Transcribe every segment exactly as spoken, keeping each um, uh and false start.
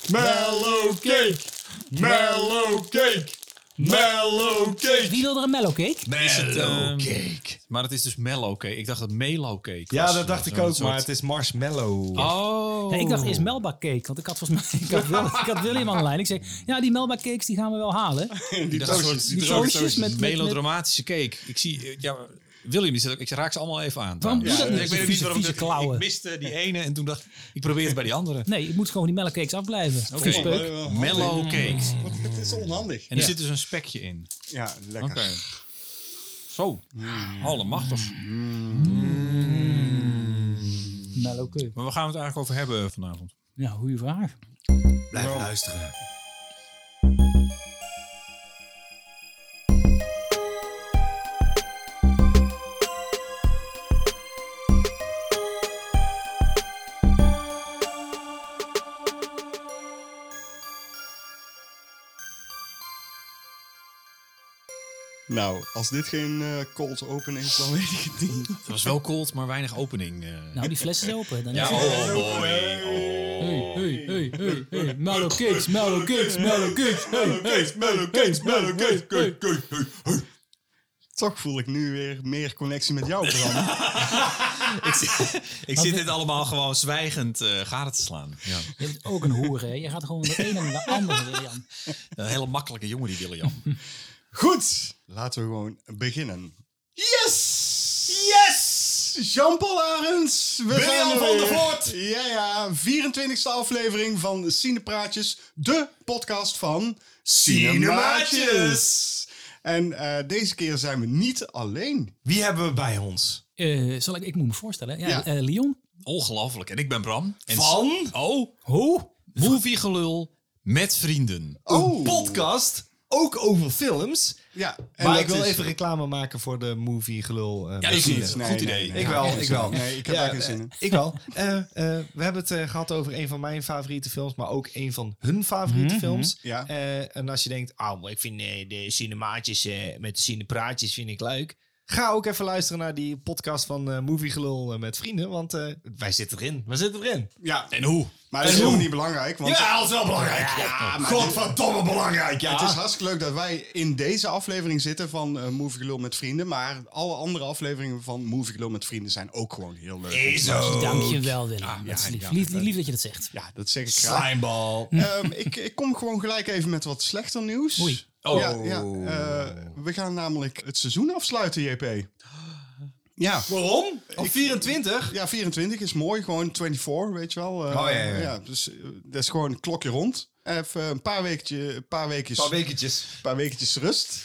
Mellow cake. Mellow cake. Mellow cake. Wie wil er een mellow cake? Mellow uh, cake. Maar het is dus mellow cake. Ik dacht dat melo cake was. Ja, dat dacht ik ook, soort... maar het is marshmallow. Oh. Nee, ik dacht eerst Melba cake. Want ik had volgens mij... Ik had, Wil, ik had William aan de lijn. Ik zei, ja, die Melba cakes die gaan we wel halen. die toastjes. Die toastjes met, met... Melodramatische cake. Ik zie... Ja, William, die zit ook, ik raak ze allemaal even aan. Waarom doe je dat niet? Ik weet niet waarom vieze klauwen. Ik miste die ene en toen dacht ik, ik probeer het bij die andere. Nee, ik moet gewoon die mellow cakes afblijven. Oké, okay. Mellow cakes. Het is onhandig. En er ja. zit dus een spekje in. Ja, lekker. Oké. Okay. Zo. Mm. Allemachtig. Mm. Mellow cake. Maar waar gaan we het eigenlijk over hebben vanavond? Ja, goede vraag. Blijf wow. luisteren. Nou, als dit geen uh, cold open is, dan weet ik het niet. Het was wel cold, maar weinig opening. Uh. Nou, die fles is open. Dan ja, is oh, het... oh boy. Hey, hey, hey, hey, hey. Mellow cakes, mellow cakes, mellow cakes. Mellow cakes, mellow cakes, mellow cakes. Hey, hey, hey, hey. Toch voel ik nu weer meer connectie met jou, Bram. ik zit, ik zit dit allemaal gewoon zwijgend uh, gade te slaan. Ja. Je bent ook een hoer, hè? Je gaat gewoon de ene en de andere, William. Een hele makkelijke jongen, die William. Goed, laten we gewoon beginnen. Yes! Yes! Jean-Paul Arends. We William van der Voort. Ja, ja. vierentwintigste aflevering van Cinepraatjes. De podcast van Cinemaatjes. En uh, deze keer zijn we niet alleen. Wie hebben we bij ons? Uh, zal ik, ik moet me voorstellen. Ja, ja. Uh, Leon. Ongelooflijk. En ik ben Bram. En van? Oh. Hoe? Moviegelul met vrienden. Oh. Een podcast. Ook over films. Ja, en maar ik wil is... even reclame maken voor de movie gelul. Uh, ja, dat is niet. Nee, Goed idee. Nee, nee, ik wel, nee, ik wel. Nee, ik heb daar geen zin in. Ik wel. Uh, uh, we hebben het uh, gehad over een van mijn favoriete films, maar ook een van hun favoriete mm-hmm. films. Ja. Uh, en als je denkt, oh, maar ik vind uh, de cinemaatjes uh, met de cinepraatjes vind ik leuk. Ga ook even luisteren naar die podcast van uh, Movie Gelul uh, met vrienden, want uh, wij zitten erin. We zitten erin. Ja. En hoe? Maar dat is helemaal niet belangrijk. Want ja, dat is wel belangrijk. Ja, ja, maar godverdomme belangrijk. Ja. Het is hartstikke leuk dat wij in deze aflevering zitten van uh, Movie Gelul met vrienden. Maar alle andere afleveringen van Movie Gelul met vrienden zijn ook gewoon heel leuk. Ezo. Dankjewel, Willem. Ja, dat is lief. Ja, lief, lief dat je dat zegt. Ja, dat zeg ik graag. Slimeball. um, ik, ik kom gewoon gelijk even met wat slechter nieuws. Oei. Oh. Ja, ja, uh, we gaan namelijk het seizoen afsluiten, J P. Ja. Waarom? Op vierentwintig? Ja, vierentwintig is mooi. Gewoon eenentwintig, weet je wel. Uh, oh, ja, ja, ja. ja dus uh, dat is gewoon een klokje rond. Even een paar wekentje, een paar weekjes. Paar wekentjes. Een paar wekentjes rust.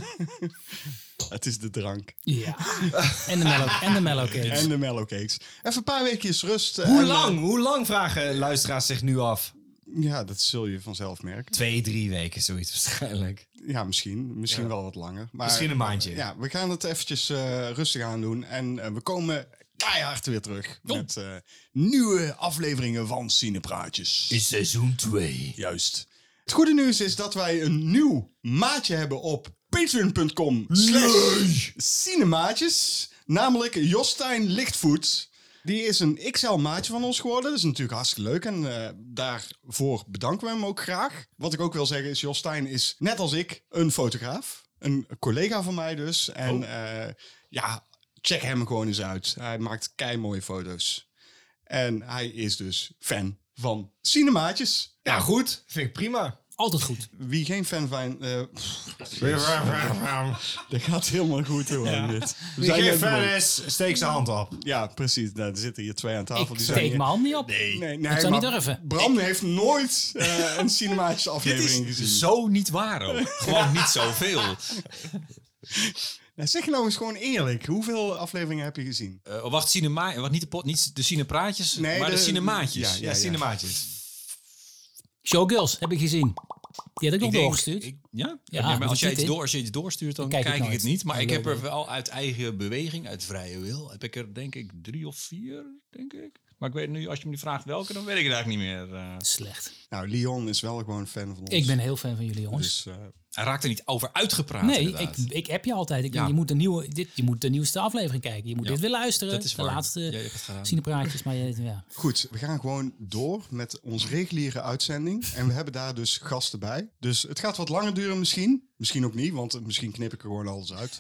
Het is de drank. Ja. En de mellow, en de mellow cakes. En de mellow cakes. Even een paar weekjes rust. Hoe en, lang? Uh, Hoe lang vragen luisteraars zich nu af? Ja, dat zul je vanzelf merken. Twee, drie weken, zoiets waarschijnlijk. Ja, misschien. Misschien ja. wel wat langer. Maar, misschien een maandje. Ja, we gaan het eventjes uh, rustig aan doen. En uh, we komen keihard weer terug. Oh. Met uh, nieuwe afleveringen van Cinepraatjes. In seizoen twee. Juist. Het goede nieuws is dat wij een nieuw maatje hebben op patreon punt com slash cinemaatjes. Namelijk Jostijn Lichtvoet. Die is een X L maatje van ons geworden. Dat is natuurlijk hartstikke leuk. En uh, daarvoor bedanken we hem ook graag. Wat ik ook wil zeggen is, Jostijn is net als ik een fotograaf. Een collega van mij dus. En oh. uh, ja, check hem gewoon eens uit. Hij maakt keimooie foto's. En hij is dus fan van Cinemaatjes. Ja, goed. Vind ik prima. Altijd goed. Wie geen fan van... Uh, dat gaat helemaal goed hoor. Ja. Dit. Wie geen fan is, steek zijn hand op. Ja, precies. Nou, er zitten hier twee aan tafel. Ik die steek mijn hand niet op. Nee, nee, nee ik zou niet durven. Bram ik... heeft nooit uh, een Cinemaatjes aflevering Dit is gezien. Zo niet waar ook. Gewoon niet zoveel. Nou, zeg je nou eens gewoon eerlijk. Hoeveel afleveringen heb je gezien? Uh, wacht, cinema, wacht niet, de pot, niet de cinepraatjes, nee, maar de, de cinemaatjes. Ja, ja, ja, ja. cinemaatjes. Showgirls heb ik gezien. Die had ik nog ik doorgestuurd. Denk, ik, ja? Ja, ja, maar als, je iets in. door, als je iets doorstuurt, dan kijk, kijk ik, ik het niet. Maar oh, ik leuk, heb er leuk. wel uit eigen beweging, uit vrije wil, heb ik er denk ik drie of vier, denk ik. Maar ik weet nu, als je me die vraagt welke, dan weet ik het eigenlijk niet meer. Uh. Slecht. Nou, Leon is wel gewoon fan van ons. Ik ben heel fan van jullie, jongens. Dus, uh, Hij raakt er niet over uitgepraat. Nee, ik, inderdaad. ik heb je altijd. Ik, Ja. je, moet de nieuwe, dit, je moet de nieuwste aflevering kijken. Je moet Ja. dit weer luisteren. Dat is de waar. laatste Ja, je hebt het gedaan. cinepraatjes. Maar je, ja. Goed, we gaan gewoon door met onze reguliere uitzending. En we hebben daar dus gasten bij. Dus het gaat wat langer duren misschien. Misschien ook niet, want misschien knip ik er gewoon alles uit.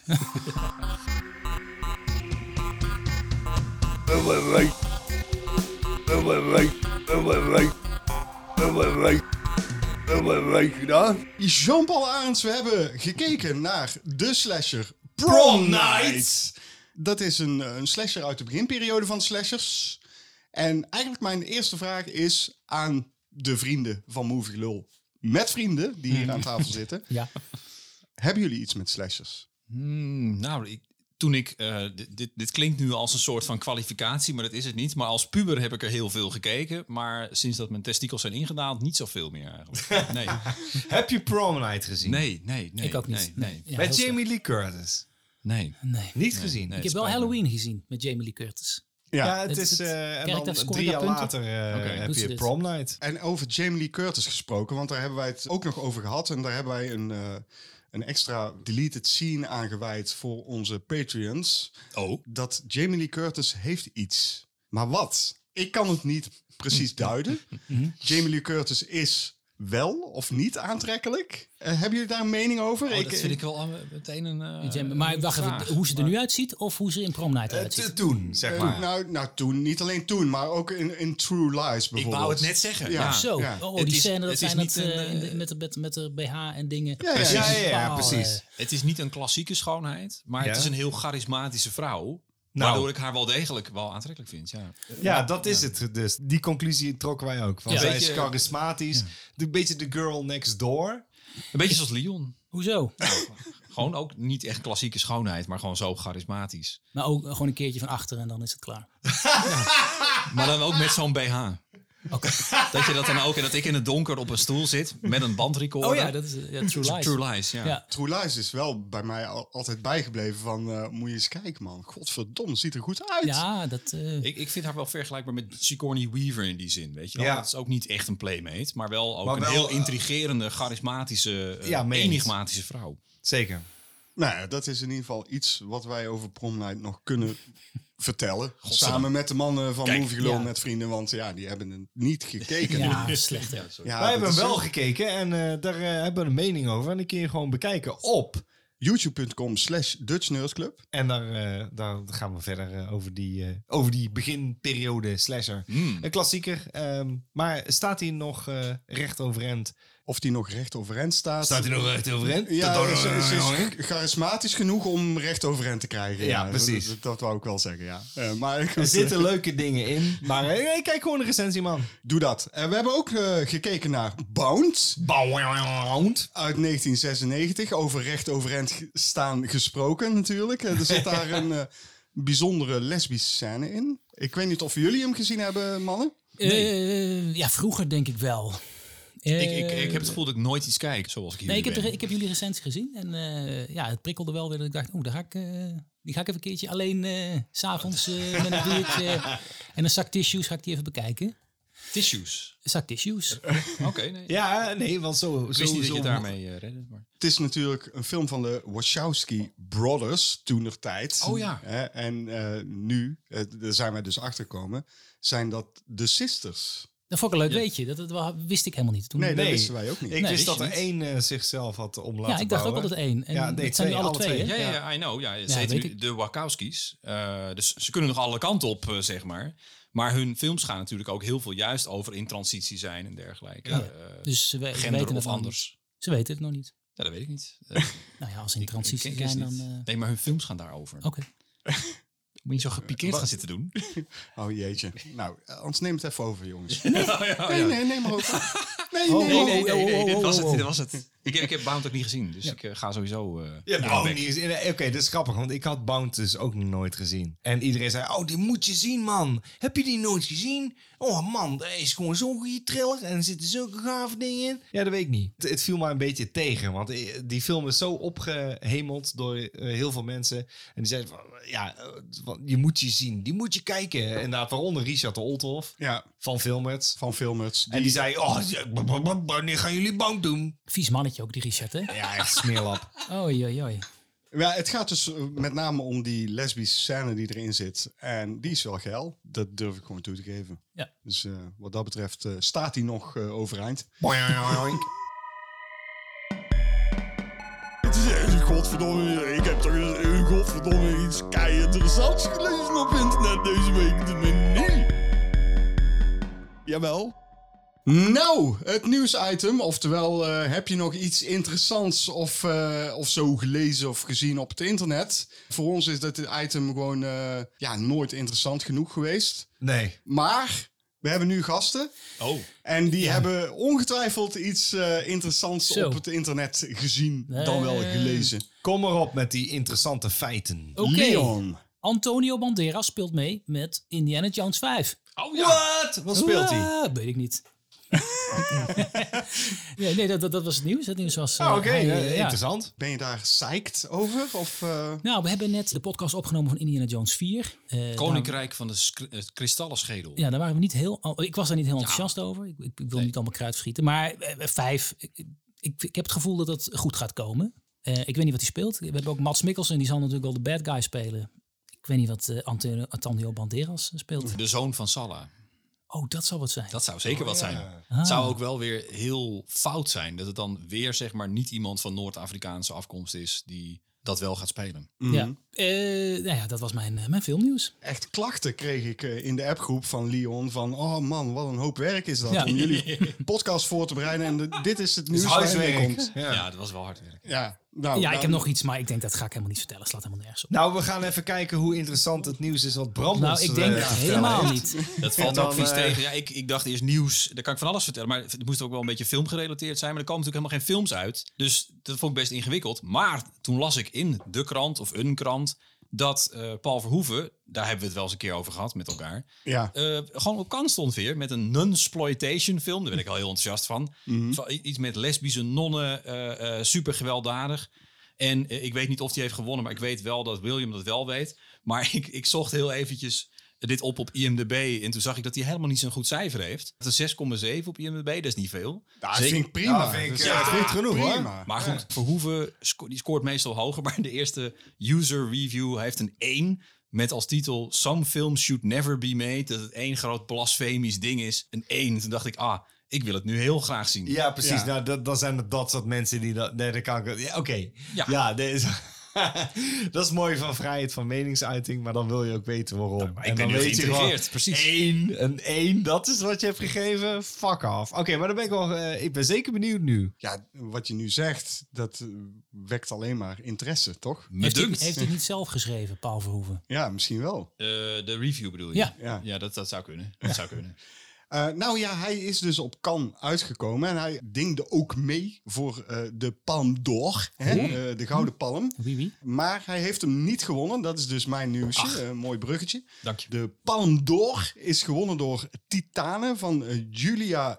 Jean-Paul Arends, we hebben gekeken naar de slasher Prom Night. Dat is een, een slasher uit de beginperiode van de slashers. En eigenlijk mijn eerste vraag is aan de vrienden van Movie Gelul. Met vrienden die hier aan tafel zitten. ja. Hebben jullie iets met slashers? Hmm, nou, ik, toen ik... Uh, dit, dit, dit klinkt nu als een soort van kwalificatie, maar dat is het niet. Maar als puber heb ik er heel veel gekeken. Maar sinds dat mijn testikels zijn ingedaald, niet zoveel meer eigenlijk. Nee, Heb je Prom Night gezien? nee, nee. nee Ik ook niet. Nee, Nee. nee. Ja, Met heel Jamie Lee Curtis. nee. Nee. Niet gezien. nee. Ik heb wel spijt me. Halloween gezien met Jamie Lee Curtis. Ja, het Het- is... het- eh, en krijg ik dan daar- scoor drie ik jaar daar punten? later eh, Oké. heb Doet ze je dit? Prom Night. En over Jamie Lee Curtis gesproken, want daar hebben wij het ook nog over gehad. En daar hebben wij een, uh, een extra deleted scene aangeweid voor onze Patreons. Oh. Dat Jamie Lee Curtis heeft iets. Maar wat? Ik kan het niet precies duiden. Jamie Lee Curtis is wel of niet aantrekkelijk. Uh, hebben jullie daar een mening over? Oh, dat vind ik wel uh, meteen een uh, Jamie- maar wacht vraag. even, hoe ze er Maar- nu uitziet of hoe ze in Prom Night Eh, eruit ziet? te- Toen, zeg Uh, maar. nou, nou, toen. Niet alleen toen, maar ook in, in True Lies bijvoorbeeld. Ik wou het net zeggen. Ja. Ja. Zo, ja. oh, Het die is- scène, dat het is zijn niet dat eh, een, in de- eh, met, de, met, met de B H en dingen. Ja, ja, Precies. Ja, ja, ja, Wauw, precies. eh, Het is niet een klassieke schoonheid, maar Ja. het is een heel charismatische vrouw. Nou. Waardoor ik haar wel degelijk wel aantrekkelijk vind. Ja. Ja, dat is het dus. Die conclusie trokken wij ook. Van, Ja. zij Beetje- is charismatisch. Een beetje de girl next door. Een beetje zoals Leon. Hoezo? Gewoon ook niet echt klassieke schoonheid, maar gewoon zo charismatisch. Maar ook eh, gewoon een keertje van achter en dan is het klaar. Maar dan ook met zo'n B H. Oké. Dat je dat dan ook, en dat ik in het donker op een stoel zit met een bandrecorder. Oh ja, dat is eh, ja, True Lies. True Lies, ja. Ja. True Lies is wel bij mij al, altijd bijgebleven van... Uh, moet je eens kijken, man. Godverdomme, ziet er goed uit. Ja, dat... eh, Ik, ik vind haar wel vergelijkbaar met Sigourney Weaver in die zin, weet je wel. Ja. Dat is ook niet echt een playmate, maar wel ook Maar een wel, heel eh, intrigerende, charismatische, uh, Ja, mee eens. enigmatische vrouw. Zeker. Nou ja, dat is in ieder geval iets wat wij over Prom Night nog kunnen vertellen. Godzijdank. Samen met de mannen van Kijk, Movie Gelul ja. met vrienden. Want ja, die hebben het niet gekeken. ja, slecht. hè. Ja, Wij dat hebben is, wel uh, gekeken en eh, daar eh, hebben we een mening over. En die kun je gewoon bekijken op. youtube.com slash Dutch Nerd Club. En daar, eh, daar gaan we verder eh, over, die, eh, over die beginperiode slasher. Mm. Een klassieker. ehm, maar staat hij nog eh, recht overeind? Of die nog recht overeind staat. Staat hij nog recht overeind? Ja, Dat- ze, ze dat- is charismatisch genoeg om recht overeind te krijgen. Ja, precies. Dat, dat, dat wou ik wel zeggen, ja. Uh, maar ik- Er zitten leuke dingen in. Maar eh, kijk gewoon de recensie, man. Doe dat. Uh, we hebben ook uh, gekeken naar Bound. Bound. Uit negentien zesennegentig. Over recht overeind ge- staan gesproken natuurlijk. Uh, er zit daar een uh, bijzondere lesbische scène in. Ik weet niet of jullie hem gezien hebben, mannen. Eh, ja, vroeger denk ik wel. Eh, Ik, ik, ik heb het gevoel dat ik nooit iets kijk, zoals ik hier Nee, ik heb, ben. de, ik heb jullie recensie gezien. En eh, ja, het prikkelde wel weer dat ik dacht, oeh, daar ga ik, eh, die ga ik even een keertje alleen eh, s s'avonds uh, met een biertje en een zak tissues ga ik die even bekijken. Tissues. Een zak tissues. Oké, nee. Ja, nee, want zo... Ik zo, wist niet dat zo je het daarmee uh, redde. Maar... Het is natuurlijk een film van de Wachowski Brothers, toenertijd. Oh ja. Hè, en uh, nu, uh, daar zijn wij dus achtergekomen, zijn dat de Sisters. Dat vond ik een leuk weetje. Dat, dat wa- wist ik helemaal niet. Toen Nee, dat Nee. wisten wij ook niet. Ik Nee, wist wist dat je er één uh, zichzelf had om laten ja, ik dacht bouwen. ook altijd één. En Ja, nee, het zijn nu twee, alle alle twee, twee. hè? Ja, ja, ja, I know. Ja, ze Ja, heten weet nu ik. de Wachowskis. Uh, dus ze kunnen nog alle kanten op, uh, zeg maar. Maar hun films gaan natuurlijk ook heel veel juist over in transitie zijn en dergelijke. Ja. Uh, Dus ze we- gender weten het of nog anders. niet. Ze weten het nog niet. Ja, dat weet ik niet. Uh, Nou ja, als ze in ik- transitie ik ken zijn, ze dan... niet. eh, Nee, maar hun films gaan daarover. Oké. Moet je zo gepikeerd gaan zitten doen? Oh jeetje. Nou, uh, anders neem het even over, jongens. ja, ja, Nee, ja. nee, neem maar over. Nee, Oh, nee, Nee, nee. nee, nee, nee, oh, dit oh, was oh, het. oh. Dit was het. Ik, ik heb Bound ook niet gezien, dus ik uh, ga sowieso... Uh, Ja, naar nou, de niet bek. eens. Nee, Oké, dat is grappig, want ik had Bound dus ook nog nooit gezien. En iedereen zei, oh, die moet je zien, man. Heb je die nooit gezien? Oh, man, dat is gewoon zo'n goede thriller. En er zitten zulke gave dingen in. Ja, dat weet ik niet. Het, het viel mij een beetje tegen, want eh, die film is zo opgehemeld door uh, heel veel mensen. En die zeiden van, ja, uh, van, je moet je zien. Die moet je kijken. En daar waaronder Richard de Olthoff Ja, van Filmers. van Filmers. En die zei, oh, wanneer gaan jullie Bound doen? Vies mannetje. je ook, die Richard, hè? Ja, echt smeerlap. Oei, oei, oei. Ja, het gaat dus uh, met name om die lesbische scène die erin zit. En die is wel geil. Dat durf ik gewoon toe te geven. Ja. Dus uh, wat dat betreft uh, staat hij nog uh, overeind. Het is echt, godverdomme, ik heb toch uh, godverdomme iets kei interessants gelezen op internet deze week. Nee. Jawel. Nou, het nieuwsitem. Oftewel, uh, heb je nog iets interessants of, uh, of zo gelezen of gezien op het internet? Voor ons is dat item gewoon uh, ja, nooit interessant genoeg geweest. Nee. Maar we hebben nu gasten. Oh. En die ja. hebben ongetwijfeld iets uh, interessants zo. op het internet gezien, uh, dan wel gelezen. Kom erop met die interessante feiten. Oké. Okay. Leon. Antonio Banderas speelt mee met Indiana Jones vijf. Oh ja. Wat? Wat speelt hij? Uh, weet ik niet. ja, nee, dat, dat, dat was het nieuws. Het nieuws was... Uh, oh, Oké, okay. uh, ja. interessant. Ben je daar psyched over? Of, uh... Nou, we hebben net de podcast opgenomen van Indiana Jones vier. Uh, Koninkrijk daar... van de sk- uh, kristallenschedel. Ja, daar waren we niet heel... Ik was daar niet heel enthousiast ja. over. Ik, ik, ik wil nee. niet allemaal kruid verschieten. Maar uh, vijf... Ik, ik, ik heb het gevoel dat het goed gaat komen. Uh, ik weet niet wat hij speelt. We hebben ook Mads Mikkelsen. Die zal natuurlijk wel de bad guy spelen. Ik weet niet wat uh, Antonio, Antonio Banderas speelt. De zoon van Sallah. Oh, dat zou wat zijn. Dat zou zeker oh, wat ja. zijn. Ah. Het zou ook wel weer heel fout zijn. Dat het dan weer zeg maar niet iemand van Noord-Afrikaanse afkomst is die dat wel gaat spelen. Mm-hmm. Ja, uh, nou ja, dat was mijn, uh, mijn filmnieuws. Echt klachten kreeg ik uh, in de appgroep van Leon van... Oh man, wat een hoop werk is dat ja. om jullie podcast voor te bereiden. En de, dit is het nieuws waar je komt. Ja. ja, dat was wel hard werk. Ja, nou, ja nou, ik heb nog iets, maar ik denk dat ga ik helemaal niet vertellen. Slaat helemaal nergens op. Nou, we gaan even kijken hoe interessant het nieuws is wat Bram Nou, ons, ik denk uh, ja, helemaal heeft. niet. Dat valt dan, ook vies uh, tegen. Ja, ik, ik dacht eerst nieuws, daar kan ik van alles vertellen. Maar het moest ook wel een beetje filmgerelateerd zijn. Maar er komen natuurlijk helemaal geen films uit. Dus dat vond ik best ingewikkeld. Maar toen las ik in de krant of een krant... dat uh, Paul Verhoeven, daar hebben we het wel eens een keer over gehad met elkaar... Ja. Uh, gewoon op kant stond weer met een non-exploitation film. Daar ben ik al heel enthousiast van. Mm-hmm. Zo, iets met lesbische nonnen, uh, uh, super gewelddadig. En uh, ik weet niet of hij heeft gewonnen, maar ik weet wel dat William dat wel weet. Maar ik, ik zocht heel eventjes dit op op I M D B en toen zag ik dat hij helemaal niet zo'n goed cijfer heeft. Dat is zes komma zeven op I M D B, dat is niet veel. Ja, dat vind ik prima. Ja, vind ik, dus, ja, ja, vind ik genoeg prima. hoor. Maar goed, Verhoeven, sco- die scoort meestal hoger. Maar de eerste user review hij heeft een één met als titel Some films should never be made. Dat het één groot blasfemisch ding is. Een één. Toen dacht ik, ah, ik wil het nu heel graag zien. Ja, precies. Ja. Nou, dat, dat zijn het dat soort mensen die dat... Nee, dat kan ik... Ja, oké. Okay. Ja. Ja, deze... dat is mooi van vrijheid van meningsuiting, maar dan wil je ook weten waarom. Nou, maar ik en ben dan nu weet je geïntrigeerd, gewoon, precies. één, een één, dat is wat je hebt gegeven. Fuck off. Oké, okay, maar dan ben ik wel... Uh, ik ben zeker benieuwd nu. Ja, wat je nu zegt, dat uh, wekt alleen maar interesse, toch? Me Heeft hij, dunkt. heeft hij niet zelf geschreven, Paul Verhoeven? Ja, misschien wel. Uh, de review bedoel je? Ja. Ja. Ja, dat, dat zou kunnen. Dat zou kunnen. Uh, nou ja, hij is dus op Cannes uitgekomen en hij dingde ook mee voor uh, de Palme d'Or, hè? Uh, de Gouden Palm. Wie wie? Maar hij heeft hem niet gewonnen, dat is dus mijn nieuwsje, een uh, mooi bruggetje. Dank je. De Palme d'Or is gewonnen door Titane van uh, Julia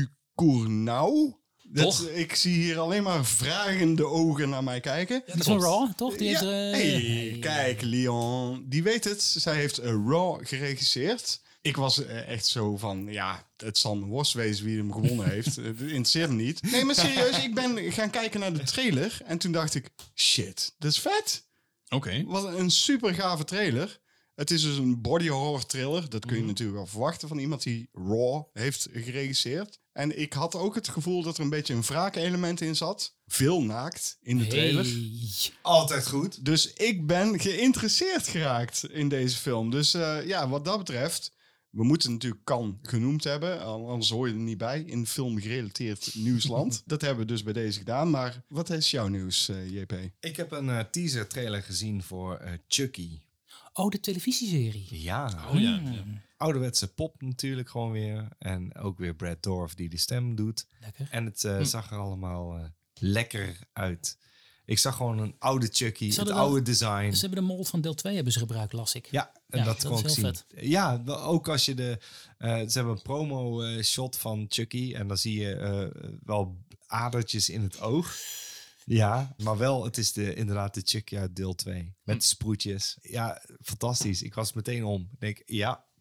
Ducournau. Dat, ik zie hier alleen maar vragende ogen naar mij kijken. Ja, dat is van Raw, toch? Die Ja. heeft, uh, Hey, kijk, Leon, die weet het. Zij heeft uh, Raw geregisseerd. Ik was uh, echt zo van, ja, het zal een worst wezen wie hem gewonnen heeft. Het interesseert me niet. Nee, maar serieus, ik ben gaan kijken naar de trailer. En toen dacht ik, shit, dat is vet. Oké. Okay. Wat een super gave trailer. Het is dus een body horror thriller. Dat kun je Mm. natuurlijk wel verwachten van iemand die Raw heeft geregisseerd. En ik had ook het gevoel dat er een beetje een wraakelement in zat. Veel naakt in de trailer. Hey. Altijd goed. Dus ik ben geïnteresseerd geraakt in deze film. Dus uh, ja, wat dat betreft... We moeten natuurlijk Cannes genoemd hebben. Anders hoor je er niet bij in film-gerelateerd nieuwsland. Dat hebben we dus bij deze gedaan. Maar wat is jouw nieuws, uh, J P? Ik heb een uh, teaser trailer gezien voor uh, Chucky. Oh, de televisieserie. Ja. Oh ja. ja. Ouderwetse pop natuurlijk gewoon weer. En ook weer Brad Dourif die de stem doet. Lekker. En het uh, hm. zag er allemaal uh, lekker uit. Ik zag gewoon een oude Chucky, het oude wel, design. Ze hebben de mold van deel twee hebben ze gebruikt, las ik. Ja, en ja, dat, dat kon is ik heel zien. vet. Ja, ook als je de... Uh, ze hebben een promo uh, shot van Chucky en dan zie je uh, wel adertjes in het oog. Ja, maar wel, het is de, inderdaad de Chucky uit deel twee. Met de sproetjes. Ja, fantastisch. Ik was meteen om. Ik denk, ja,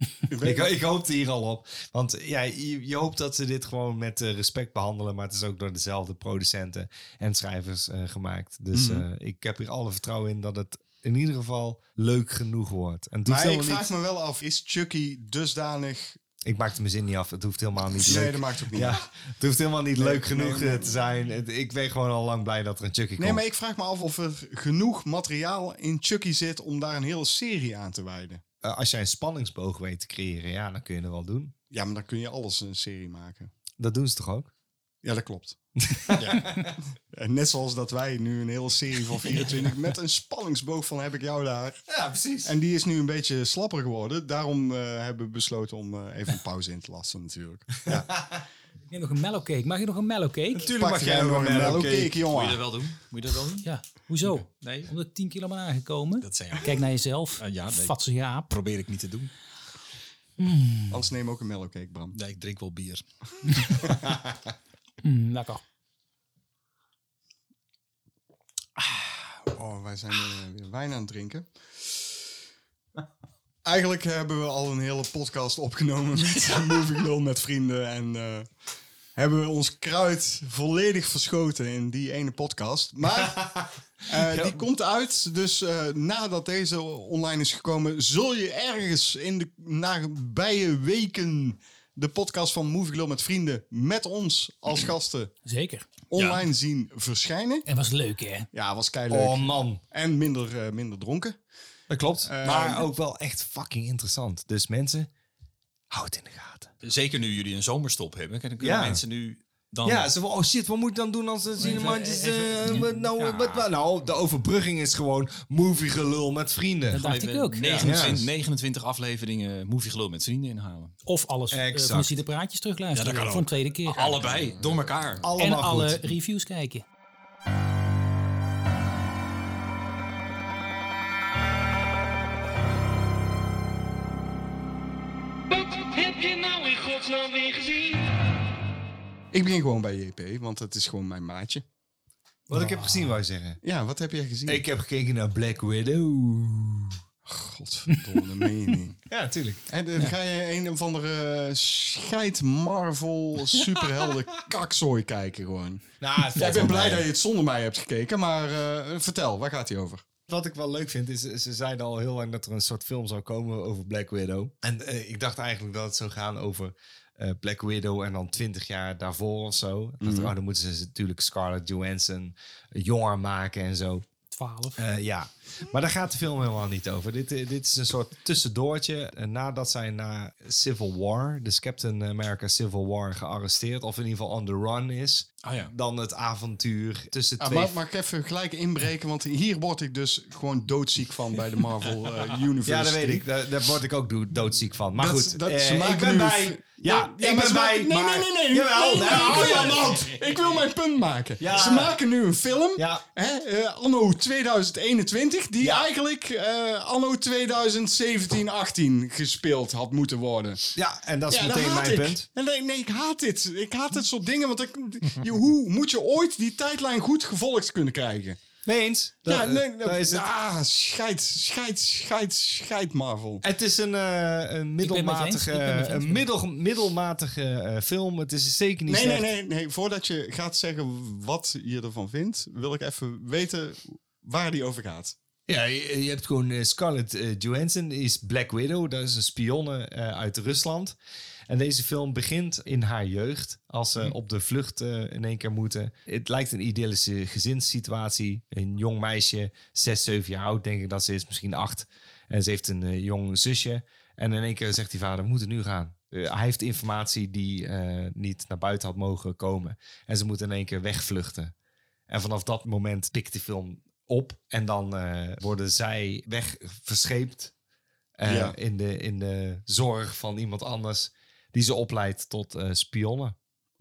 Ik, ik hoopte hier al op. Want ja, je, je hoopt dat ze dit gewoon met uh, respect behandelen. Maar het is ook door dezelfde producenten en schrijvers uh, gemaakt. Dus uh, mm. ik heb hier alle vertrouwen in dat het in ieder geval leuk genoeg wordt. En maar ik vraag niet... me wel af, is Chucky dusdanig... Ik maakte mijn zin niet af. Het hoeft helemaal niet leuk. Nee, dat maakt ook niet. Ja, het hoeft helemaal niet nee, leuk genoeg nee, nee, te zijn. Ik ben gewoon al lang blij dat er een Chucky komt. Nee, maar ik vraag me af of er genoeg materiaal in Chucky zit om daar een hele serie aan te wijden. Uh, als jij een spanningsboog weet te creëren, ja, dan kun je het wel doen. Ja, maar dan kun je alles een serie maken. Dat doen ze toch ook? Ja, dat klopt. Ja. Net zoals dat wij nu een hele serie van vierentwintig met een spanningsboog van heb ik jou daar. Ja, precies. En die is nu een beetje slapper geworden. Daarom uh, hebben we besloten om uh, even een pauze in te lassen natuurlijk. Ja. Ik neem nog een mellowcake. Mag je nog een mellowcake? Natuurlijk mag jij nog een mellowcake, jongen. Moet je dat wel doen? Moet je dat wel doen? Ja. Hoezo? Nee. Omdat ik tien kilo ben aangekomen. Dat zijn Kijk naar jezelf. Uh, ja, nee. Vatse jaap. Probeer ik niet te doen. Mm. Anders neem ook een mellowcake, Bram. Nee, ik drink wel bier. mm, lekker. Oh, wij zijn weer wijn aan het drinken. Eigenlijk hebben we al een hele podcast opgenomen met Movie Lul met vrienden. En uh, hebben we ons kruid volledig verschoten in die ene podcast. Maar uh, ja. die komt uit. Dus uh, nadat deze online is gekomen, zul je ergens in de nabije weken de podcast van Movie Lul met vrienden met ons als gasten. Zeker. Online ja. zien verschijnen. En was leuk, hè? Ja, was keileuk. Oh man. En minder, uh, minder dronken. Dat klopt. Uh, maar ook wel echt fucking interessant. Dus mensen, hou het in de gaten. Zeker nu jullie een zomerstop hebben. Dan kunnen ja. mensen nu dan... Ja, ze van, oh shit, wat moet ik dan doen als de cinematjes... Uh, ja. nou, ja. wat, nou, de overbrugging is gewoon movie gelul met vrienden. Dat dacht ik ook. negenentwintig, ja. negenentwintig afleveringen movie gelul met vrienden inhalen. Of alles uh, van de Cider Praatjes terugluisteren. Ja, voor een tweede keer. Allebei, door elkaar. Allemaal en alle goed. Reviews kijken. Nou weer gezien? Ik begin gewoon bij J P, want het is gewoon mijn maatje. Wat oh. ik heb gezien, wou je zeggen? Ja, wat heb jij gezien? Ik heb gekeken naar Black Widow. Godverdomme, dat meen je niet. Ja, natuurlijk. En dan ja. ga je een of andere scheid Marvel superhelden kakzooi kijken gewoon. Nou, ik ben blij dat je het zonder mij hebt gekeken, maar uh, vertel, waar gaat hij over? Wat ik wel leuk vind, is ze zeiden al heel lang dat er een soort film zou komen over Black Widow. En uh, ik dacht eigenlijk dat het zou gaan over uh, Black Widow en dan twintig jaar daarvoor of zo. Mm-hmm. dacht, oh, dan moeten ze natuurlijk Scarlett Johansson jonger maken en zo. twaalf. Uh, ja, maar daar gaat de film helemaal niet over. Dit, dit is een soort tussendoortje. Uh, nadat zij na Civil War, dus Captain America Civil War, gearresteerd, of in ieder geval on the run is. Oh ja. Dan het avontuur tussen ah, twee... Maar mag ik even gelijk inbreken? Want hier word ik dus gewoon doodziek van bij de Marvel uh, Universe. Ja, dat weet ik. Daar, daar word ik ook doodziek van. Maar dat, goed, dat, uh, ze maken ik ben nu bij... Ja, ja, ik ben bij... Nee, nee, nee, nee. Jawel, nee, nee, nee, nee, nee. Ik wil mijn punt maken. Ja. Ze maken nu een film, ja. hè, uh, anno tweeduizend eenentwintig, die ja. eigenlijk uh, anno tweeduizend zeventien achttien gespeeld had moeten worden. Ja, en dat is ja, meteen mijn ik. punt. Nee, nee, ik haat dit. Ik haat dit soort dingen, want ik, je, hoe moet je ooit die tijdlijn goed gevolgd kunnen krijgen? Nee eens. Dat, ja, nee, dat is het. Ah, scheid, scheid, scheid, scheid Marvel. Het is een, uh, een middelmatige, een middel, middelmatige uh, film. Het is zeker niet nee, slecht. Nee, nee, nee. Voordat je gaat zeggen wat je ervan vindt, wil ik even weten waar die over gaat. Ja, je, je hebt gewoon uh, Scarlett uh, Johansson, is Black Widow. Dat is een spionne uh, uit Rusland. En deze film begint in haar jeugd, als ze op de vlucht uh, in één keer moeten. Het lijkt een idyllische gezinssituatie. Een jong meisje, zes, zeven jaar oud, denk ik dat ze is, misschien acht. En ze heeft een uh, jong zusje. En in één keer zegt die vader, we moeten nu gaan. Uh, hij heeft informatie die uh, niet naar buiten had mogen komen. En ze moeten in één keer wegvluchten. En vanaf dat moment pikt de film op. En dan uh, worden zij wegverscheept uh, ja. in, de, in de zorg van iemand anders die ze opleidt tot uh, spionnen. Oké. Okay.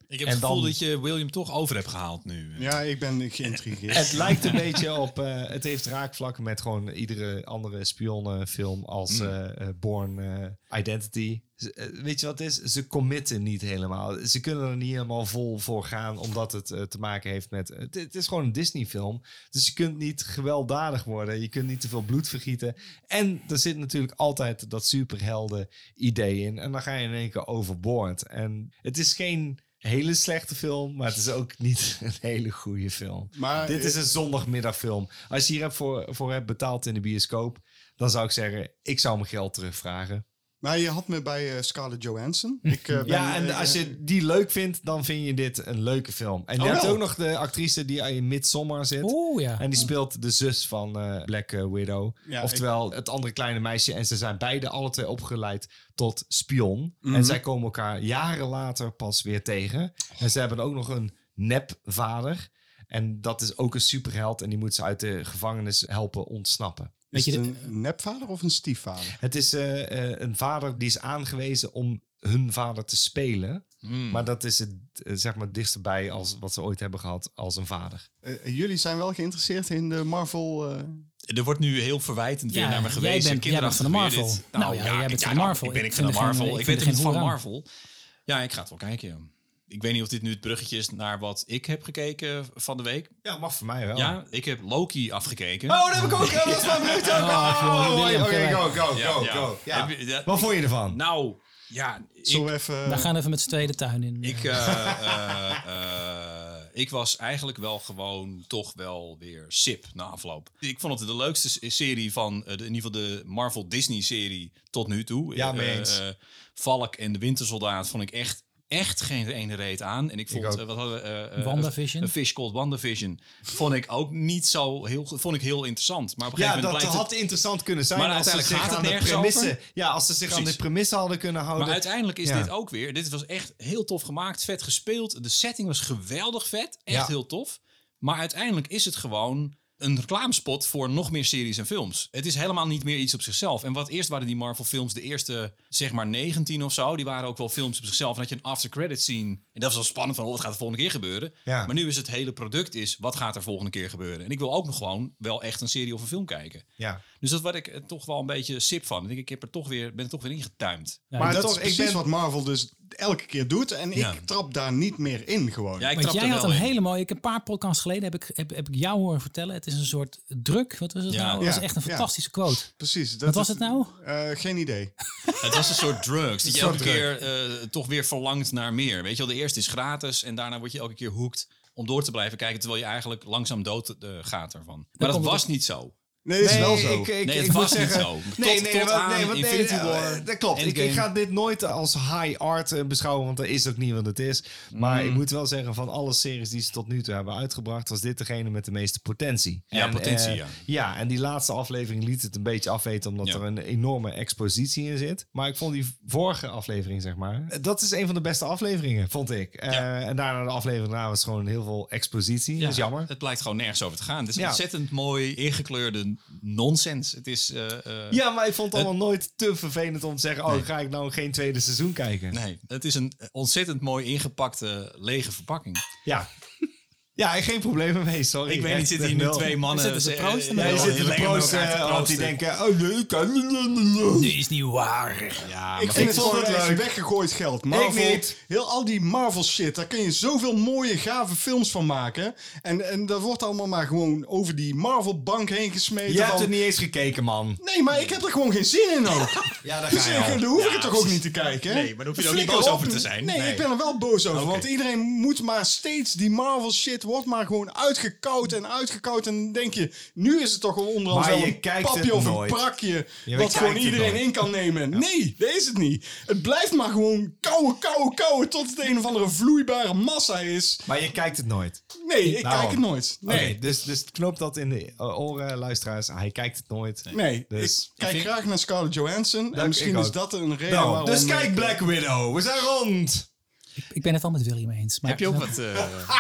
Ik heb En het gevoel dan- dat je William toch over hebt gehaald nu. Ja, ik ben geïntrigeerd. Het lijkt een beetje op... Uh, het heeft raakvlakken met gewoon iedere andere spionnenfilm als uh, uh, Born uh, Identity. Z- uh, weet je wat het is? Ze committen niet helemaal. Ze kunnen er niet helemaal vol voor gaan, omdat het uh, te maken heeft met... Uh, het, het is gewoon een Disney-film. Dus je kunt niet gewelddadig worden. Je kunt niet te veel bloed vergieten. En er zit natuurlijk altijd dat superhelden-idee in. En dan ga je in één keer overboord. En het is geen... hele slechte film, maar het is ook niet een hele goede film. Maar, Dit is een zondagmiddagfilm. Als je hier hebt voor, voor hebt betaald in de bioscoop, dan zou ik zeggen, ik zou mijn geld terugvragen. Maar je had me bij uh, Scarlett Johansson. Ik, uh, ben, Ja, en uh, als je die leuk vindt, dan vind je dit een leuke film. En je Oh, hebt wel. ook nog de actrice die in Midsommar zit. Oeh, ja. En die speelt de zus van uh, Black Widow. Ja, Oftewel het andere kleine meisje. En ze zijn beide alle twee opgeleid tot spion. Mhm. En zij komen elkaar jaren later pas weer tegen. En ze hebben ook nog een nepvader. En dat is ook een superheld. En die moet ze uit de gevangenis helpen ontsnappen. Is Weet je het een nepvader of een stiefvader? Het is uh, uh, een vader die is aangewezen om hun vader te spelen. Mm. Maar dat is het uh, zeg maar dichterbij als wat ze ooit hebben gehad als een vader. Uh, jullie zijn wel geïnteresseerd in de Marvel... Uh... Er wordt nu heel verwijtend weer Ja, naar me jij geweest. bent- jij bent van de kinderachtig Marvel. weer dit. Nou ja, jij bent van de nou, Marvel. Ik ben Ik ik van de vind er geen- Marvel. ik Ik vind ben er niet geen van hoer aan. Marvel. Ja, ik ga het wel kijken. Ja. Ik weet niet of dit nu het bruggetje is naar wat ik heb gekeken van de week. Ja, mag voor mij wel. Ja, ik heb Loki afgekeken. Oh, dat heb ik ook. Dat was mijn minuut. Oh, William, Oké, gelijk. go, go, Ja, go, ja. go. Ja. Heb je- dat- Wat vond je ervan? Nou, ja, Zullen ik, we even... We gaan even met z'n tweeën de tuin in. ik, eh, eh, eh, ik was eigenlijk wel gewoon toch wel weer sip na afloop. Ik vond het de leukste s- serie van, uh, de, in ieder geval de Marvel Disney serie tot nu toe. Ja, Eh, mee eens. eh, Valk en de Wintersoldaat vond ik echt, echt geen ene reet aan. En ik vond, ook. eh, wat hadden we? eh, eh, WandaVision? A Fish Called WandaVision. Vond ik ook niet zo heel, goed- vond ik heel interessant. Maar op een gegeven Ja, dat moment blijkt had het... interessant kunnen zijn Maar als ze uiteindelijk zich gaat het aan de nergens premissen... over. Ja, als ze zich aan Precies. de premissen hadden kunnen houden. Maar uiteindelijk is Ja. dit ook weer... Dit was echt heel tof gemaakt, vet gespeeld. De setting was geweldig vet. Echt Ja. heel tof. Maar uiteindelijk is het gewoon een reclamespot voor nog meer series en films. Het is helemaal niet meer iets op zichzelf. En wat eerst waren die Marvel films, de eerste zeg maar negentien of zo, die waren ook wel films op zichzelf. En had je een after credit scene. En dat was wel spannend van, oh, wat gaat er volgende keer gebeuren? Ja. Maar nu is het hele product is, wat gaat er volgende keer gebeuren? En ik wil ook nog gewoon wel echt een serie of een film kijken. Ja. Dus dat word ik er toch wel een beetje sip van. Ik denk, ik heb er toch weer, ben er toch weer ingetuimd. Ja, Maar Maar dat toch, is ik precies ben- wat Marvel dus elke keer doet. En Ja. ik trap daar niet meer in gewoon. Ja, ik Want trap jij er had wel een in. hele mooie... Ik heb een paar podcasts geleden heb ik, heb, heb ik jou horen vertellen. Het is een soort druk. Wat was het Ja. nou? Dat was Ja. echt een Ja. fantastische quote. Precies. Dat Wat was is- het nou? Eh, geen idee. Het was een soort drugs. Dat je Een elke soort keer eh, toch weer verlangt naar meer. Weet je wel, de eerste is gratis en daarna word je elke keer hooked om door te blijven kijken, terwijl je eigenlijk langzaam dood eh, gaat ervan. Maar dat komt het was op- niet zo. Nee, is Nee, wel zo. Ik, ik, Nee, ik het moet was niet zeggen, zo. Nee, Tot- nee, tot wat- aan nee, wat- nee, Infinity eh, War, dat klopt. Ik, ik Endgame. ga dit nooit als high art eh, beschouwen, want dat is ook niet wat het is. Maar Mm. ik moet wel zeggen, van alle series die ze tot nu toe hebben uitgebracht, was dit degene met de meeste potentie. Ja, En, potentie, eh, ja. Ja, en die laatste aflevering liet het een beetje afweten, omdat Ja. er een enorme expositie in zit. Maar ik vond die vorige aflevering, zeg maar, eh, dat is een van de beste afleveringen, vond ik. Eh, Ja. En daarna de aflevering daarna was gewoon heel veel expositie. Dat is jammer. Het blijkt gewoon nergens over te gaan. Het is Ja. ontzettend mooi ingekleurde nonsens. Het is... eh, eh, Ja, maar ik vond het allemaal nooit te vervelend om te zeggen, oh, Nee. ga ik nou geen tweede seizoen kijken? Nee, het is een ontzettend mooi ingepakte lege verpakking. Ja. Ja, geen problemen mee, sorry. Ik weet Echt, niet, zitten hier nul. nu twee mannen... Zitten ze te eh, proosten? eh, Ja, je Ja, zit heel te lekker met proosten, elkaar te want die proosten. denken, oh nee, ik kan... Dit is niet waar. Ja, Ik maar vind ik het vond gewoon het echt leuk. weggegooid geld. Marvel, niet. Heel al die Marvel shit, daar kun je zoveel mooie, gave films van maken. En, en dat wordt allemaal maar gewoon over die Marvel bank heen gesmeten. Je hebt van- het niet eens gekeken, man. Nee, maar ik heb er gewoon geen zin in ook. Ja, daar Dus ga je ik, al. dan hoef ik Ja, het toch ook precies. niet te kijken. Nee, maar daar hoef je er ook niet Flikker boos op. over te zijn. Nee, Nee. ik ben er wel boos over. Oké. Want iedereen moet maar steeds die Marvel shit wordt maar gewoon uitgekoud en uitgekoud. En dan denk je, nu is het toch wel onderhand Maar wel je een kijkt papje het of nooit. een prakje. Je wat kijkt gewoon het iedereen nooit. in kan nemen. Nee, dat is het niet. Het blijft maar gewoon kouwen, kouwen, kouwen. Tot het een of andere vloeibare massa is. Maar je kijkt het nooit. Nee, ik Daarom. kijk het nooit. Nee. Oké, dus, dus knoop dat in de uh, oren, luisteraars. Hij kijkt het nooit. Nee, Dus- ik kijk Ik vind- graag naar Scarlett Johansson. En Dank, misschien ik is ook. dat een reden Nou, waarom... dus ik- kijk Black Widow. We zijn rond. Ik ben het wel met William eens. Maar heb je ook wat... eh,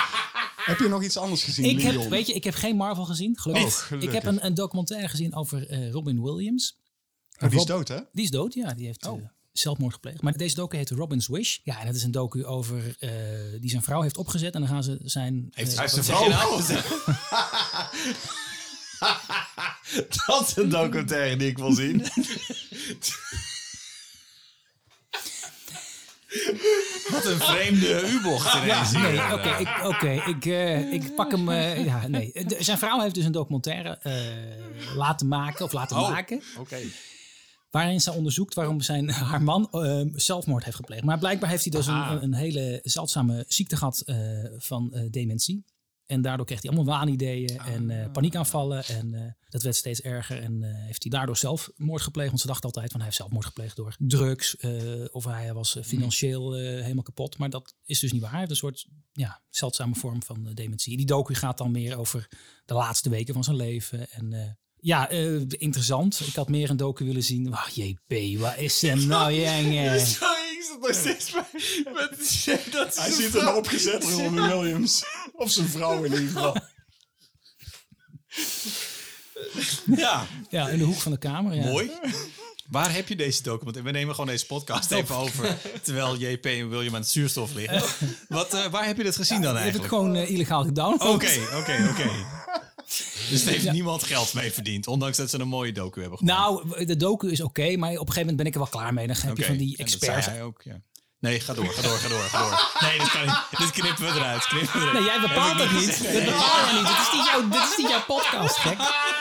Heb je nog iets anders gezien, Ik heb, Leon? weet je, ik heb geen Marvel gezien, gelukkig. Oh, gelukkig. Ik heb een, een documentaire gezien over eh, Robin Williams. Oh, die is Rob- dood, hè? Die is dood, ja. Die heeft, Oh. eh, zelfmoord gepleegd. Maar deze docu heet Robin's Wish. Ja, en het is een docu over uh, die zijn vrouw heeft opgezet. En dan gaan ze zijn... Heeft uh, hij zijn vrouw vrouw? Dat is een documentaire die ik wil zien. Wat een vreemde U-bocht ineens. Ja, nee, hier. oké, ik, okay, ik, uh, ik pak hem... Uh, ja, nee. De, zijn vrouw heeft dus een documentaire uh, laten maken, of laten oh, maken... Oké. Okay. Waarin ze onderzoekt waarom zijn, haar man uh, zelfmoord heeft gepleegd. Maar blijkbaar heeft hij dus een, een hele zeldzame ziekte gehad uh, van uh, dementie. En daardoor kreeg hij allemaal waanideeën ah. en uh, paniekaanvallen. En uh, dat werd steeds erger. En uh, heeft hij daardoor zelfmoord gepleegd. Want ze dachten altijd van hij heeft zelfmoord gepleegd door drugs. Uh, of hij was uh, financieel uh, helemaal kapot. Maar dat is dus niet waar. Hij heeft een soort ja, zeldzame vorm van uh, dementie. Die docu gaat dan meer over de laatste weken van zijn leven. En... Uh, Ja, uh, interessant. Ik had meer een docu willen zien. Oh, J P, wat is hem nou, jongen? Sorry, ik zat nog steeds bij. Met, dat Hij ziet een opgezette Robin Williams. Of zijn vrouw in ieder geval. Ja. Ja, in de hoek van de kamer. Ja. Mooi. Waar heb je deze document? We nemen gewoon deze podcast even over. Terwijl J P en William aan het zuurstof liggen. Wat, uh, waar heb je dit gezien ja, dan eigenlijk? Dat heb ik gewoon uh, illegaal gedownload. Oké, oké, oké. Dus er heeft ja. niemand geld mee verdiend. Ondanks dat ze een mooie docu hebben gemaakt. Nou, de docu is oké. Okay, maar op een gegeven moment ben ik er wel klaar mee. Dan heb okay. je van die experts. En dat zei hij ook, ja. Nee, ga door, ga door, ga door, ga door. Nee, dit kan niet. Dit knippen we eruit. Knippen we eruit. Nee, jij bepaalt het niet. Dat bepaal je niet. Dit is niet jouw, dit is niet jouw podcast, gek.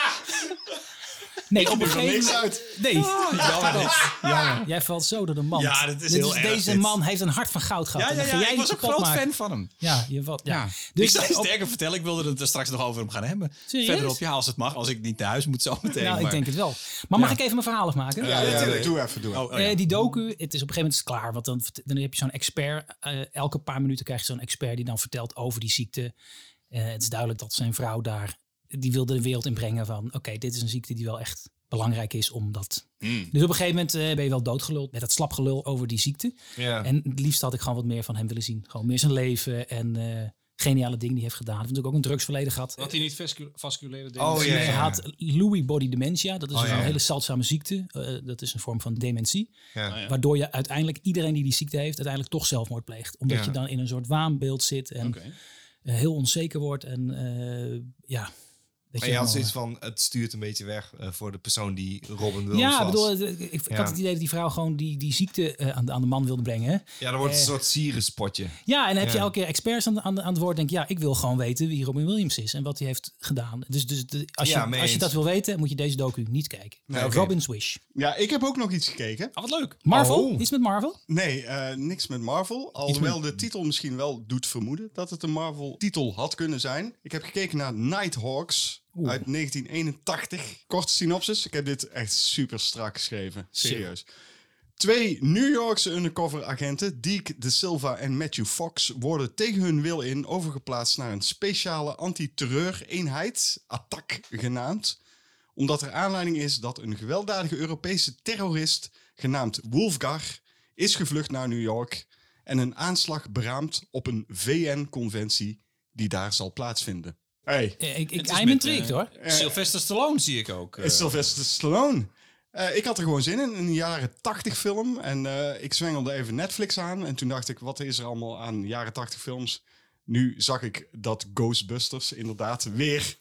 Nee, op een gegeven moment... Nee, oh, jammer, jammer. Jij valt zo door de mand. Ja, dat is dit heel is, erg. Deze dit. man heeft een hart van goud gehad. Ja, ja, ja, ja ik was ook groot fan van hem. Ja, je valt... Ja. ja. Dus ik zou je op... sterker vertellen, ik wilde het er straks nog over hem gaan hebben. Serieus? Verderop, ja, als het mag. Als ik niet naar huis moet zo meteen. Nou, maar... ik denk het wel. Maar mag ja. ik even mijn verhaal afmaken? Ja, ja, ja, ja, doe even, doe even. Oh, oh, ja. uh, die docu, het is op een gegeven moment klaar. Want dan, dan heb je zo'n expert. Uh, elke paar minuten krijg je zo'n expert die dan vertelt over die ziekte. Uh, het is duidelijk dat zijn vrouw daar... Die wilde de wereld inbrengen van... Oké, okay, dit is een ziekte die wel echt... belangrijk is omdat... Mm. Dus op een gegeven moment uh, ben je wel doodgeluld met dat slapgelul over die ziekte. Ja. En het liefst had ik gewoon wat meer van hem willen zien. Gewoon meer zijn leven en uh, geniale dingen die hij heeft gedaan. Hij heeft natuurlijk ook een drugsverleden gehad. Had hij niet vascu- vasculaire dementie? Oh, ja, ja, ja. Hij had Lewy body dementia. Dat is oh, dus ja, ja. een hele zeldzame ziekte. Uh, dat is een vorm van dementie. Ja. Oh, ja. Waardoor je uiteindelijk, iedereen die die ziekte heeft... uiteindelijk toch zelfmoord pleegt. Omdat ja. je dan in een soort waanbeeld zit en okay. uh, heel onzeker wordt. En uh, ja... Maar je had zoiets van, het stuurt een beetje weg uh, voor de persoon die Robin Williams ja, was. Bedoel, ik, ik ja. had het idee dat die vrouw gewoon die, die ziekte uh, aan, de, aan de man wilde brengen. Ja, dan wordt het uh, een soort sierenspotje. Ja, en dan heb ja. je elke keer experts aan, aan, aan het woord. Denk ja, ik wil gewoon weten wie Robin Williams is en wat hij heeft gedaan. Dus, dus de, als, je, ja, als je dat wil weten, moet je deze docu niet kijken. Nee, uh, okay. Robin's Wish. Ja, ik heb ook nog iets gekeken. Ah, wat leuk. Marvel? Oh. Iets met Marvel? Nee, uh, niks met Marvel. Alhoewel de titel misschien wel doet vermoeden dat het een Marvel-titel had kunnen zijn. Ik heb gekeken naar Nighthawks. Oeh. Uit negentien eenentachtig. Korte synopsis. Ik heb dit echt super strak geschreven. Serieus. Shit. Twee New Yorkse undercover agenten, Deke De Silva en Matthew Fox, worden tegen hun wil in overgeplaatst naar een speciale anti-terreur-eenheid, A T A C genaamd, omdat er aanleiding is dat een gewelddadige Europese terrorist, genaamd Wolfgar, is gevlucht naar New York en een aanslag beraamt op een V N-conventie die daar zal plaatsvinden. Hey. Ik, ik I'm intrigued, uh, hoor. Uh, Sylvester Stallone zie ik ook. Uh. Sylvester Stallone. Uh, ik had er gewoon zin in, een jaren tachtig film. En uh, ik zwengelde even Netflix aan. En toen dacht ik, wat is er allemaal aan jaren tachtig films? Nu zag ik dat Ghostbusters inderdaad weer,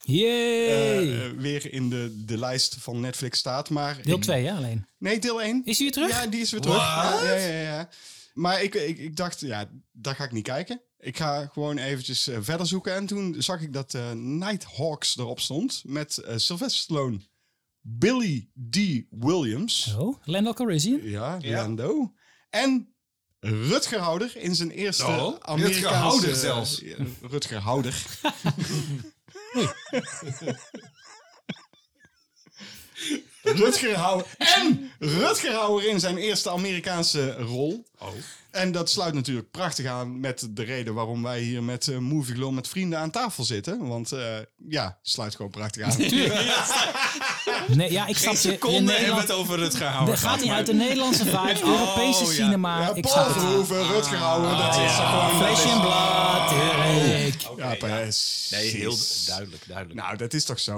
uh, weer in de, de lijst van Netflix staat. Maar deel twee, ja, alleen? Nee, deel één. Is die weer terug? Ja, die is weer terug. Ja, ja, ja, ja. Maar ik, ik, ik dacht, ja, daar ga ik niet kijken. Ik ga gewoon eventjes uh, verder zoeken. En toen zag ik dat uh, Nighthawks erop stond. Met uh, Sylvester Stallone, Billy D. Williams. Oh, Lando Calrissian. Ja, ja, Lando. En Rutger Hauer in zijn eerste oh, Amerikaanse... Rutger Hauer zelfs. Uh, Rutger Hauer. Rutger Hauer. En Rutger Hauer in zijn eerste Amerikaanse rol. Oh. En dat sluit natuurlijk prachtig aan met de reden waarom wij hier met uh, Movie Glow met vrienden aan tafel zitten. Want uh, ja, sluit gewoon prachtig aan. Nee, ja, ik snap Geen seconde je. hebben we het over Rutger Hauer. Dat gaat niet uit de Nederlandse vibe, Europese oh, cinema. Ja, ik Paul Verhoeven, ah, Rutger Hauer, ah, dat ja. is gewoon... Flesh and Blood, Oh. Erik. Okay, ja, ja. Nee, heel duidelijk, duidelijk. Nou, dat is toch zo.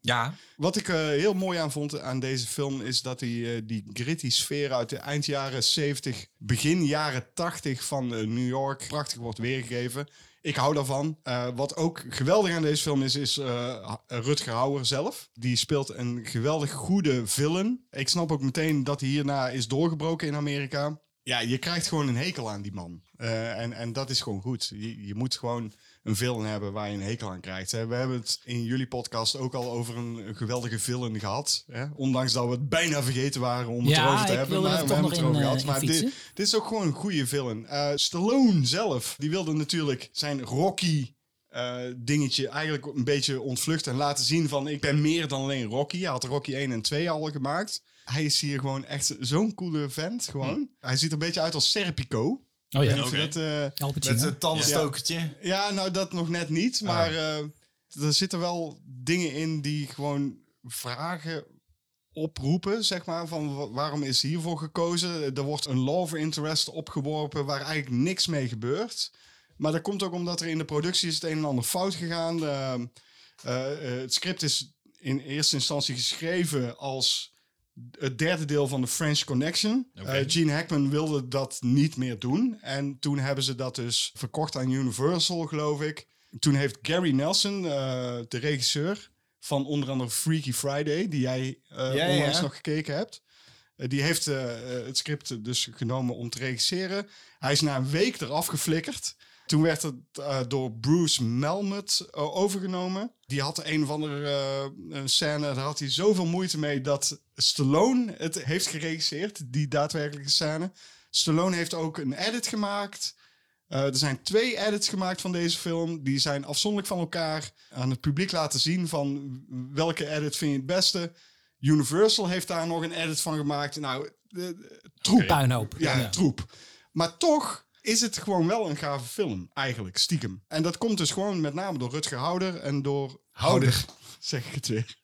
Ja. Wat ik uh, heel mooi aan vond aan deze film is dat hij uh, die gritty sfeer uit de eind jaren zeventig, begin jaren tachtig van uh, New York prachtig wordt weergegeven. Ik hou daarvan. Uh, wat ook geweldig aan deze film is, is uh, Rutger Hauer zelf. Die speelt een geweldig goede villain. Ik snap ook meteen dat hij hierna is doorgebroken in Amerika. Ja, je krijgt gewoon een hekel aan die man. Uh, en, en dat is gewoon goed. Je, je moet gewoon een villain hebben waar je een hekel aan krijgt. Hè. We hebben het in jullie podcast ook al over een, een geweldige villain gehad. Hè. Ondanks dat we het bijna vergeten waren om het ja, erover te hebben. Maar het we hebben het erover in, gehad. uh, Maar dit, dit is ook gewoon een goede villain. Uh, Stallone zelf, die wilde natuurlijk zijn Rocky... Uh, dingetje eigenlijk een beetje ontvluchten en laten zien van ik ben meer dan alleen Rocky. Hij had Rocky één en twee al gemaakt. Hij is hier gewoon echt zo'n coole vent. Gewoon. Hmm. Hij ziet er een beetje uit als Serpico. Oh ja, okay. dat, uh, met een tandenstokertje. Ja. ja, nou dat nog net niet. Maar uh, er zitten wel dingen in die gewoon vragen oproepen, zeg maar. Van waarom is hiervoor gekozen? Er wordt een love interest opgeworpen waar eigenlijk niks mee gebeurt. Maar dat komt ook omdat er in de productie is het een en ander fout gegaan. Uh, uh, uh, het script is in eerste instantie geschreven als het derde deel van de French Connection. Okay. Uh, Gene Hackman wilde dat niet meer doen. En toen hebben ze dat dus verkocht aan Universal, geloof ik. Toen heeft Gary Nelson, uh, de regisseur van onder andere Freaky Friday, die jij uh, ja, onlangs ja. nog gekeken hebt. Uh, die heeft uh, het script dus genomen om te regisseren. Hij is na een week eraf geflikkerd. Toen werd het uh, door Bruce Melmott uh, overgenomen. Die had een of andere uh, scène, daar had hij zoveel moeite mee dat Stallone het heeft geregisseerd, die daadwerkelijke scène. Stallone heeft ook een edit gemaakt. Uh, er zijn twee edits gemaakt van deze film. Die zijn afzonderlijk van elkaar aan het publiek laten zien van welke edit vind je het beste. Universal heeft daar nog een edit van gemaakt. Nou, uh, troep. Okay. Puinhoop. Ja, ja, troep. Maar toch is het gewoon wel een gave film, eigenlijk, stiekem. En dat komt dus gewoon met name door Rutger Hauer en door... Hauer, Hauer zeg ik het weer.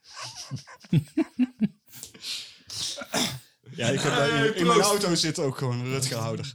ja, ik heb daar, in, in mijn auto zit ook gewoon Rutger Hauer.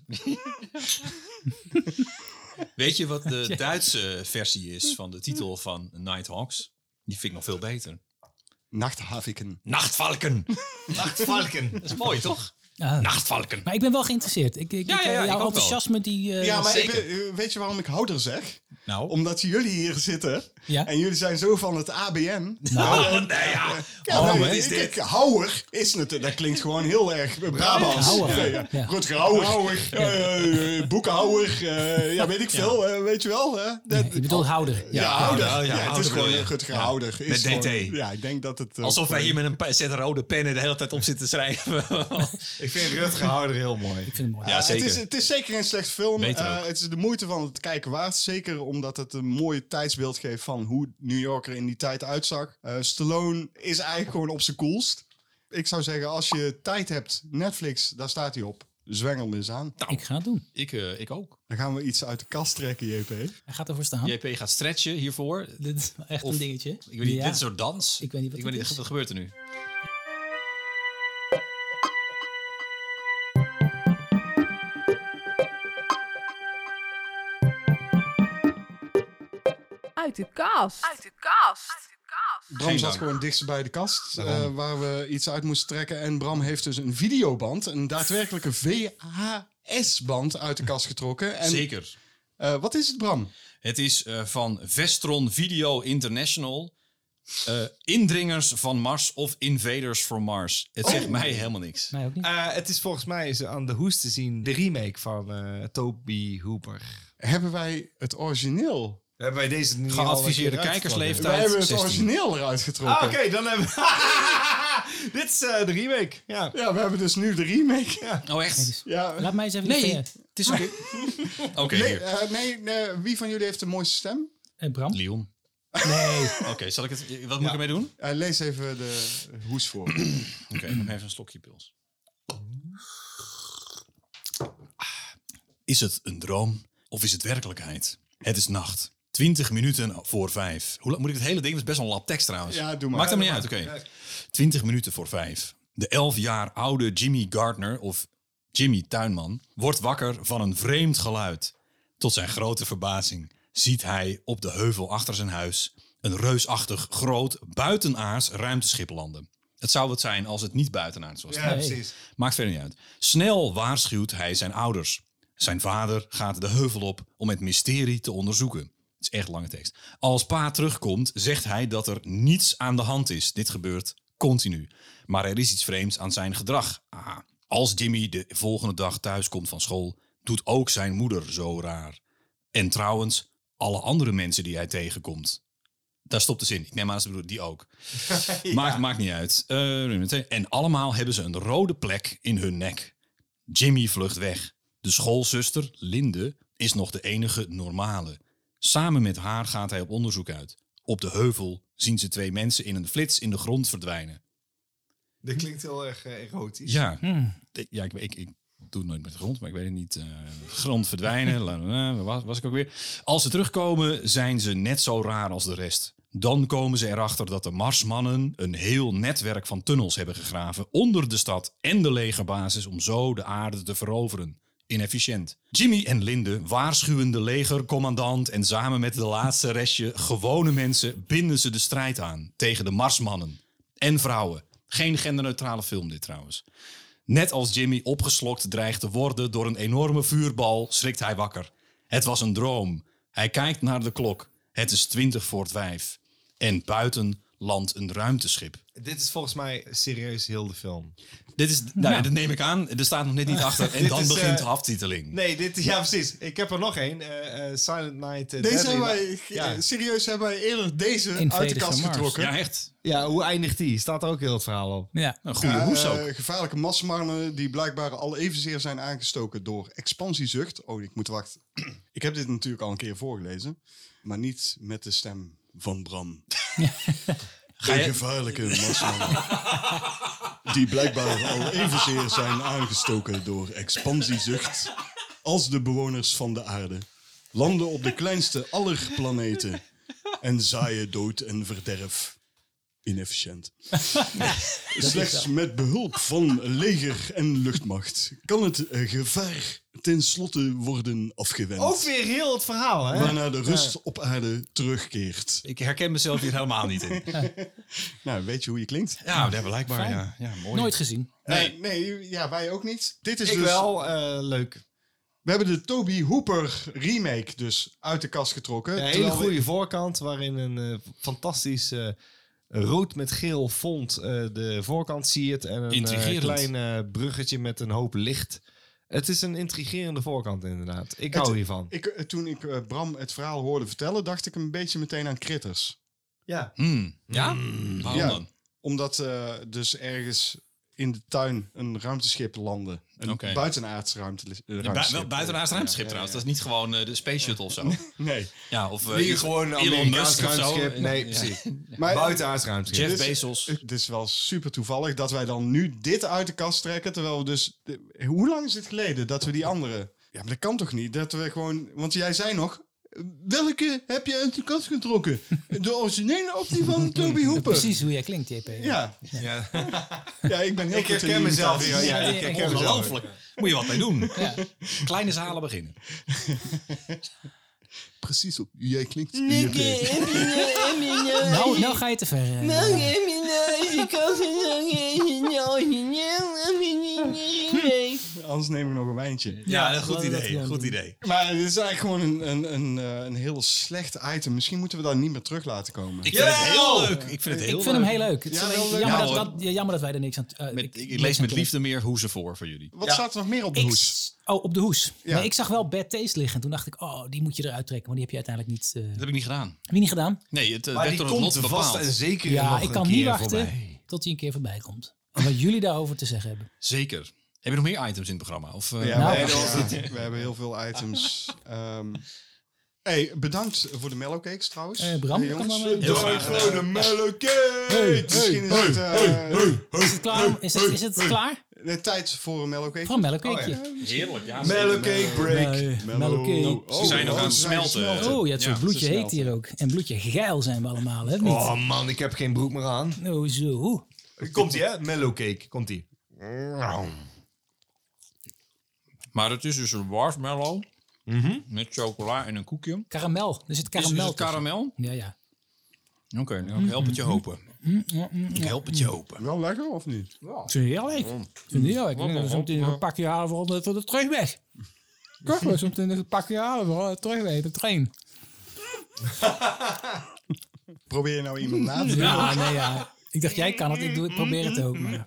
Weet je wat de Duitse versie is van de titel van Nighthawks? Die vind ik nog veel beter. Nachthaviken. Nachtvalken. Nachtvalken. Dat is mooi, toch? Uh, Nachtvalken. Maar ik ben wel geïnteresseerd. Ik, ik, ja, ja, ja, jouw ik enthousiasme die... Uh, ja, maar ik, weet je waarom ik Houder zeg? Nou? Omdat jullie hier zitten ja? en jullie zijn zo van het A B N. Nou, oh, nee, ja. ja oh, nee, wat is dit? Hauer is natuurlijk, dat klinkt gewoon heel erg Brabants. Ja, Hauer. Ja, ja. Ja. Rutger Hauer, uh, uh, Boekenhauer, uh, ja weet ik veel, uh, weet je wel. Uh, nee, je bedoelt Houder. Ja, ja, Houder. Ja, ja, ja, het is gewoon ja. Rutger Hauer. Met D T. Gewoon, ja, ik denk dat het... Uh, Alsof wij hier met een set rode pennen de hele tijd op zitten schrijven. Ik vind Rutger Hauer heel mooi. Ik vind het mooi. Ja, uh, zeker. Het is, het is zeker geen slecht film. Uh, het is de moeite van het kijken waard. Zeker omdat het een mooie tijdsbeeld geeft van hoe New York er in die tijd uitzag. Uh, Stallone is eigenlijk gewoon op zijn coolst. Ik zou zeggen, als je tijd hebt, Netflix, daar staat hij op. Zwengel hem eens aan. Nou, ik ga het doen. Ik, uh, ik ook. Dan gaan we iets uit de kast trekken, J P. Hij gaat ervoor staan. J P gaat stretchen hiervoor. Dit is echt of, een dingetje. Ik weet niet, ja. dit is een soort dans. Ik weet niet wat, ik weet niet, is. wat gebeurt er nu? Uit de kast. Uit de kast. Bram zat gewoon dichtst bij de kast, uh, waar we iets uit moesten trekken. En Bram heeft dus een videoband, een daadwerkelijke V H S-band uit de kast getrokken. En, Zeker. Uh, wat is het, Bram? Het is uh, van Vestron Video International. Uh, Indringers van Mars of Invaders from Mars. Het zegt oh. mij helemaal niks. Mij ook niet. Uh, het is volgens mij is aan de hoes te zien de remake van uh, Toby Hooper. Hebben wij het origineel? Hebben wij deze niet geadviseerde kijkersleeftijd? Wij hebben het zestien origineel eruit getrokken. Ah, Oké, okay, dan hebben we... Dit is uh, de remake. Ja. ja, we hebben dus nu de remake. Ja. Oh, echt? Ja. Laat mij eens even... Nee, het is oké. Oké, okay, nee, uh, nee, nee, wie van jullie heeft de mooiste stem? Uh, Bram? Leon. Nee. Oké, okay, zal ik het... Wat moet ja. ik ermee doen? Uh, lees even de hoes voor. Oké, okay, nog even een slokje pils. Is het een droom of is het werkelijkheid? Het is nacht. Twintig minuten voor vijf. Hoe moet ik het hele ding? Dat is best wel een lap tekst trouwens. Ja, doe maar. Maakt hem ja, niet uit, oké. Okay. Twintig minuten voor vijf. De elf jaar oude Jimmy Gardner, of Jimmy Tuinman, wordt wakker van een vreemd geluid. Tot zijn grote verbazing ziet hij op de heuvel achter zijn huis een reusachtig, groot, buitenaards ruimteschip landen. Het zou wat zijn als het niet buitenaards was. Ja, Nee. precies. Maakt verder niet uit. Snel waarschuwt hij zijn ouders. Zijn vader gaat de heuvel op om het mysterie te onderzoeken. Het is echt lange tekst. Als pa terugkomt, zegt hij dat er niets aan de hand is. Dit gebeurt continu. Maar er is iets vreemds aan zijn gedrag. Ah, als Jimmy de volgende dag thuis komt van school, doet ook zijn moeder zo raar. En trouwens, alle andere mensen die hij tegenkomt. Daar stopt de zin. Ik neem aan dat ze bedoelen, die ook. Maakt, maakt niet uit. Uh, en allemaal hebben ze een rode plek in hun nek. Jimmy vlucht weg. De schoolzuster, Linde, is nog de enige normale. Samen met haar gaat hij op onderzoek uit. Op de heuvel zien ze twee mensen in een flits in de grond verdwijnen. Dit klinkt heel erg uh, erotisch. Ja, ik, ja ik, ik, ik doe het nooit met de grond, maar ik weet het niet. Uh, grond verdwijnen, la, la, la, was, was ik ook weer. Als ze terugkomen, zijn ze net zo raar als de rest. Dan komen ze erachter dat de Marsmannen een heel netwerk van tunnels hebben gegraven onder de stad en de legerbasis om zo de aarde te veroveren. Inefficiënt. Jimmy en Linde waarschuwen de legercommandant en samen met de laatste restje gewone mensen binden ze de strijd aan tegen de Marsmannen en vrouwen. Geen genderneutrale film dit trouwens. Net als Jimmy opgeslokt dreigt te worden door een enorme vuurbal, schrikt hij wakker. Het was een droom. Hij kijkt naar de klok. Het is twintig voor vijf. En buiten landt een ruimteschip. Dit is volgens mij serieus heel de film. Dit is, nou, ja, dat neem ik aan. Er staat nog net niet achter. En Dit dan is, begint uh, de aftiteling. Nee, dit, ja precies. Ik heb er nog één. Uh, uh, Silent Night. Uh, Deze Deadly hebben wij, Night. ja. Ja. serieus hebben wij eerder deze Invaders uit de kast from Mars. getrokken. Ja, echt. Ja, hoe eindigt die? Staat er ook heel het verhaal op. Ja. Een goede Ja, hoes eh, ook. gevaarlijke marsmannen die blijkbaar al evenzeer zijn aangestoken door expansiezucht. Oh, ik moet wachten. Ik heb dit natuurlijk al een keer voorgelezen. Maar niet met de stem van Bram. Ga je- gevaarlijke marsmannen. Die blijkbaar al evenzeer zijn aangestoken door expansiezucht als de bewoners van de aarde. Landen op de kleinste aller planeten. En zaaien dood en verderf. Inefficiënt. Slechts met behulp van leger en luchtmacht kan het eh, gevaar tenslotte worden afgewend. Ook weer heel het verhaal, hè? Waarna de rust op aarde terugkeert. Ik herken mezelf hier helemaal niet in. Nou, weet je hoe je klinkt? Ja, dat blijkbaar. Fijn. Ja, ja, mooi. Nooit gezien. Nee, nee, ja, wij ook niet. Dit is Ik dus, wel. uh, leuk. We hebben de Toby Hooper remake dus uit de kast getrokken. Een hele terwijl we- goede voorkant waarin een uh, fantastisch uh, rood met geel font uh, de voorkant siert. En een uh, Intrigerend. klein uh, bruggetje met een hoop licht. Het is een intrigerende voorkant inderdaad. Ik hou Het- hiervan. Ik, eh, toen ik eh, Bram het verhaal hoorde vertellen, dacht ik een beetje meteen aan Critters. Ja. Hmm. Ja? Waarom Ja. dan? Omdat eh, dus ergens in de tuin een ruimteschip landde. Een Oké. buitenaards ruimte, eh, Bu- ruimteschip. wel buitenaards ruimteschip Ja, trouwens. ja, Dat is niet gewoon eh, de Space Shuttle of zo. Nee. Ja, of uh, Weer gewoon een Amerikaans ruimteschip. Nee, Ja. precies. Maar Buitenaards ruimteschip. Jeff Dit is- Bezos. Het is wel super toevallig dat wij dan nu dit uit de kast trekken. Terwijl we dus... de- hoe lang is het geleden dat we die andere... Ja, maar dat kan toch niet? Dat we gewoon... Want jij zei nog... Welke heb je uit de kast getrokken? De originele of die van Toby Hooper? Precies hoe jij klinkt, J P. Ja. Ja. ja, ik ben heel Ik goed in herken mezelf imitaties. weer. Ja, ik herken mezelf. Ongelooflijk. Moet je wat mee doen. Kleine zalen beginnen. Precies op hoe jij klinkt. Nou, nou ga je te ver. eh. Anders neem ik nog een wijntje. Ja, een goed laten we dat idee. gewoon Goed doen. idee. Maar het is eigenlijk gewoon een, een, een, eh, een heel slecht item. Misschien moeten we daar niet meer terug laten komen. Ik vind het heel leuk. Ik vind het heel Ik vind hem leuk. heel leuk. Het is Ja, alleen wel leuk. jammer, Ja, dat, hoor. dat, ja, jammer dat wij er niks aan... eh, Met, ik- ik, niks lees aan met kunnen. liefde meer hoezen voor voor jullie. Wat staat er nog meer op de Ik, hoes? oh, op de hoes. Ja. Nee, ik zag wel Bad Taste liggen. Toen dacht ik, oh, die moet je eruit trekken. Want die heb je uiteindelijk niet... eh Dat heb ik niet gedaan. heb je niet gedaan? Nee, het uh, Maar werd die door het lot komt vast bepaald. en zeker Ja, nog ik een kan niet keer wachten voorbij. tot hij een keer voorbij komt. En wat jullie daarover te zeggen hebben. Zeker. Heb je nog meer items in het programma? Of, uh, Ja, Nou, we, ja. hebben, we hebben heel veel items. Ehm hey, bedankt voor de mellowcakes trouwens. Eh, Bram, Hey, kan jongens. dan, eh, Heel graag Bedankt voor de mellowcakes. Misschien is het eh, Is het klaar? Is het, is het klaar? de tijd voor een mellowcake. Voor een mellowcakeje. Heerlijk, ja. Mellowcake break. Nee, Mellow- mellowcake. Ze zijn nog aan het ze zijn smelten. gesmeld. Oh, ja, het soort Ja, bloedje ze heet smelten. hier ook. En bloedje geil zijn we allemaal, hè? Niet? Oh man, ik heb geen broek meer aan. Oh, zo. Komt ie, hè? Mellowcake. Komt ie. Maar het is dus een marshmallow met chocola en een koekje. Karamel. Er zit Is, is karamel het tussen. karamel? Ja, ja. Oké, nou, ik help het je hopen. Ik help het je hopen. Wel lekker of niet? Ik vind het heerlijk. Ik vind het heerlijk. Ik denk dat we zo meteen een pakje halen voor de, voor de terugweg. Toch? We zo meteen een pakje halen voor de terugweg, de trein. Probeer je nou iemand na te doen? Ja, nee, ja. Ik dacht, jij kan het. Ik, doe, ik probeer het ook. Maar...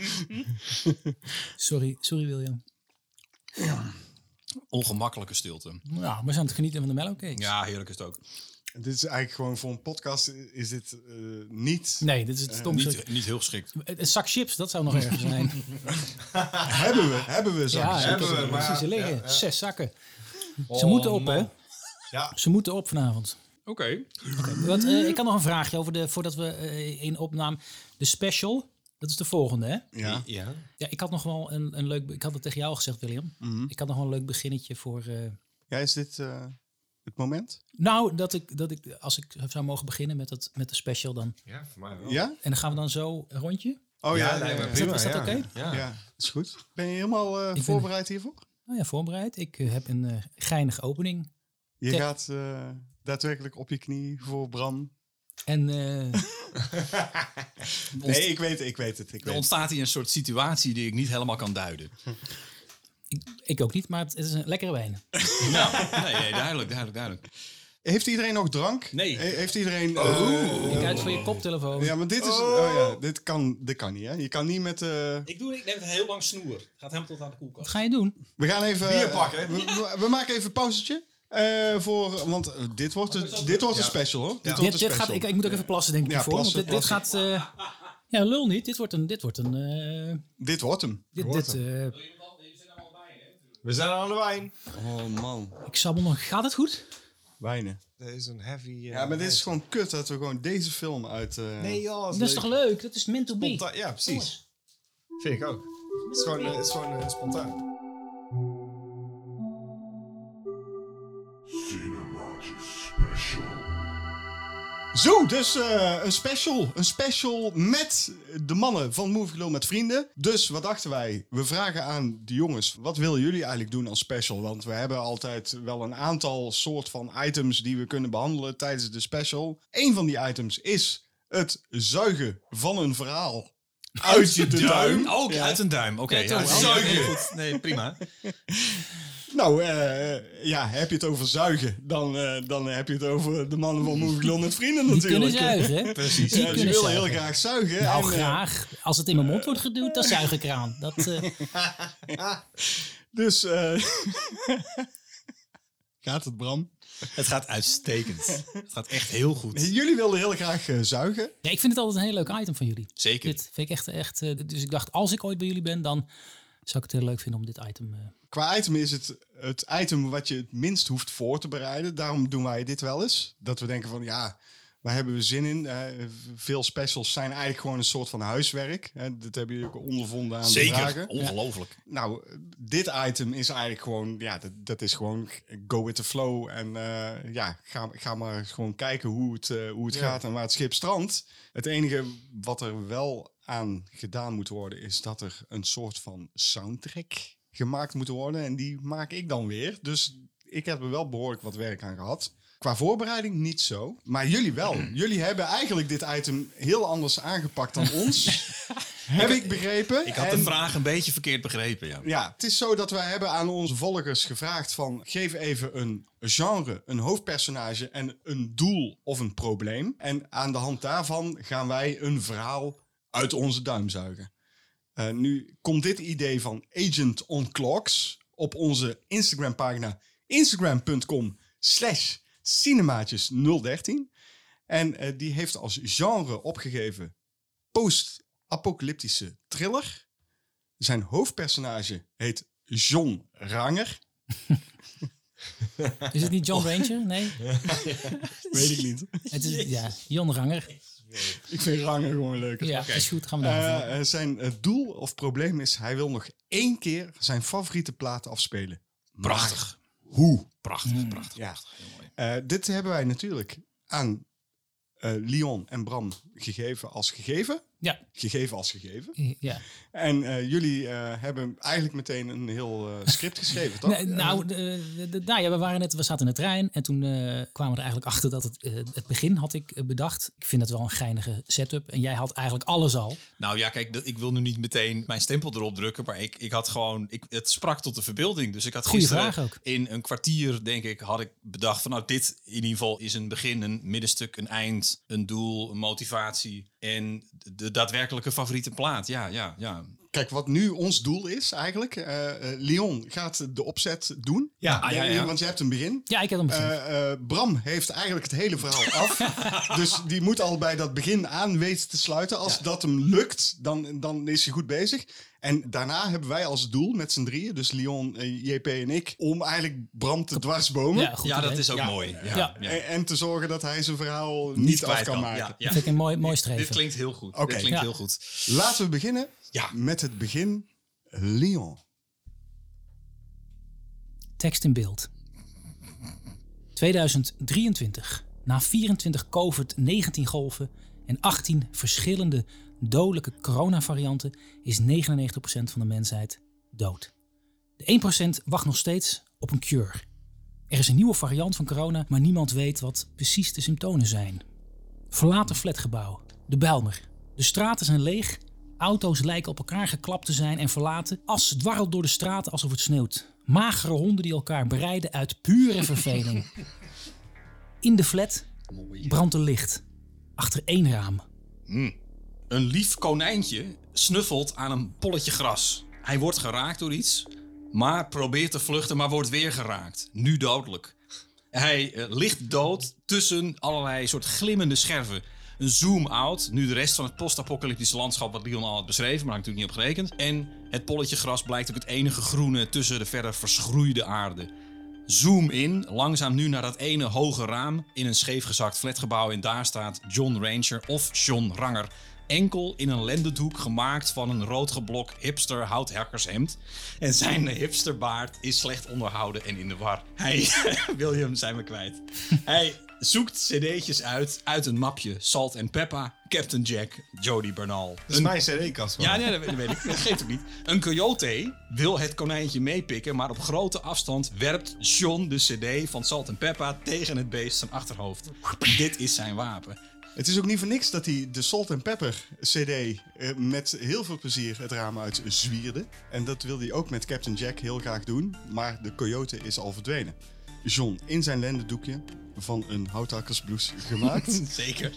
Sorry, sorry William. Ongemakkelijke stilte. Ja, we zijn aan het genieten van de mellowcakes. Ja, heerlijk is het ook. Dit is eigenlijk gewoon voor een podcast is dit uh, niet... Nee, dit is het stomste. Niet, niet heel geschikt. Een zak chips, dat zou nog ergens zijn. hebben we, hebben we zo. Ja, hebben hebben we, we. maar- Precies, ze liggen. ja, ja. Zes zakken. Ze Oh, moeten op, man. hè? Ja. Ze moeten op vanavond. Oké. Wat, uh, ik had nog een vraagje over de, voordat we uh, een opname. De special, dat is de volgende, hè? Ja. Ja. Ja, ik had nog wel een, een leuk... Ik had het tegen jou al gezegd, William. Mhm. Ik had nog wel een leuk beginnetje voor... Uh, Ja, is dit uh, het moment? nou, dat ik, dat ik, als ik zou mogen beginnen met, het, met de special dan... Ja, voor mij wel. Ja? En dan gaan we dan zo een rondje. Oh Ja, ja, lijkt me ja, prima. is dat ja. oké? Ja. ja, is goed. Ben je helemaal uh, ben- voorbereid hiervoor? Nou ja, voorbereid. Ik uh, heb een uh, geinige opening. Je Ja. gaat uh, daadwerkelijk op je knie voor Bram. En uh, Nee, ik weet, ik weet het. Ik Er weet. ontstaat hier een soort situatie die ik niet helemaal kan duiden. ik, ik ook niet, maar het is een lekkere wijn. Nou, nee, nee, duidelijk, duidelijk, duidelijk. Heeft iedereen nog drank? Nee. He- heeft iedereen... Uh, Kijk uit voor je koptelefoon. ja, maar dit is... Oh, ja, dit kan, dit kan niet, hè? Je kan niet met... Uh, Ik, doe, ik neem het heel lang snoer. Gaat helemaal tot aan de Wat koelkast. ga je doen? we gaan even... Bier pakken. We, we, we maken even een pauzetje. Uh, voor, want uh, dit wordt, een, dit wordt een special, hoor. Dit wordt Dit, een dit special. gaat, ik, ik moet ook even plassen, denk ik. Ja, voor, plassen, want dit, dit gaat... Uh, ja, lul niet. Dit wordt een... Dit wordt een uh, Dit wordt hem. dit, dit, uh, We zijn aan de wijn. Oh, man. ik sabbel nog... Gaat het goed? Wijnen. Dat is een heavy... Uh, Ja, maar dit is gewoon kut dat we gewoon deze film uit... Uh, Nee joh, Dat is toch leuk? Dat is meant to be. Spontaan- Ja, precies. Vind ik ook. Het is gewoon, uh, het is gewoon uh, spontaan. Zo, dus uh, een special. Een special met de mannen van Movie Glow met vrienden. Dus wat dachten wij? We vragen aan de jongens, wat willen jullie eigenlijk doen als special? Want we hebben altijd wel een aantal soort van items die we kunnen behandelen tijdens de special. Eén van die items is het zuigen van een verhaal uit je duim. Oh, uit een duim. Oké. Ja, ja, toch, ja, wel. nee, goed. Nee, prima. Nou, uh, ja, heb je het over zuigen, dan, uh, dan heb je het over de mannen van Movie Glow met vrienden Die natuurlijk. kunnen zuigen, hè? Precies. Die Ja, die kunnen willen zuigen. heel graag zuigen. Nou, en, uh, graag. Als het in mijn mond wordt geduwd, dan zuig ik eraan. Dat, uh, Dus, uh, gaat het, Bram? Het gaat uitstekend. Het gaat echt heel goed. Jullie wilden heel graag uh, zuigen. ja, ik vind het altijd een heel leuk item van jullie. Zeker. Dit vind ik echt... echt uh, dus ik dacht, als ik ooit bij jullie ben, dan zou ik het heel leuk vinden om dit item... Uh, Qua item is het het item wat je het minst hoeft voor te bereiden. Daarom doen wij dit wel eens. Dat we denken van, ja, waar hebben we zin in? Uh, veel specials zijn eigenlijk gewoon een soort van huiswerk. Hè, dat hebben jullie ook ondervonden aan de Zeker. vragen. Ongelooflijk. Nou, dit item is eigenlijk gewoon, ja, dat, dat is gewoon go with the flow. En uh, ja, ga, ga maar gewoon kijken hoe het, uh, hoe het Ja. gaat en waar het schip strandt. Het enige wat er wel aan gedaan moet worden, is dat er een soort van soundtrack gemaakt moet worden. En die maak ik dan weer. Dus ik heb er wel behoorlijk wat werk aan gehad. Qua voorbereiding niet zo. Maar jullie wel. Jullie hebben eigenlijk dit item heel anders aangepakt dan ons. Heb ik begrepen. Ik had En- de vraag een beetje verkeerd begrepen, ja. ja, het is zo dat wij hebben aan onze volgers gevraagd van... geef even een genre, een hoofdpersonage en een doel of een probleem. En aan de hand daarvan gaan wij een verhaal uit onze duim zuigen. Uh, nu komt dit idee van Agent on Clocks op onze Instagram pagina instagram.com slash cinemaatjes nul dertien. En uh, die heeft als genre opgegeven post-apocalyptische thriller. Zijn hoofdpersonage heet John Ranger. is het niet John Ranger? Nee? Weet ik niet. Het is, ja, Jon Ranger. Ik vind Ranger gewoon leuk. Ja, is goed. Gaan we daar. Uh, uh, zijn uh, doel of probleem is... hij wil nog één keer zijn favoriete platen afspelen. Prachtig. Maar hoe? Prachtig, prachtig. Ja. prachtig. Heel mooi. Uh, dit hebben wij natuurlijk aan uh, Leon en Bram gegeven als gegeven. Ja. Gegeven als gegeven. Ja. En uh, jullie uh, hebben eigenlijk meteen een heel uh, script geschreven, toch? Nee, nou, de, de, de, nou ja, we, waren net, we zaten in de trein en toen uh, kwamen we er eigenlijk achter dat het, uh, het begin had ik uh, bedacht. Ik vind het wel een geinige setup. En jij had eigenlijk alles al. Nou ja, kijk, ik wil nu niet meteen mijn stempel erop drukken. Maar ik, ik had gewoon, ik, het sprak tot de verbeelding. Dus ik had Goeie gisteren vraag ook. in een kwartier, denk ik, had ik bedacht van nou, dit in ieder geval is een begin, een middenstuk, een eind, een doel, een motivatie. En de daadwerkelijke favoriete plaat. Ja, ja, ja. Kijk, wat nu ons doel is eigenlijk. Uh, uh, Leon gaat de opzet doen. Ja, ah, ja, ja. Want je hebt een begin. Ja, ik heb een begin. Uh, uh, Bram heeft eigenlijk het hele verhaal af. Dus die moet al bij dat begin aan weten te sluiten. Als Ja. dat hem lukt, dan, dan is hij goed bezig. En daarna hebben wij als doel met z'n drieën, dus Leon, uh, J P en ik, om eigenlijk Bram te dwarsbomen. Ja, goed ja dat idee. is ook Ja. mooi. Ja, Ja. ja. En, en te zorgen dat hij zijn verhaal niet, Niet af kwijt kan kan. maken. Ja, ja. Dat vind ik een mooi, mooi streven. Dit klinkt heel goed. Oké. Dit klinkt Ja. heel goed. Laten we beginnen Ja. met het begin. Leon. Tekst in beeld. tweeduizend drieëntwintig. Na vierentwintig covid negentien golven en achttien verschillende dodelijke coronavarianten is negenennegentig procent van de mensheid dood. De één procent wacht nog steeds op een cure. Er is een nieuwe variant van corona, maar niemand weet wat precies de symptomen zijn. Verlaten flatgebouw. De Bijlmer. De straten zijn leeg. Auto's lijken op elkaar geklapt te zijn en verlaten. As dwarrelt door de straten alsof het sneeuwt. Magere honden die elkaar bereiden uit pure verveling. In de flat brandt er licht. Achter één raam. Mm. Een lief konijntje snuffelt aan een polletje gras. Hij wordt geraakt door iets, maar probeert te vluchten, maar wordt weer geraakt. Nu dodelijk. Hij uh, ligt dood tussen allerlei soort glimmende scherven. Een zoom-out, nu de rest van het post-apocalyptische landschap wat Leon al had beschreven, maar daar heb ik natuurlijk niet op gerekend. En het polletje gras blijkt ook het enige groene tussen de verder verschroeide aarde. Zoom in, langzaam nu naar dat ene hoge raam in een scheefgezakt flatgebouw en daar staat John Ranger of John Ranger. Enkel in een lendendoek gemaakt van een roodgeblok hipster houthakkershemd. En zijn hipsterbaard is slecht onderhouden en in de war. Hij, William zijn we kwijt. Hij zoekt cd'tjes uit, uit een mapje. Salt and Pepper, Captain Jack, Jody Bernal. Dat is Een- mijn cd-kast. Ja, nee, dat weet, dat weet ik. Dat geeft ook niet. Een coyote wil het konijntje meepikken, maar op grote afstand werpt John de cd van Salt and Pepper tegen het beest zijn achterhoofd. Dit is zijn wapen. Het is ook niet voor niks dat hij de Salt and Pepper C D uh, met heel veel plezier het raam uit zwierde. En dat wil hij ook met Captain Jack heel graag doen, maar de coyote is al verdwenen. John in zijn lendendoekje van een houthakkersblouse gemaakt. Zeker.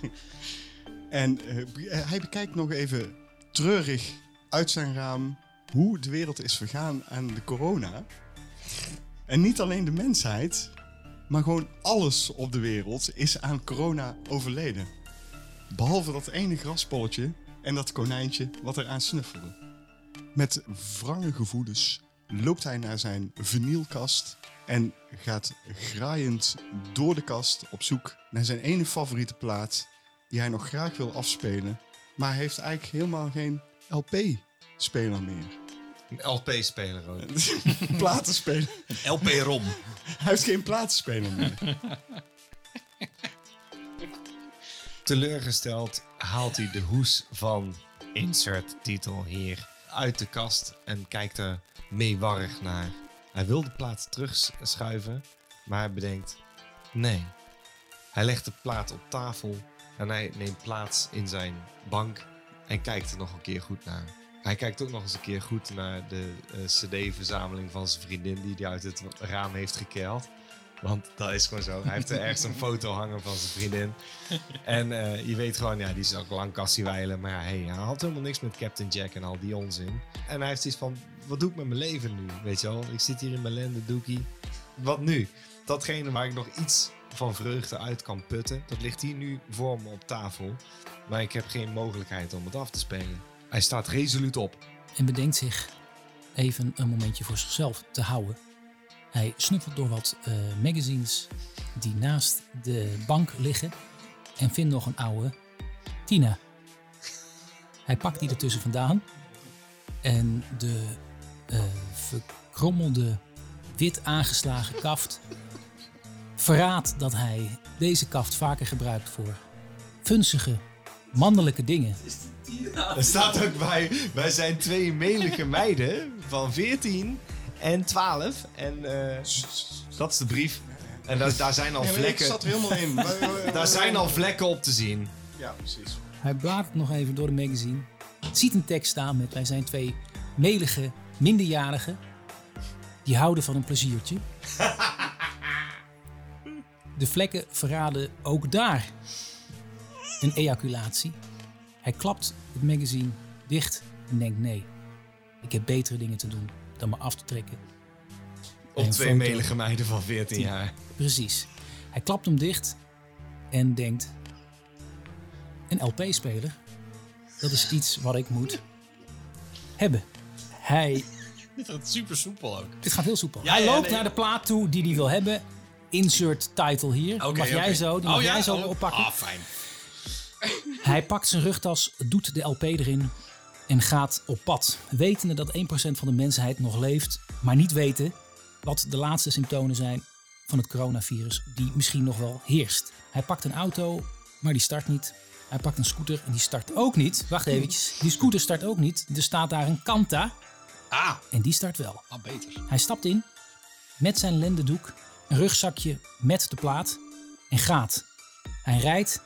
En uh, hij bekijkt nog even treurig uit zijn raam hoe de wereld is vergaan aan de corona. En niet alleen de mensheid, maar gewoon alles op de wereld is aan corona overleden. Behalve dat ene graspolletje en dat konijntje wat eraan snuffelde. Met wrange gevoelens loopt hij naar zijn vinylkast en gaat graaiend door de kast op zoek naar zijn ene favoriete plaat die hij nog graag wil afspelen. Maar hij heeft eigenlijk helemaal geen L P-speler meer. Een L P-speler ook. Platenspeler. L P-rom. Hij heeft geen platenspeler meer. Teleurgesteld haalt hij de hoes van insert titel hier uit de kast en kijkt er meewarig naar. Hij wil de plaat terugschuiven, maar hij bedenkt nee. Hij legt de plaat op tafel en hij neemt plaats in zijn bank en kijkt er nog een keer goed naar. Hij kijkt ook nog eens een keer goed naar de uh, cd-verzameling van zijn vriendin die hij uit het raam heeft gekeild. Want dat is gewoon zo. Hij heeft er ergens een foto hangen van zijn vriendin. En uh, je weet gewoon, ja, die is ook lang kassiewijlen. Maar ja, hey, hij had helemaal niks met Captain Jack en al die onzin. En hij heeft iets van, wat doe ik met mijn leven nu? Weet je wel, ik zit hier in mijn lendendoekie. Wat nu? Datgene waar ik nog iets van vreugde uit kan putten, dat ligt hier nu voor me op tafel. Maar ik heb geen mogelijkheid om het af te spelen. Hij staat resoluut op. En bedenkt zich even een momentje voor zichzelf te houden. Hij snuffelt door wat uh, magazines die naast de bank liggen en vindt nog een oude Tina. Hij pakt die ertussen vandaan en de uh, verkrommelde, wit aangeslagen kaft verraadt dat hij deze kaft vaker gebruikt voor funzige mannelijke dingen. Er staat ook bij, wij zijn twee melige meiden van veertien en twaalf. En uh, dat is de brief. En daar, daar zijn al Nee, maar vlekken. Ik zat er helemaal in. Daar zijn al vlekken op te zien. Ja, precies. Hij bladert nog even door de magazine. Ziet een tekst staan met wij zijn twee melige minderjarigen. Die houden van een pleziertje. De vlekken verraden ook daar een ejaculatie. Hij klapt het magazine dicht en denkt nee. Ik heb betere dingen te doen dan me af te trekken. Op Een twee foto. melige meiden van veertien jaar. Precies. Hij klapt hem dicht en denkt... Een L P-speler, dat is iets wat ik moet hebben. Hij... Dit gaat super soepel ook. Dit gaat heel soepel. Ja, hij ja, loopt nee. naar de plaat toe die hij wil hebben. Insert title hier. Die Oké, mag jij oké. zo, die Oh, mag ja? jij zo Oh. oppakken. Ah, fijn. Hij pakt zijn rugtas, doet de L P erin en gaat op pad. Wetende dat één procent van de mensheid nog leeft, maar niet weten wat de laatste symptomen zijn van het coronavirus die misschien nog wel heerst. Hij pakt een auto, maar die start niet. Hij pakt een scooter en die start ook niet. Wacht eventjes, die scooter start ook niet. Er staat daar een Kanta Ah, en die start wel. ah, beter. Hij stapt in met zijn lendendoek, een rugzakje met de plaat en gaat. Hij rijdt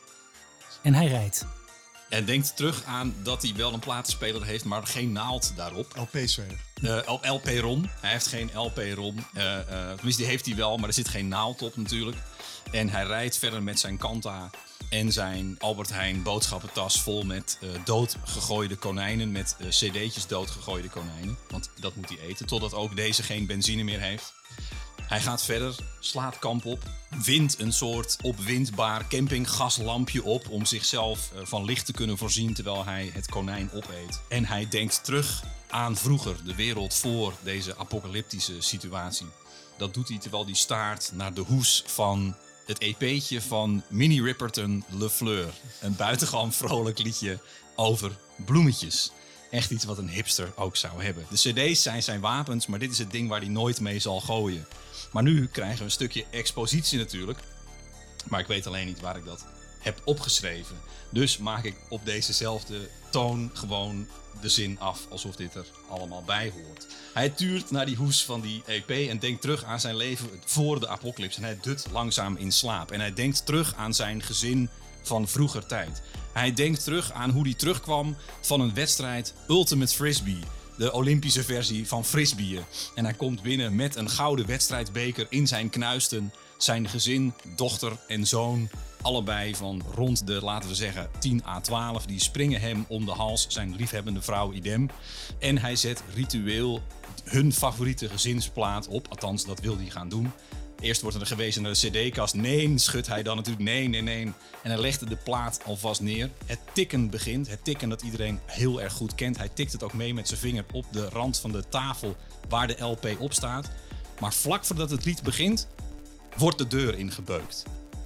en hij rijdt. En denkt terug aan dat hij wel een platenspeler heeft, maar geen naald daarop. L P-speler. Uh, L P-rom. Hij heeft geen L P-rom. Uh, uh, tenminste, die heeft hij wel, maar er zit geen naald op natuurlijk. En hij rijdt verder met zijn Kanta en zijn Albert Heijn boodschappentas vol met uh, doodgegooide konijnen. Met uh, cd'tjes doodgegooide konijnen. Want dat moet hij eten, totdat ook deze geen benzine meer heeft. Hij gaat verder, slaat kamp op, wint een soort opwindbaar campinggaslampje op om zichzelf uh, van licht te kunnen voorzien terwijl hij het konijn opeet. En hij denkt terug aan vroeger, de wereld voor deze apocalyptische situatie. Dat doet hij terwijl hij staart naar de hoes van het E P'tje van Minnie Riperton Le Fleur. Een buitengewoon vrolijk liedje over bloemetjes. Echt iets wat een hipster ook zou hebben. De cd's zijn zijn wapens, maar dit is het ding waar hij nooit mee zal gooien. Maar nu krijgen we een stukje expositie natuurlijk. Maar ik weet alleen niet waar ik dat heb opgeschreven. Dus maak ik op dezezelfde toon gewoon de zin af alsof dit er allemaal bij hoort. Hij tuurt naar die hoes van die E P en denkt terug aan zijn leven voor de apocalypse. En hij dut langzaam in slaap. En hij denkt terug aan zijn gezin van vroeger tijd. Hij denkt terug aan hoe hij terugkwam van een wedstrijd Ultimate Frisbee. De Olympische versie van frisbeeën. En hij komt binnen met een gouden wedstrijdbeker in zijn knuisten. Zijn gezin, dochter en zoon, allebei van rond de, laten we zeggen, tien à twaalf. Die springen hem om de hals, zijn liefhebbende vrouw idem. En hij zet ritueel hun favoriete gezinsplaat op. Althans, dat wil hij gaan doen. Eerst wordt er gewezen naar de cd-kast. Nee, schudt hij dan natuurlijk. Nee, nee, nee. En hij legde de plaat alvast neer. Het tikken begint. Het tikken dat iedereen heel erg goed kent. Hij tikt het ook mee met zijn vinger op de rand van de tafel waar de L P op staat. Maar vlak voordat het lied begint, wordt de deur ingebeukt.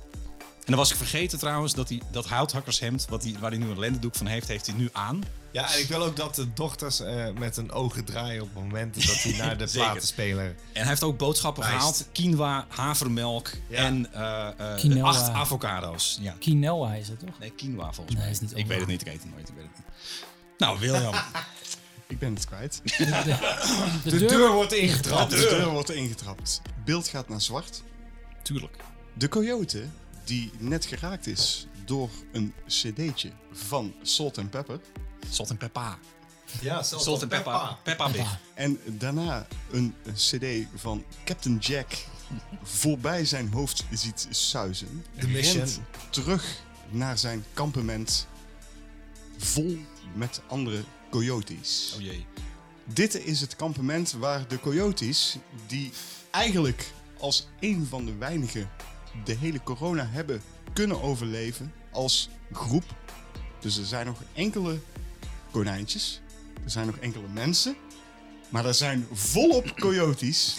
En dan was ik vergeten trouwens dat hij dat houthakkershemd, wat hij, waar hij nu een lendendoek van heeft, heeft hij nu aan. Ja, en ik wil ook dat de dochters uh, met hun ogen draaien op momenten dat hij naar de platenspeler... En hij heeft ook boodschappen Rijst. gehaald. Quinoa, havermelk Ja. en uh, uh, Quinoa. acht avocado's. Ja. Quinoa is het toch? Nee, quinoa volgens Nee, mij. is niet ik weet allemaal. het niet, ik weet het nooit. Ik weet het niet. Nou, William. Ik ben het kwijt. De, de, De deur wordt ingetrapt. De deur wordt ingetrapt. Beeld gaat naar zwart. Tuurlijk. De coyote, die net geraakt is door een cd'tje van Salt and Pepper. Salt en peppa. Ja, Salt en peppa. Peppa Big. En daarna een cd van Captain Jack voorbij zijn hoofd ziet suizen. The Mission. Rent terug naar zijn kampement vol met andere coyotes. Oh jee. Dit is het kampement waar de coyotes, die eigenlijk als een van de weinigen de hele corona hebben kunnen overleven als groep. Dus er zijn nog enkele konijntjes, er zijn nog enkele mensen, maar er zijn volop coyotes.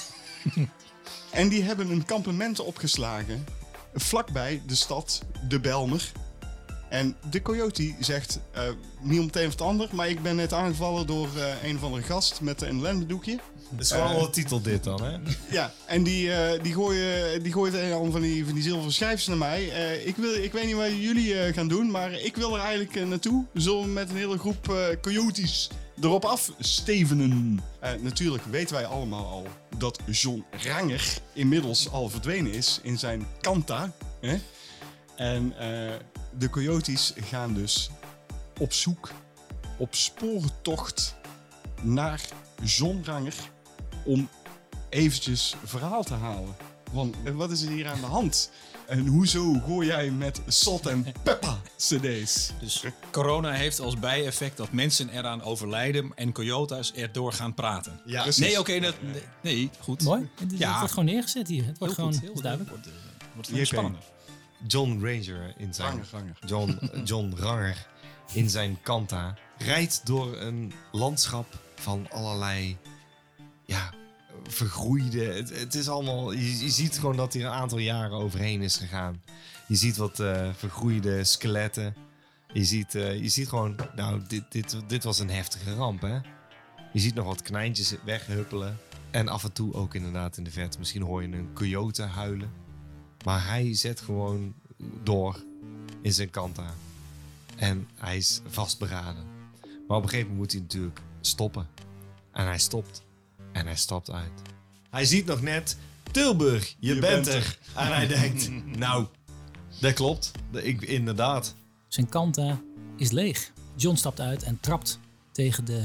En die hebben een kampement opgeslagen vlakbij de stad De Belmer. En de coyote zegt, uh, niet om het een of het ander, maar ik ben net aangevallen door uh, een of andere gast met een lendendoekje. Dat is gewoon al de titel dit dan, hè? Ja, en die, uh, die, gooien, die gooit een van die, van die zilveren schijfjes naar mij. Uh, ik, wil, ik weet niet wat jullie uh, gaan doen, maar ik wil er eigenlijk uh, naartoe. Zullen we met een hele groep uh, coyotes erop afstevenen? Uh, natuurlijk weten wij allemaal al dat John Ranger inmiddels al verdwenen is in zijn kanta. Hè? En uh, de coyotes gaan dus op zoek, op spoortocht naar John Ranger om eventjes verhaal te halen. Van, wat is er hier aan de hand? En hoezo gooi jij met salt en pepper cd's? Dus corona heeft als bijeffect dat mensen eraan overlijden en coyotes erdoor gaan praten. Ja, precies. Nee, oké, okay, dat nee, nee, goed. Mooi. Het, Ja. het wordt gewoon neergezet hier. Het wordt Heel gewoon goed, heel is duidelijk. goed. Wordt, uh, wordt J P. spannender. John Ranger in zijn... Ranger, Ranger. John, John Ranger in zijn kanta rijdt door een landschap van allerlei... Ja, vergroeide... Het, het is allemaal... Je, je ziet gewoon dat hij er een aantal jaren overheen is gegaan. Je ziet wat uh, vergroeide skeletten. Je ziet, uh, je ziet gewoon... Nou, dit, dit, dit was een heftige ramp, hè? Je ziet nog wat knijntjes weghuppelen. En af en toe ook inderdaad in de verte. Misschien hoor je een coyote huilen. Maar hij zet gewoon door in zijn kanta. En hij is vastberaden. Maar op een gegeven moment moet hij natuurlijk stoppen. En hij stopt. En hij stapt uit. Hij ziet nog net... Tilburg, je, Je bent, bent er. En hij denkt... Nou, dat klopt. Ik, inderdaad. Zijn kanta is leeg. John stapt uit en trapt tegen de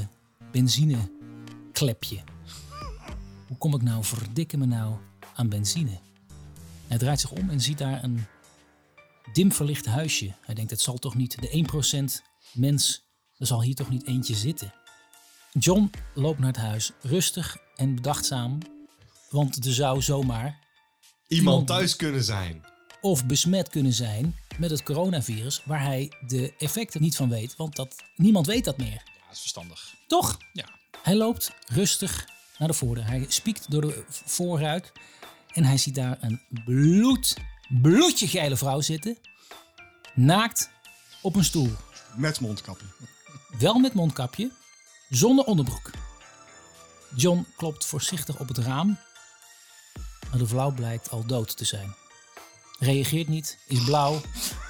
benzineklepje. Hoe kom ik nou, verdikke me nou, aan benzine? Hij draait zich om en ziet daar een dim verlicht huisje. Hij denkt, het zal toch niet de één procent mens, er zal hier toch niet eentje zitten. John loopt naar het huis, rustig en bedachtzaam, want er zou zomaar Iemand Iemand- thuis kunnen zijn. of besmet kunnen zijn met het coronavirus, waar hij de effecten niet van weet, want dat, niemand weet dat meer. Ja, dat is verstandig. Toch? Ja. Hij loopt rustig naar de voordeur. Hij spiekt door de v- voorruit en hij ziet daar een bloed, bloedje geile vrouw zitten, naakt op een stoel. Met mondkapje. Wel met mondkapje, zonder onderbroek. John klopt voorzichtig op het raam, maar de vrouw blijkt al dood te zijn. Reageert niet, is blauw.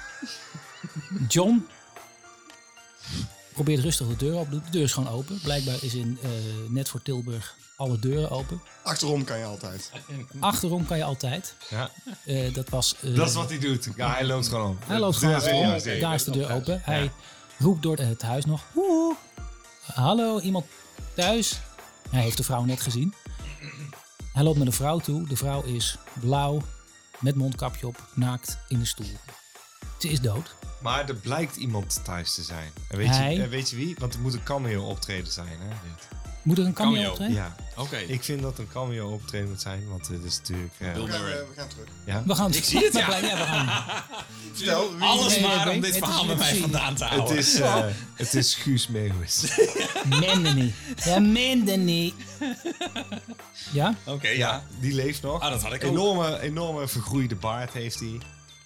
John probeert rustig de deur open. De deur is gewoon open. Blijkbaar is in eh, net voor Tilburg alle deuren open. Achterom kan je altijd. Achterom kan je altijd. Ja. Eh, dat was. eh, Dat is wat hij doet. Ja, hij loopt gewoon om. Hij loopt Ja, gewoon ja, achterom. ja, zeker. Daar is de deur open. Hij roept door het huis nog. Woe! Hallo, iemand thuis? Hij heeft de vrouw net gezien. Hij loopt naar de vrouw toe. De vrouw is blauw, met mondkapje op, naakt in de stoel. Ze is dood. Maar er blijkt iemand thuis te zijn. En weet, Hij- je, en weet je wie? Want het moet een cameo optreden zijn, hè? Dit. Moet er een cameo Cameo. optreden? Ja. Oké. Ik vind dat een cameo optreden moet zijn, want het is natuurlijk... eh, Bill We gaan, Murray. uh, we gaan terug. ja. We gaan Ik zie het, ja. Ja, we gaan. Vertel, wie- Alles Nee, maar nee, om nee, dit het is verhaal bij mij precies. vandaan te houden. Het is, eh, het is Guus Meeuwis. Minder niet. Ja, minder niet. Ja? Oké, ja. Ja, die leeft nog. Ah, dat had ik ook. enorme, enorme vergroeide baard heeft hij.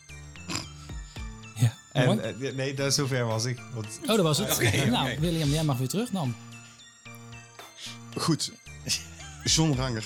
Ja. En Mooi. eh, nee, daar zover was ik. Want, Oh, dat was het. Oké, nou, oké. William, jij mag weer terug dan. Goed. John Ranger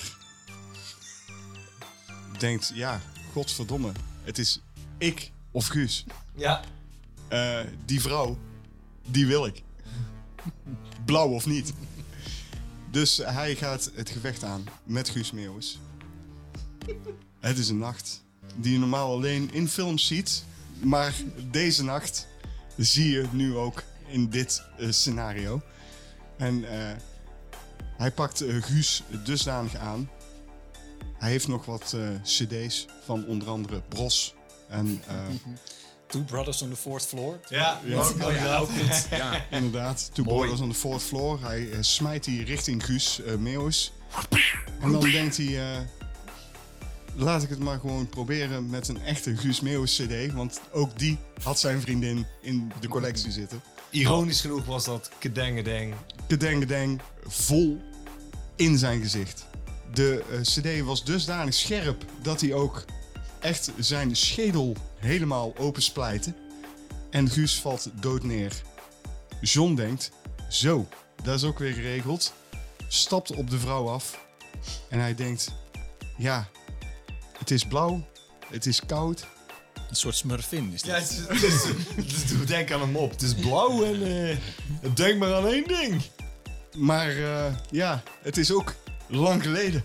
denkt, ja, godverdomme. Het is ik of Guus. ja. Eh, die vrouw, die wil ik. Blauw of niet. Dus hij gaat het gevecht aan met Guus Meeuwis. Het is een nacht die je normaal alleen in films ziet. Maar deze nacht zie je nu ook in dit eh, scenario. En eh, hij pakt eh, Guus dusdanig aan. Hij heeft nog wat eh, cd's van onder andere Bros. En eh, Two Brothers on the Fourth Floor. Ja, Ja. ook- Oh ja, ook goed. Ja. inderdaad, Two Mooi. Borders on the Fourth Floor. Hij eh, smijt die richting Guus uh, Meeuwis. En dan denkt hij... eh, laat ik het maar gewoon proberen met een echte Guus Meeuwis cd. Want ook die had zijn vriendin in de collectie zitten. Ironisch genoeg was dat kedengedeng. Kedengedeng, vol in zijn gezicht. De eh, cd was dusdanig scherp dat hij ook echt zijn schedel helemaal opensplijtte. En Guus valt dood neer. John denkt, zo, dat is ook weer geregeld. Stapt op de vrouw af. En hij denkt, ja, het is blauw, het is koud. Een soort smurfin is dit. Ja, het is, het is, het is, denk aan hem op. Het is blauw en uh, denk maar aan één ding. Maar uh, ja, het is ook lang geleden.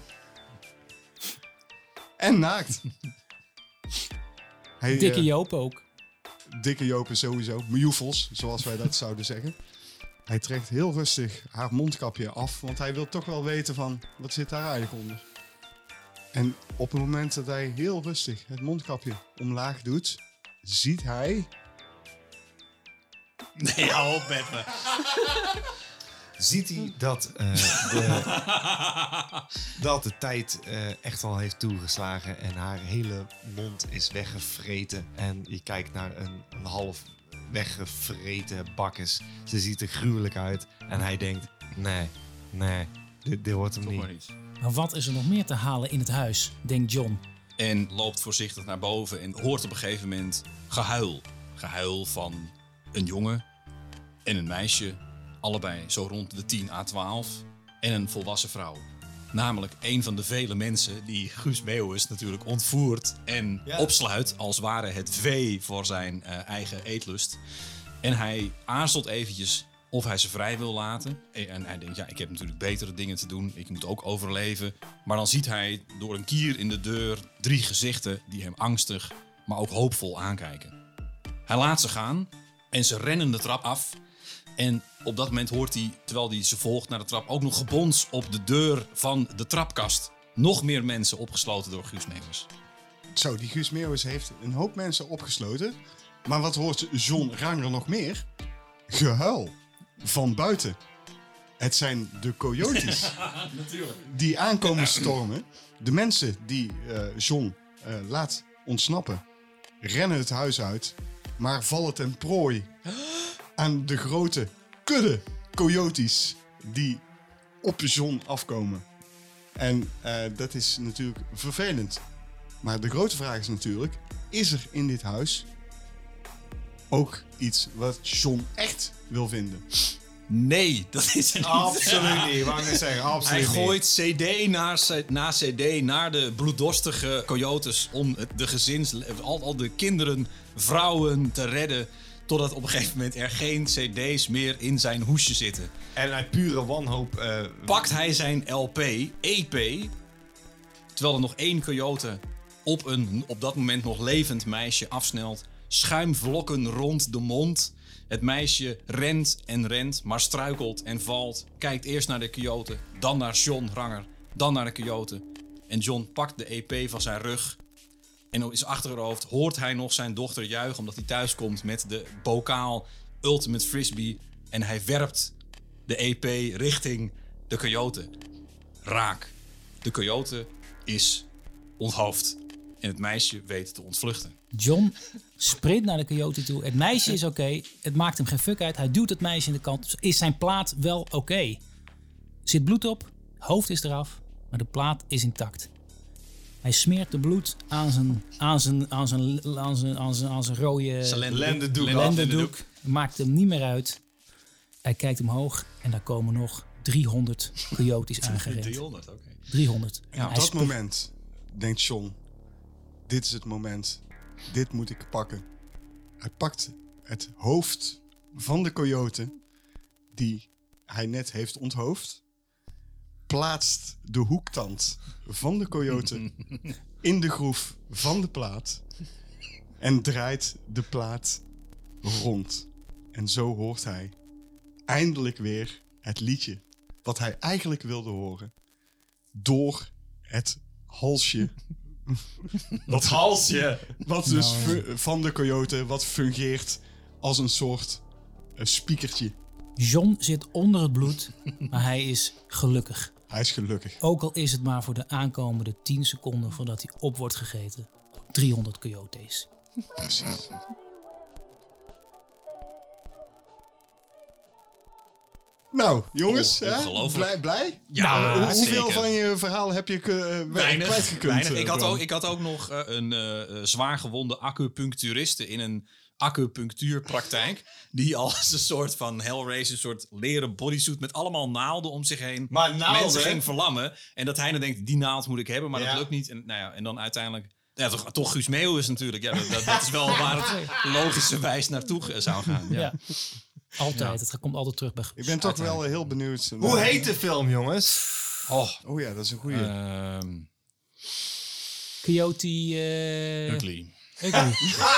En naakt. Hij, Dikke uh, Joop ook. Dikke Jopen sowieso. Miljoefels, zoals wij dat zouden zeggen. Hij trekt heel rustig haar mondkapje af, want hij wil toch wel weten van, wat zit daar eigenlijk onder? En op het moment dat hij heel rustig het mondkapje omlaag doet, ziet hij... Nee, hou op met me. Ziet hij dat, uh, de, dat de tijd uh, echt al heeft toegeslagen en haar hele mond is weggevreten. En je kijkt naar een, een half weggevreten bakkes. Ze ziet er gruwelijk uit en hij denkt, nee, nee, dit, dit wordt hem Toch niet. maar niet. Maar wat is er nog meer te halen in het huis, denkt John. En loopt voorzichtig naar boven en hoort op een gegeven moment gehuil. Gehuil van een jongen en een meisje. Allebei zo rond de tien à twaalf. En een volwassen vrouw. Namelijk een van de vele mensen die Guus Meeuwis natuurlijk ontvoert en Ja. opsluit als ware het vee voor zijn uh, eigen eetlust. En hij aarzelt eventjes of hij ze vrij wil laten. En hij denkt, ja, ik heb natuurlijk betere dingen te doen. Ik moet ook overleven. Maar dan ziet hij door een kier in de deur drie gezichten die hem angstig, maar ook hoopvol aankijken. Hij laat ze gaan en ze rennen de trap af. En op dat moment hoort hij, terwijl hij ze volgt naar de trap, ook nog gebons op de deur van de trapkast. Nog meer mensen opgesloten door Guus Meeuwis. Zo, die Guus Meeuwis heeft een hoop mensen opgesloten. Maar wat hoort John Ranger nog meer? Gehuil. Van buiten. Het zijn de coyotes die aankomen stormen. De mensen die uh, John uh, laat ontsnappen, rennen het huis uit, maar vallen ten prooi aan de grote kudde coyotes die op John afkomen. En uh, dat is natuurlijk vervelend. Maar de grote vraag is natuurlijk, is er in dit huis ook iets wat John echt wil vinden? Nee, dat is er niet. Absoluut niet, wou ik net zeggen, absoluut Hij niet. gooit cd na, C- na cd naar de bloeddorstige coyotes om het- de gezins, al, al de kinderen, vrouwen te redden. Totdat op een gegeven moment er geen cd's meer in zijn hoesje zitten. En uit pure wanhoop... Uh, Pakt hij zijn L P, E P, terwijl er nog één coyote op een op dat moment nog levend meisje afsnelt. Schuimvlokken rond de mond. Het meisje rent en rent, maar struikelt en valt. Kijkt eerst naar de coyote, dan naar John Ranger, dan naar de coyote. En John pakt de E P van zijn rug. En op zijn achterhoofd hoort hij nog zijn dochter juichen omdat hij thuis komt met de bokaal Ultimate Frisbee. En hij werpt de E P richting de coyote. Raak. De coyote is onthoofd. En het meisje weet te ontvluchten. John sprint naar de coyote toe. Het meisje is oké. Het maakt hem geen fuck uit. Hij duwt het meisje in de kant. Is zijn plaat wel oké? Okay? Zit bloed op. Hoofd is eraf. Maar de plaat is intact. Hij smeert de bloed aan zijn, aan zijn, aan zijn, aan zijn, aan zijn, aan zijn rode Zijn lendendoek. lendendoek. Maakt hem niet meer uit. Hij kijkt omhoog. En daar komen nog driehonderd coyotes aangerend. driehonderd, oké. Okay. driehonderd. En En op hij dat spe- moment denkt John, dit is het moment. Dit moet ik pakken. Hij pakt het hoofd van de coyote die hij net heeft onthoofd. Plaatst de hoektand van de coyote in de groef van de plaat. En draait de plaat rond. En zo hoort hij eindelijk weer het liedje wat hij eigenlijk wilde horen. Door het halsje. Dat halsje. Wat dus fu- van de coyote, wat fungeert als een soort uh, speakertje. John zit onder het bloed, maar hij is gelukkig. Hij is gelukkig. Ook al is het maar voor de aankomende tien seconden voordat hij op wordt gegeten. driehonderd coyotes. Precies. Nou, jongens, Oh, hè? ongelooflijk. blij? blij? Ja, Hoe- hoeveel zeker. van je verhaal heb je uh, kwijtgekund? weinig. uh, Ik had, Bram? ook, ik had ook nog uh, een uh, zwaar gewonde acupuncturiste in een acupunctuurpraktijk. Die als een soort van Hellraiser, een soort leren bodysuit met allemaal naalden om zich heen. Maar naalden, mensen hè? ging verlammen. En dat hij dan denkt, die naald moet ik hebben, maar Ja. dat lukt niet. En, nou ja, en dan uiteindelijk... Ja, toch, toch Guus Meeuwis natuurlijk. Ja, dat, dat, dat is wel waar het logischerwijs naartoe zou gaan. Ja. Ja. Altijd. Het komt altijd terug bij Ik ben toch wel heel benieuwd. Hoe heet de film, jongens? Oh, Oh ja, dat is een goeie. ehm Coyote... eh Ugly. Ugly.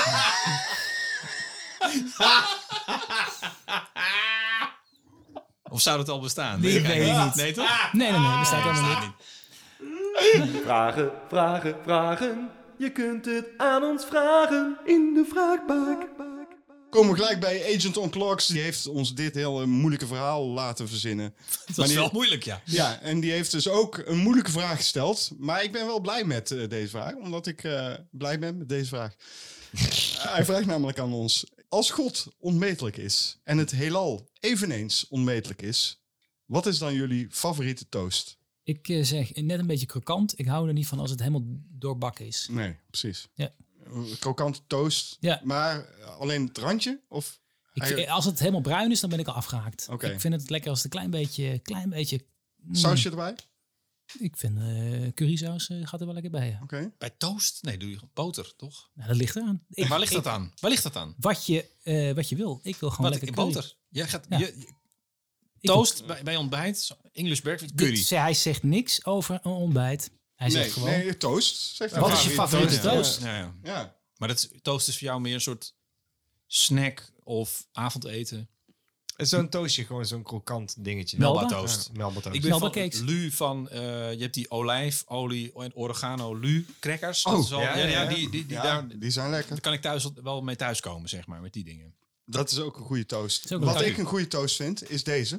Of zou dat al bestaan? Nee, ik weet ik niet. Nee, toch? Nee, nee, nee. Bestaat helemaal niet. Vragen, vragen, vragen. Je kunt het aan ons vragen in de vraagbak. Komen we gelijk bij Agent on Clocks. Die heeft ons dit hele moeilijke verhaal laten verzinnen. Dat is die- wel moeilijk, ja. Ja, en die heeft dus ook een moeilijke vraag gesteld. Maar ik ben wel blij met eh, deze vraag. Omdat ik eh, blij ben met deze vraag. Hij vraagt namelijk aan ons. Als God onmetelijk is en het heelal eveneens onmetelijk is, wat is dan jullie favoriete toast? Ik eh, zeg net een beetje krokant. Ik hou er niet van als het helemaal doorbakken is. Nee, precies. Ja. Krokante toast. Ja. Maar alleen het randje? Of Ik, eigenlijk- als het helemaal bruin is, dan ben ik al afgehaakt. Oké. Ik vind het lekker als het een klein beetje... Klein beetje mm, sausje erbij? Ik vind eh currysaus eh, gaat er wel lekker bij. Ja. Oké. Bij toast? Nee, doe je boter, toch? Nou, dat ligt eraan. Ik, Waar ligt ik- dat aan? Waar ligt dat aan? Wat je, eh, wat je wil. Ik wil gewoon Wat, lekker in curry. boter? Jij gaat, Ja. je, je- Ik toast wil- bij, bij ontbijt, zo- English breakfast, Dit- curry. hij zegt niks over een ontbijt. Hij Nee, zegt gewoon... nee, toast. Zegt hij. Wat is je favoriete Ja, toast? Ja, ja. Ja. Maar dat, is- toast is voor jou meer een soort snack of avondeten. Zo'n toastje, gewoon zo'n krokant dingetje. Melba? Melba toast. Ja, Melba toast. Ik ben Melba van cakes. Lu van, eh, je hebt die olijfolie en oregano Lu crackers. Oh, Dat is al- ja, ja, ja, ja, ja. die, die, die Ja, daar, die zijn lekker. daar kan ik thuis wel mee thuiskomen, zeg maar, met die dingen. Dat is ook een goede toast. Is ook Wat lekker. ik een goede toast vind, is deze.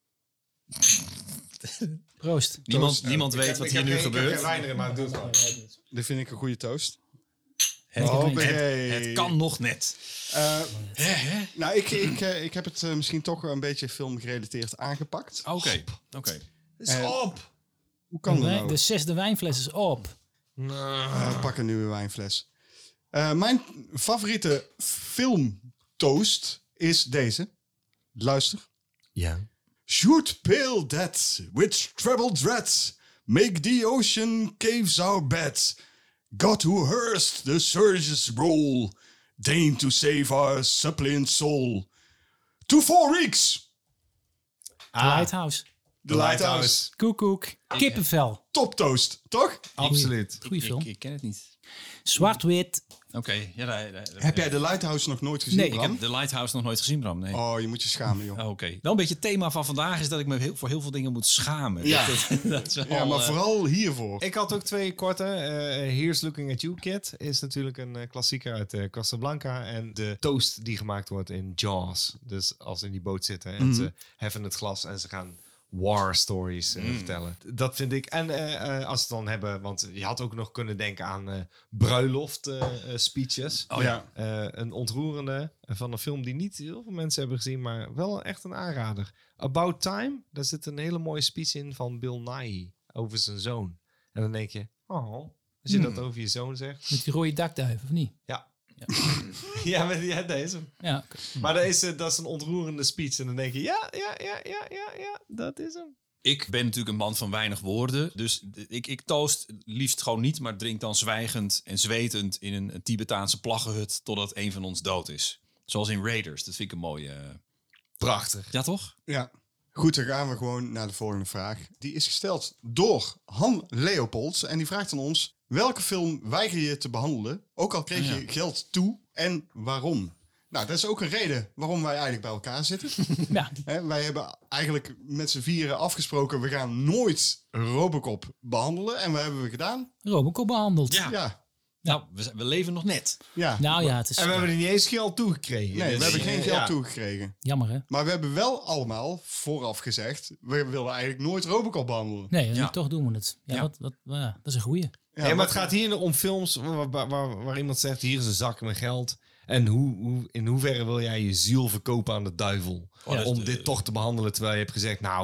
Proost. Niemand, niemand Ik weet heb- wat ik hier heb nu geen- Ik heb gebeurt. geen wijn erin, maar ik doe het gewoon. Dit vind ik een goede toast. Het, Oh, het, Hoppakee. het kan nog net. Eh, nou, ik, ik, eh, ik heb het eh, misschien toch een beetje filmgerelateerd aangepakt. Oké, oké. Is Eh, op! Hoe kan dat Nee, nou? de zesde wijnfles is op. Eh, we pakken nu een wijnfles. Eh, mijn favoriete filmtoast is deze. Luister. Ja. Shoot pale dead with treble dread. Make the ocean caves our bed. God who hearst the surges roll. Deign to save our suppliant soul. To four weeks. The Lighthouse. The Lighthouse. Koekoek. Kippenvel. Top toast, toch? Absoluut. Goeie film. Ik, ik ken het niet. Zwart-wit. Oké, ja, daar- daar- daar- Heb jij The Lighthouse nog nooit gezien, Nee, Ik Bram? heb The Lighthouse nog nooit gezien, Bram. Nee. Oh, je moet je schamen, joh. Oh, Oké. Wel een beetje het thema van vandaag is dat ik me heel, voor heel veel dingen moet schamen. Ja. Dat, dat, dat is wel, Ja, maar eh, vooral hiervoor. Ik had ook twee korte. Eh, Here's Looking at You, Kid is natuurlijk een eh, klassieker uit eh, Casablanca. En de toast die gemaakt wordt in Jaws. Dus als ze in die boot zitten en ze heffen het glas en ze gaan war stories eh, vertellen. Dat vind ik. En eh, eh, als ze het dan hebben, want je had ook nog kunnen denken aan eh, bruiloft eh, eh, speeches. Oh ja. Eh, een ontroerende van een film die niet heel veel mensen hebben gezien, maar wel echt een aanrader. About Time, daar zit een hele mooie speech in van Bill Nighy over zijn zoon. En dan denk je, oh, als je dat over je zoon zegt. Met die rode dakduif, of niet? Ja. Ja, maar, ja, deze. Ja, oké. Maar dat is, eh, dat is een ontroerende speech. En dan denk je, ja, ja, ja, ja, ja, ja, dat is hem. Ik ben natuurlijk een man van weinig woorden. Dus d- ik, ik toast liefst gewoon niet, maar drink dan zwijgend en zwetend in een, een Tibetaanse plaggenhut totdat een van ons dood is. Zoals in Raiders. Dat vind ik een mooie... eh, Prachtig. Ja, toch? Ja. Goed, dan gaan we gewoon naar de volgende vraag. Die is gesteld door Han Leopolds. En die vraagt aan ons: welke film weiger je te behandelen, ook al kreeg je geld toe, en waarom? Nou, dat is ook een reden waarom wij eigenlijk bij elkaar zitten. Ja, Hè, wij hebben eigenlijk met z'n vieren afgesproken, we gaan nooit Robocop behandelen. En wat hebben we gedaan? Robocop behandeld. Ja. Ja, Nou, we, zijn- we leven nog net. ja. Nou ja, het is En we hebben er niet eens geld toegekregen. Nee, Dus, we hebben geen eh, geld ja. toegekregen. jammer, hè? Maar we hebben wel allemaal vooraf gezegd, we willen eigenlijk nooit Robocop behandelen. Nee, Ja. toch doen we het. Ja, Ja. Wat, wat, ja dat is een goeie. Ja, Nee, maar het gaat hier om films waar, waar, waar, waar iemand zegt, hier is een zak met geld. En hoe, hoe, in hoeverre wil jij je ziel verkopen aan de duivel? dat is om de- dit toch te behandelen, terwijl je hebt gezegd, nou,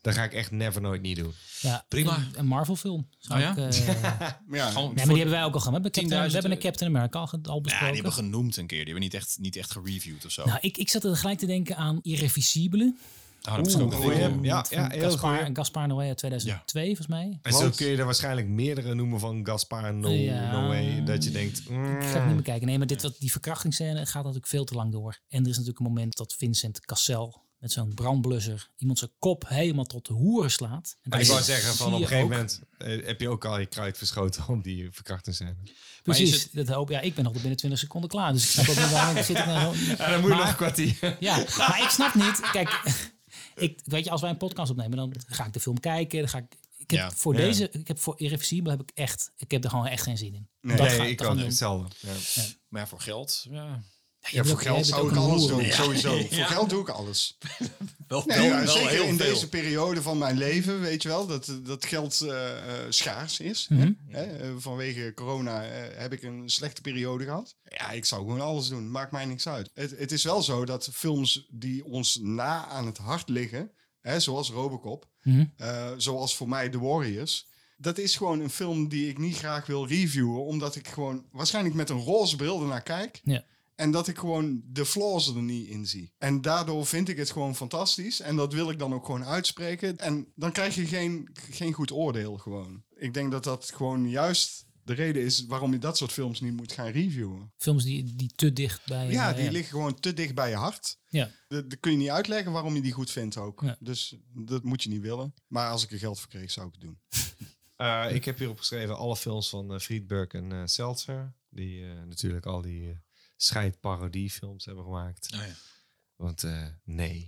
Dat ga ik echt never nooit niet doen. Ja, Prima. Een, een Marvel film. Oh ja? Ja, Gewoon Nee, maar die hebben wij ook al gehad. We hebben, Captain, we tienduizend hebben een Captain America al, ge- al Ja, besproken. die hebben genoemd een keer. Die hebben niet echt, niet echt gereviewd of zo. Nou, ik, ik zat er gelijk te denken aan Irrevisibele. Ah, dat is ook Oeh, een goeie. goeie. Ja, ja, heel Gaspar, goeie. Gaspar Noé uit tweeduizend twee, volgens mij. En zo Want- kun je er waarschijnlijk meerdere noemen van Gaspar no, Ja. no way. Dat je denkt... mm. Ik ga het niet meer kijken. Nee, maar dit, wat, die verkrachtingsscène gaat natuurlijk veel te lang door. En er is natuurlijk een moment dat Vincent Cassel met zo'n brandblusser iemand zijn kop helemaal tot de hoeren slaat. En Maar dat ik wou zie zeggen, van je op een gegeven ook. moment eh, heb je ook al je kruid verschoten om die verkrachtingsscène. Maar is Precies, het- dat hoop, ja, ik ben nog binnen twintig seconden klaar. Dus ik snap ook niet waarom zit ik nou zo... En dan moet je Maar- nog een kwartier. Ja, maar ik snap niet. Kijk, ik, weet je, als wij een podcast opnemen, dan ga ik de film kijken. Dan ga ik, ik heb Ja. voor Ja. deze, ik heb voor Irreversibel heb ik echt, ik heb er gewoon echt geen zin in. Nee. Dat Nee, ga ik dat ook gaan doen. hetzelfde. Ja. Maar ja, voor geld, ja. Ja, voor geld zou ik alles doen, sowieso. Ja. Voor geld doe ik alles. Wel, Nee, wel, ja, wel zeker heel in veel. deze periode van mijn leven, weet je wel, dat, dat geld eh, eh, schaars is. Mhm. Hè? Eh, vanwege corona eh, heb ik een slechte periode gehad. Ja, ik zou gewoon alles doen, maakt mij niks uit. Het, het is wel zo dat films die ons na aan het hart liggen, hè, zoals Robocop, Mhm. eh, zoals voor mij The Warriors, dat is gewoon een film die ik niet graag wil reviewen, omdat ik gewoon waarschijnlijk met een roze bril ernaar kijk. Ja. En dat ik gewoon de flaws er niet in zie. En daardoor vind ik het gewoon fantastisch. En dat wil ik dan ook gewoon uitspreken. En dan krijg je geen, geen goed oordeel gewoon. Ik denk dat dat gewoon juist de reden is waarom je dat soort films niet moet gaan reviewen. Films die, die te dicht bij... Ja, eh, die liggen gewoon te dicht bij je hart. Ja. Dat, dat kun je niet uitleggen waarom je die goed vindt ook. Ja. Dus dat moet je niet willen. Maar als ik er geld voor kreeg, zou ik het doen. Uh, ik heb hierop geschreven alle films van uh, Friedberg en uh, Seltzer. Die uh, natuurlijk al die uh, scheidparodiefilms hebben gemaakt. Oh, ja. Want uh, nee.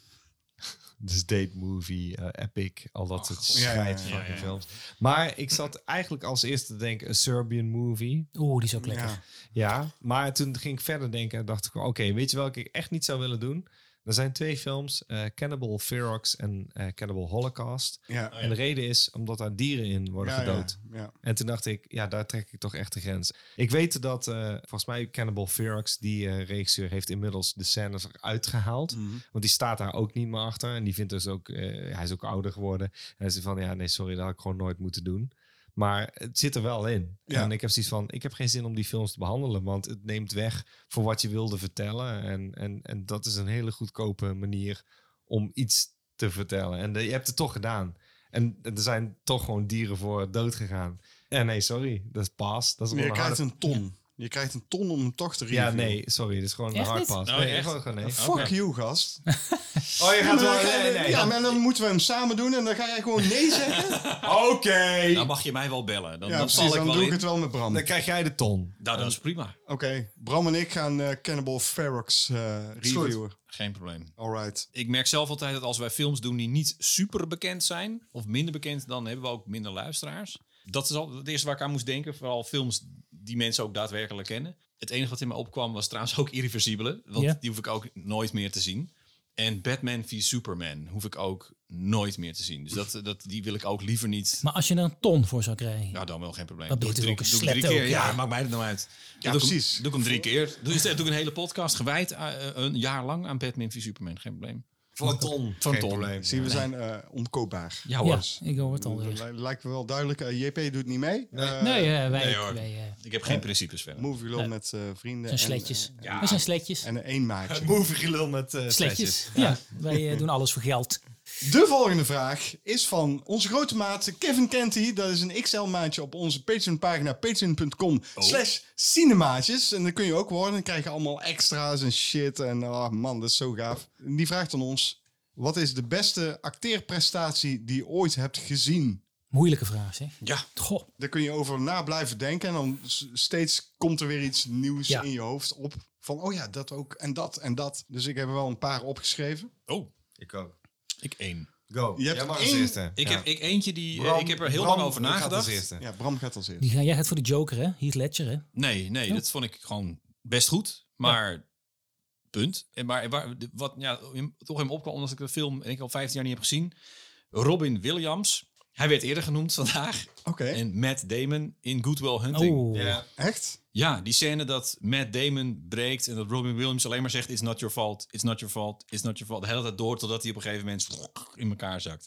Dus Date Movie, uh, Epic, al dat soort ja, ja, scheid ja, fucking ja, ja. films. Maar ik zat eigenlijk als eerste te denken, een Serbian Movie. Oeh, die is ook lekker. Ja. Ja, maar toen ging ik verder denken en dacht ik, oké, okay, weet je welke ik echt niet zou willen doen? Er zijn twee films, uh, Cannibal Ferox en uh, Cannibal Holocaust. Ja. En de reden is omdat daar dieren in worden Ja, gedood. Ja, ja. En toen dacht ik, ja, daar trek ik toch echt de grens. Ik weet dat, uh, volgens mij Cannibal Ferox, die uh, regisseur, heeft inmiddels de scènes eruit gehaald. Mhm. Want die staat daar ook niet meer achter. En die vindt dus ook, uh, hij is ook ouder geworden. En hij zegt van, ja, nee, sorry, dat had ik gewoon nooit moeten doen. Maar het zit er wel in. Ja. En ik heb zoiets van, ik heb geen zin om die films te behandelen. Want het neemt weg voor wat je wilde vertellen. En, en, en dat is een hele goedkope manier om iets te vertellen. En de, je hebt het toch gedaan. En er zijn toch gewoon dieren voor dood gegaan. En nee, sorry, dat is pas. Dat is Je gewoon een krijgt harde... een ton. Je krijgt een ton om hem toch te reviewen. Ja, nee, sorry, dat is gewoon Echt een hard niet? pas. Oh, nee, echt? gewoon gewoon nee. Fuck Oké. you, gast. Oh, je Ja, gaat maar wel... dan ga je- Nee, nee. ja, maar dan moeten we hem samen doen en dan ga jij gewoon nee zeggen. Oké. Nou mag je mij wel bellen. Dan, Ja, dan val precies. ik Dan wel doe in. ik het wel met Bram. Dan Oké, krijg jij de ton. Nou, dat is prima. Bram en ik gaan eh, Cannibal Ferox eh Is goed. reviewen. Geen probleem. Alright. Ik merk zelf altijd dat als wij films doen die niet super bekend zijn, of minder bekend, dan hebben we ook minder luisteraars. Dat is al het eerste waar ik aan moest denken. Vooral films die mensen ook daadwerkelijk kennen. Het enige wat in me opkwam was trouwens ook Irreversibele. Want Ja. die hoef ik ook nooit meer te zien. En Batman v Superman hoef ik ook nooit meer te zien. Dus dat, dat, die wil ik ook liever niet. Maar als je er een ton voor zou krijgen. Nou, dan wel geen probleem. Dat doe ben ik je drie, toch ook doe ik een drie slet keer. ook, Ja, ja. maakt mij het nou uit. Ja, doe ik hem- precies. Doe ik hem drie keer. Doe, doe ik een hele podcast gewijd uh, een jaar lang aan Batman v Superman. Geen probleem. Voor een ton. Voor een Geen ton. probleem. Zie, we zijn eh onkoopbaar. Ja Ja, hoor. ik hoor het alweer. Dat lijkt me wel duidelijk. Eh, J P doet niet mee. Eh, Nee, eh, wij, nee, hoor. wij eh, Ik heb geen principes verder. Movie Lol Nee. met eh, vrienden. zijn en, sletjes. eh, We zijn sletjes. En een eenmaatje. Movie gelul met uh, Sletjes. Ja, wij eh, doen alles voor geld. De volgende vraag is van onze grote maat Kevin Kenty. Dat is een X L-maatje op onze Patreon-pagina. Patreon.com slash cinemaatjes. En dan kun je ook worden. Dan krijg je allemaal extra's en shit. En oh man, dat is zo gaaf. En die vraagt aan ons: wat is de beste acteerprestatie die je ooit hebt gezien? Moeilijke vraag, zeg. Ja. Goh. Daar kun je over na blijven denken. En dan s- steeds komt er weer iets nieuws Ja. in je hoofd op. Van, oh ja, dat ook. En dat en dat. Dus ik heb er wel een paar opgeschreven. Oh, Ik ook. ik één. Go. Je hebt Jij mag één- als eerste. Ik Ja. heb ik eentje die... eh, Bram- ik heb er heel Bram lang over gaat als nagedacht. eerste. Ja, Bram gaat als eerst. Die, ga- jij gaat voor de Joker, hè? Heath Ledger, hè? Nee, nee, Oh. dat vond ik gewoon best goed. Maar punt. En maar waar, de- wat ja, in- toch in me opkwam, omdat ik de film denk ik al vijftien jaar niet heb gezien. Robin Williams. Hij werd eerder genoemd vandaag. Oké, En Matt Damon in Good Will Hunting. Oh. Ja. echt? Ja, die scène dat Matt Damon breekt en dat Robin Williams alleen maar zegt: It's not your fault, it's not your fault, it's not your fault. De hele tijd door totdat hij op een gegeven moment in elkaar zakt.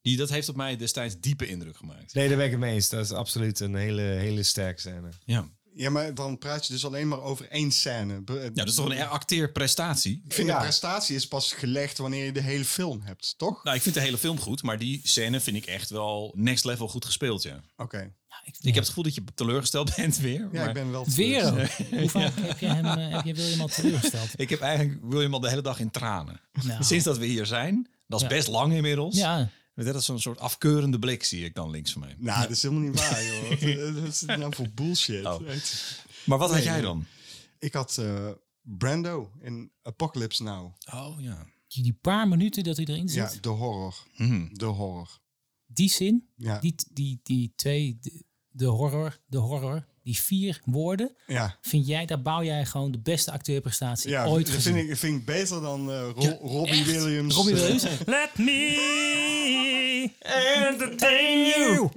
Die, dat heeft op mij destijds diepe indruk gemaakt. Nee, daar ben ik het mee eens. Dat is absoluut een hele, hele sterke scène. Ja. Ja, maar dan praat je dus alleen maar over één scène. Be- ja, dat is toch een acteerprestatie? Ik vind Ja. de prestatie is pas gelegd wanneer je de hele film hebt, toch? Nou, ik vind de hele film goed, maar die scène vind ik echt wel next level goed gespeeld, ja. Oké. Ja, ik, Ik heb het gevoel dat je teleurgesteld bent weer. Ja, maar ik ben wel Weer teleurgesteld. ook. Hoe vaak heb je, hem, eh, heb je William al teleurgesteld? Ik heb eigenlijk William al de hele dag in tranen. Nou. Sinds dat we hier zijn, dat is Ja. best lang inmiddels. Ja, Dat is zo'n soort afkeurende blik, zie ik dan links van mij. Nou, dat is helemaal niet waar, joh. Wat wat is het nou voor bullshit? Oh. Maar wat had Nee, jij nee. dan? Ik had eh, Brando in Apocalypse Now. Oh ja. die, die paar minuten dat hij erin zit. Ja, de horror. Hm. De horror. Die zin, Ja. die, die, die twee, de, de horror, de horror, die vier woorden. Ja. Vind jij, daar bouw jij gewoon de beste acteurprestatie Ja, ooit dat gezien. vind ik, vind ik beter dan eh, Ro- Ja, Robbie echt? Williams. Robbie eh, Williams. Let me entertain you.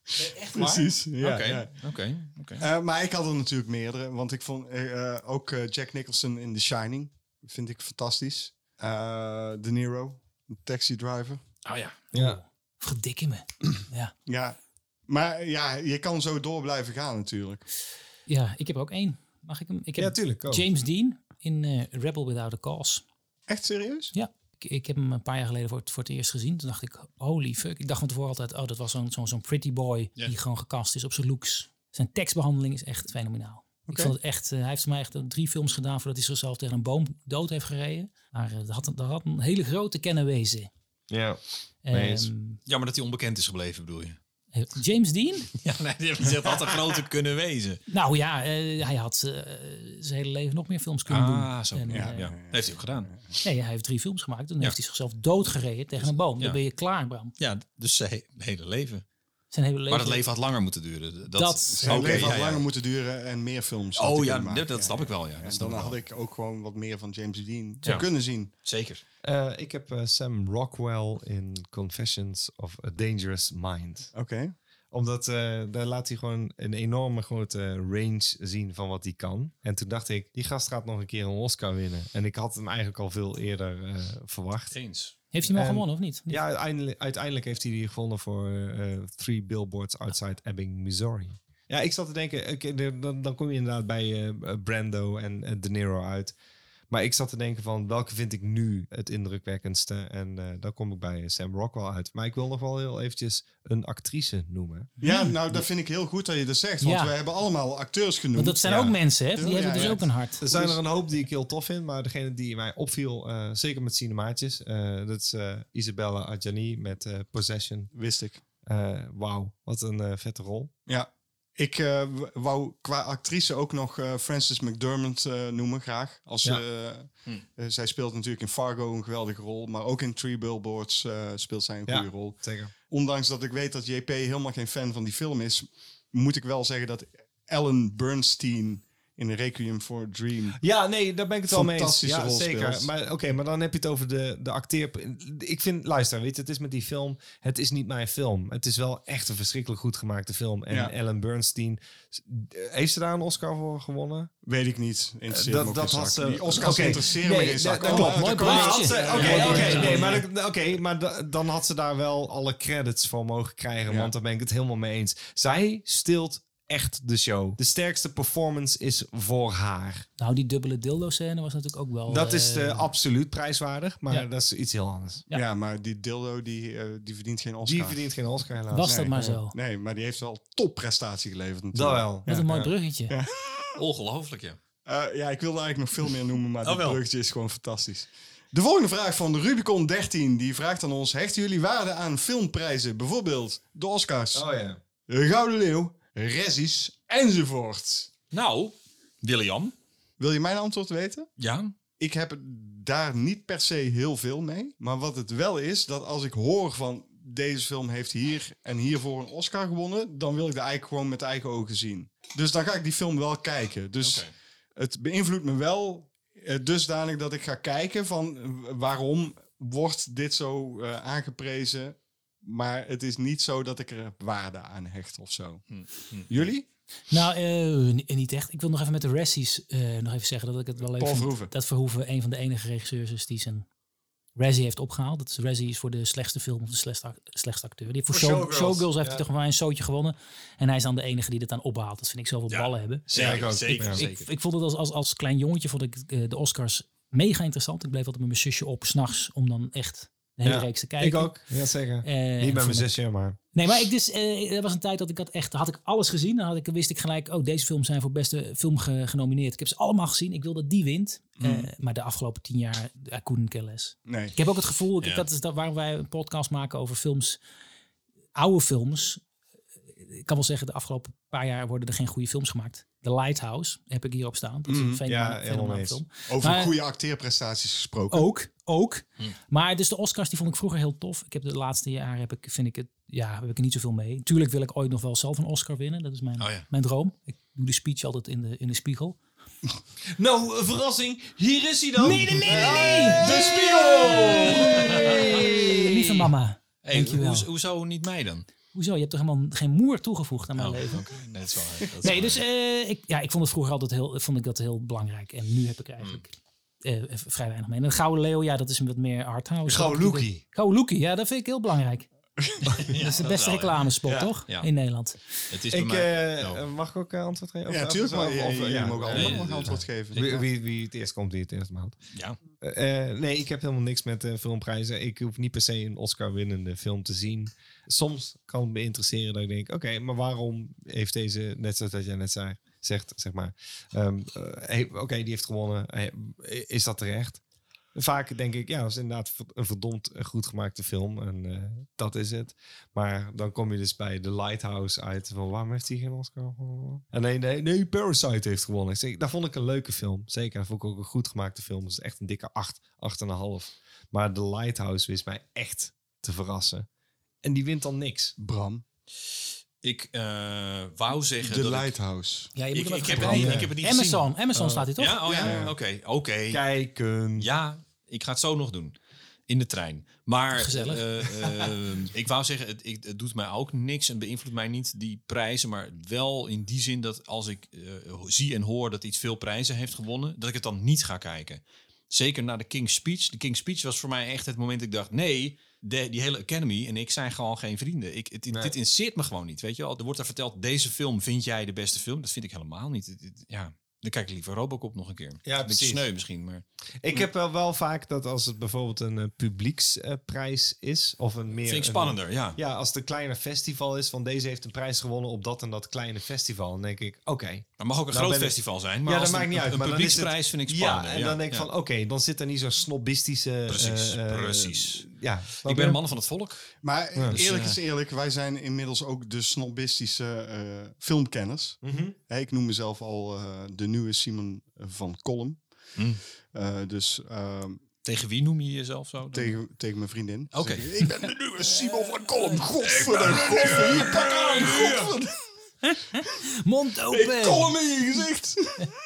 Precies. Ja, Oké, ja. oké, oké. Eh, maar ik had er natuurlijk meerdere. Want ik vond eh, eh, ook eh, Jack Nicholson in The Shining. Vind ik fantastisch. Eh, De Niro, Taxi Driver. Oh ja. Ja. Verdikke me. Ja. Ja, maar ja, je kan zo door blijven gaan natuurlijk. ja, ik heb er ook één. Mag ik hem? Ik heb Ja, tuurlijk. ook. James Dean in eh, Rebel Without a Cause. Echt serieus? Ja, ik, ik heb hem een paar jaar geleden voor het, voor het eerst gezien. Toen dacht ik, holy fuck. Ik dacht van tevoren altijd, oh, dat was zo'n zo'n zo'n pretty boy Ja. die gewoon gecast is op zijn looks. Zijn tekstbehandeling is echt fenomenaal. Oké. Ik vond het echt, eh, hij heeft voor mij echt drie films gedaan voordat hij zichzelf tegen een boom dood heeft gereden. Maar eh, dat, had, dat had een hele grote kenner wezen. Ja. Nee, eens. Ehm, Jammer dat hij onbekend is gebleven, bedoel je? James Dean? Ja, nee, die heeft had een groter kunnen wezen. Nou ja, eh, hij had eh, zijn hele leven nog meer films kunnen doen. Ah, zo. En, ja, eh, ja. Dat heeft hij ook gedaan. Nee, hij heeft drie films gemaakt. Toen Ja. heeft hij zichzelf doodgereden tegen een boom. Ja. Dan ben je klaar, Bram. Ja, dus zijn he- hele leven. Zijn hele leven. Maar het leven had langer moeten duren. Dat, Dat- Zijn Oké, leven had ja, ja. langer moeten duren en meer films. had Oh hij ja, kunnen maken. dat, dat snap ik wel. Ja. Dat En snap dan ik wel. had ik ook gewoon wat meer van James Dean Ja. kunnen zien. Zeker. Eh, ik heb eh, Sam Rockwell in Confessions of a Dangerous Mind. Oké. Omdat eh, daar laat hij gewoon een enorme grote range zien van wat hij kan. En toen dacht ik, die gast gaat nog een keer een Oscar winnen. En ik had hem eigenlijk al veel eerder eh, verwacht. Eens. Heeft hij hem al En- gewonnen of niet? Ja, uiteindelijk, uiteindelijk heeft hij die gewonnen voor eh, Three Billboards Outside Ebbing, Missouri. Ja, ik zat te denken, ik, de- dan, dan kom je inderdaad bij eh, Brando en eh, De Niro uit. Maar ik zat te denken van, welke vind ik nu het indrukwekkendste? En eh dan kom ik bij Sam Rockwell uit. Maar ik wil nog wel heel eventjes een actrice noemen. Ja, nou, dat vind ik heel goed dat je dat zegt. Want Ja. we hebben allemaal acteurs genoemd. Want dat zijn Ja. ook mensen, hè? Die Ja, hebben ja, dus ja. ook een hart. Er zijn er een hoop die ik heel tof vind, maar degene die mij opviel, eh, zeker met cinemaatjes, eh, dat is eh, Isabella Adjani met eh, Possession. Wist ik. Eh, Wauw, wat een eh, vette rol. Ja. Ik eh, w- wou qua actrice ook nog eh, Frances McDermott eh, noemen, graag. Als, Ja. eh, Hm. eh, zij speelt natuurlijk in Fargo een geweldige rol. Maar ook in Three Billboards eh, speelt zij een Ja. goede rol. Zeker. Ondanks dat ik weet dat J P helemaal geen fan van die film is, moet ik wel zeggen dat Ellen Bernstein in Requiem for a Dream... Ja, nee, daar ben ik het wel mee eens. Fantastische Ja, rol zeker. speelt. Maar oké, maar dan heb je het over de, de acteer... Ik vind, luister, weet je, het is met die film... Het is niet mijn film. Het is wel echt een verschrikkelijk goed gemaakte film. En Ja. Ellen Bernstein... Heeft ze daar een Oscar voor gewonnen? Weet ik niet. Interesseert Dat- me ook dat geen had zak. ze- Die Oscars oké. interesseren Nee, me geen dat- zak. dat Oh, klopt. de Mooi corona- bruggetje. Had ze- Oké, Ja, oké, ja, nee, ja. maar, dat- oké, maar da- dan had ze daar wel alle credits voor mogen krijgen. Ja. Want daar ben ik het helemaal mee eens. Zij stilt echt de show. De sterkste performance is voor haar. Nou, die dubbele dildo-scène was natuurlijk ook wel... Dat is eh, eh, absoluut prijswaardig, maar Ja. dat is iets heel anders. Ja. Ja. maar die dildo die, eh, die verdient geen Oscar. Die verdient geen Oscar helaas. Was dat Nee, maar nee. zo. Nee, maar die heeft wel topprestatie geleverd Dat natuurlijk. wel. Wat een mooi bruggetje. Ja. Ongelooflijk, ja. Eh, ja, ik wilde eigenlijk nog veel meer noemen, maar Oh, dit wel. bruggetje is gewoon fantastisch. De volgende vraag van de Rubicon dertien, die vraagt aan ons: hechten jullie waarde aan filmprijzen? Bijvoorbeeld de Oscars, Oh ja. de Gouden Leeuw, Razzies enzovoort. Nou, William. Wil je mijn antwoord weten? Ja. Ik heb daar niet per se heel veel mee. Maar wat het wel is, dat als ik hoor van deze film heeft hier en hiervoor een Oscar gewonnen, dan wil ik dat eigenlijk gewoon met eigen ogen zien. Dus dan ga ik die film wel kijken. Dus Oké. het beïnvloedt me wel eh, dusdanig dat ik ga kijken van eh, waarom wordt dit zo eh, aangeprezen. Maar het is niet zo dat ik er waarde aan hecht of zo. Hm, hm. Jullie? Nou, eh, n- niet echt. Ik wil nog even met de Razzies eh, nog even zeggen dat ik het wel leuk Paul vind. Verhoeven. Dat Verhoeven een van de enige regisseurs is die zijn Razzie heeft opgehaald. Dat is, Razzie is voor de slechtste film of de slechtste, ac- slechtste acteur. Die heeft voor, Voor Show, Showgirls. Showgirls heeft Ja. hij toch wel een zootje gewonnen. En hij is dan de enige die dit dan ophaalt. Dat vind ik zoveel Ja. ballen hebben. Zeker, ik ook. zeker, Ja. zeker. Ik, ik vond het als, als, als klein jongetje vond ik uh, de Oscars mega interessant. Ik bleef altijd met mijn zusje op, 's nachts, om dan echt de hele Ja, reeks te kijken. Ik ook, ja zeker. Eh, Niet en bij mijn vond ik- zusje, maar... Nee, maar ik dus, eh, er was een tijd dat ik dat echt, had ik alles gezien. Dan had ik, wist ik gelijk, oh, deze films zijn voor beste film ge- genomineerd. Ik heb ze allemaal gezien. Ik wil dat die wint. Eh, maar de afgelopen tien jaar, I couldn't care less. Nee. Ik heb ook het gevoel, ik, Ja. dat is dat waarom wij een podcast maken over films, oude films. Ik kan wel zeggen, de afgelopen paar jaar worden er geen goede films gemaakt. The Lighthouse heb ik hierop staan. Dat is een Mhm. fenomenaal- Ja, helemaal fenomenaal eens. film. Over Maar- goede acteerprestaties gesproken. Ook, ook. Hm. Maar dus de Oscars, die vond ik vroeger heel tof. Ik heb de laatste jaren, heb ik, vind ik het, ja, heb ik er niet zoveel mee. Tuurlijk wil ik ooit nog wel zelf een Oscar winnen. Dat is mijn, Oh ja. mijn droom. Ik doe de speech altijd in de, in de spiegel. Nou, een verrassing. Hier is hij dan. Nee, nee, nee, nee, nee. De spiegel! Lieve mama, Hey, dankjewel. hoezo, hoezo niet mij dan? Hoezo? Je hebt toch helemaal geen moer toegevoegd aan mijn Oh, leven? oké. Nee, dat is wel. Dat is Nee, wel- dus eh, ik, ja, ik vond het vroeger altijd heel, vond ik dat heel belangrijk. En nu heb ik er eigenlijk eh, vrij weinig mee. En een Gouden Leeuw, ja, dat is een wat meer arthouse. Gouden Loekie. Gouden Loekie, ja, dat vind ik heel belangrijk. dat is de dat beste wel, ja. reclamespot, Ja. toch? Ja. In Nederland. Het is Ik, bij mij... eh, Oh. eh, mag ik ook eh, antwoord geven? Of- Ja, of- natuurlijk. of- Maar of- je- of- jullie ja. mogen nee, allemaal nee, nog nee, antwoord geven. Wie, wie, wie het eerst komt, die het eerst houdt. Ja. Eh, eh, nee, ik heb helemaal niks met eh, filmprijzen. Ik hoef niet per se een Oscar-winnende film te zien. Soms kan het me interesseren dat ik denk... Oké, maar waarom heeft deze... Net zoals dat jij net zei, zegt, zeg maar... ehm, eh, hey, Oké, die heeft gewonnen. Hey, is dat terecht? Vaak denk ik, ja, dat is inderdaad een verdomd goed gemaakte film. En eh, dat is het. Maar dan kom je dus bij The Lighthouse uit. Van, waarom heeft hij geen Oscar gewonnen? En nee, nee, nee, Parasite heeft gewonnen. Ik zeg, dat vond ik een leuke film. Zeker, dat vond ik ook een goed gemaakte film. Dat is echt een dikke acht, acht en een half. Maar The Lighthouse wist mij echt te verrassen. En die wint dan niks. Bram, Ik eh, wou zeggen The dat ik- Lighthouse. Ja, je Ik, moet hem ik, even heb het branden. niet, ik heb het niet Amazon, gezien. Amazon staat hij toch? Ja, oh ja, Ja. oké. Oké. Kijken. Ja, ik ga het zo nog doen. In de trein. Maar Gezellig. eh, eh, ik wou zeggen, het, ik, het doet mij ook niks en beïnvloedt mij niet die prijzen. Maar wel in die zin dat als ik eh, zie en hoor dat iets veel prijzen heeft gewonnen, dat ik het dan niet ga kijken. Zeker na de King's Speech. De King's Speech was voor mij echt het moment dat ik dacht, nee, de, die hele Academy en ik zijn gewoon geen vrienden. Ik, het, Nee. Dit interesseert me gewoon niet. Weet je wel? Er wordt er verteld, deze film vind jij de beste film. Dat vind ik helemaal niet. Het- het- Ja, dan kijk ik liever Robocop nog een keer. Ja, een beetje precies. sneu misschien, maar... Ik heb wel, wel vaak dat als het bijvoorbeeld een uh, publieksprijs is, of een meer... Vind ik een- spannender, ja. ja, als het een kleiner festival is, van deze heeft een prijs gewonnen op dat en dat kleine festival. Dan denk ik, oké. Het mag ook een Nou groot ben ik- festival zijn, maar Ja, als dat het maakt niet een, uit. een maar dan is publieksprijs het- vind ik spannender. Ja, en dan denk ik ja. van, oké, dan zit er niet zo'n snobistische... Precies, eh, eh, precies. Ja, Ik ben een man van het volk. Maar Ja. eerlijk Dus, is eerlijk, wij zijn inmiddels ook de snobistische eh, filmkenners. Mhm. Hè, ik noem mezelf al eh, de nieuwe Simon van Kolm. Mm. Eh, dus ehm, Tegen wie noem je jezelf zo? tegen, tegen mijn vriendin. Oké. Zeg ik, ik ben de nieuwe Simon van Kolm. Godverdomme, godverdomme, pak aan, godverdomme. Mond open! Ik kolm in je gezicht.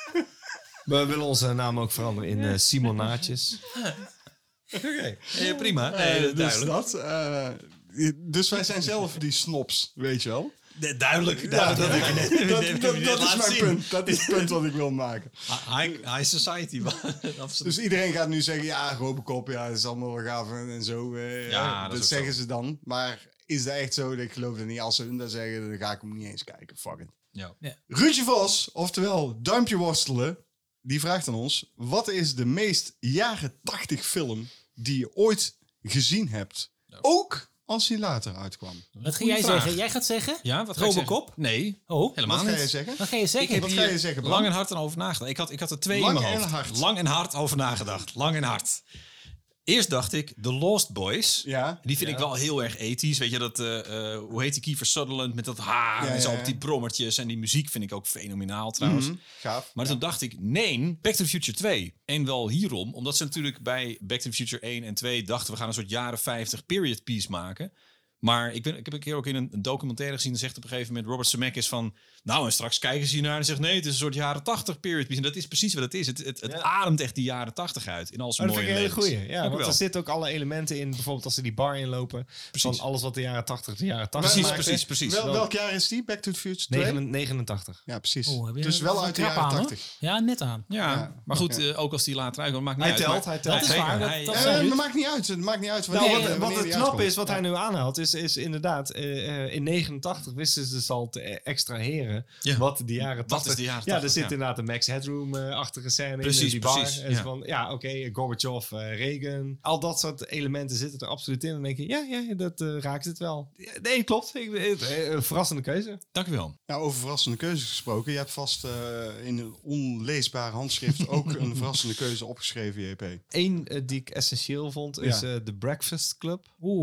We willen onze naam ook veranderen in eh Simonaatjes. Oké. Ja, prima. Eh, Nee, dus duidelijk. dat. eh, dus wij zijn zelf die snobs, weet je wel. Nee, duidelijk. Ja, duidelijk. dat, Dat, heb je net- dat, heb je dat, net dat is laten mijn zien. punt. Dat is het punt wat ik wil maken. High, high society. Absoluut. Dus iedereen gaat nu zeggen, ja, Robocop, ja, dat is allemaal wel gaaf en en zo. eh, Ja, dat dat is ook zeggen zo. ze dan. Maar is dat echt zo? Ik geloof het niet. Als ze hun dat zeggen, dan ga ik hem niet eens kijken. Fuck it. Ja. Ruudje Vos, oftewel Duimpje Worstelen, die vraagt aan ons, wat is de meest jaren tachtig film die je ooit gezien hebt? Ook als die later uitkwam. Wat ga jij vraag. zeggen? Jij gaat zeggen? Ja, wat ga ik Robocop? zeggen? Nee, Oh, helemaal Wat ga niet. je zeggen? wat ga je Ik zeggen? heb Wat hier ga je zeggen, Bram? lang en hard aan over nagedacht. Ik had, ik had er twee Lang in mijn en hoofd. hard. Lang en hard over nagedacht. Lang en hard. Eerst dacht ik The Lost Boys. Ja. Die vind ja. ik wel heel erg ethisch. Weet je, dat, eh, eh, hoe heet die Kiefer Sutherland met dat haar Ja, en zo ja, op die ja. brommertjes. En die muziek vind ik ook fenomenaal trouwens. Mhm, gaaf. Maar toen dacht ik, nee, Back to the Future twee. En wel hierom, omdat ze natuurlijk bij Back to the Future één en twee dachten... we gaan een soort jaren vijftig period piece maken. Maar ik, ben, ik heb een keer ook in een, een documentaire gezien... en zegt op een gegeven moment Robert Zemeckis van... nou, en straks kijken ze hiernaar en zegt... nee, het is een soort jaren tachtig period. En dat is precies wat het is. Het, het, het Ja. ademt echt die jaren tachtig uit. In al zijn Oh, dat mooie vind ik een hele levens. goeie. Ja, Dank u want wel. er zitten ook alle elementen in. Bijvoorbeeld als ze die bar inlopen. Precies. Van alles wat de jaren tachtig de jaren tachtig Precies, maakte. precies, precies. Wel, welk jaar is die? Back to the Future twee? negen- negenentachtig. Ja, precies. Oh, heb je dus een- wel een uit de trap jaren aan, hoor. tachtig. Ja, net aan. Ja, Ja. maar goed, Ja. eh, ook als die later uitkomt, maakt niet Hij uit. telt, Maar- hij telt. Dat is Zeker. waar. Dat, Hij- dat Eh, zei dat u. maakt niet uit. Het maakt niet uit Nou, wanneer, wat, wanneer wat die het knap uitkomt. is, wat hij nu aanhaalt, is, is inderdaad... eh, eh, in negenentachtig wisten ze dus al te extraheren Ja. wat de jaren Wat tachtig... is de jaren Ja, er tachtig, zit ja. inderdaad een Max Headroom-achtige scène Precies, in die bar. precies, En zo ja. van, ja, oké, Gorbachev, eh, Reagan. Al dat soort elementen zitten er absoluut in. En dan denk je, ja, ja dat eh, raakt het wel. Ja, nee, klopt. Ik, eh, een verrassende keuze. Dank u wel. Nou, over verrassende keuzes gesproken. Je hebt vast eh, in een onleesbaar handschrift ook een verrassende keuze opgeschreven, J P. Eén eh, die ik essentieel vond, is Ja. eh, The Breakfast Club.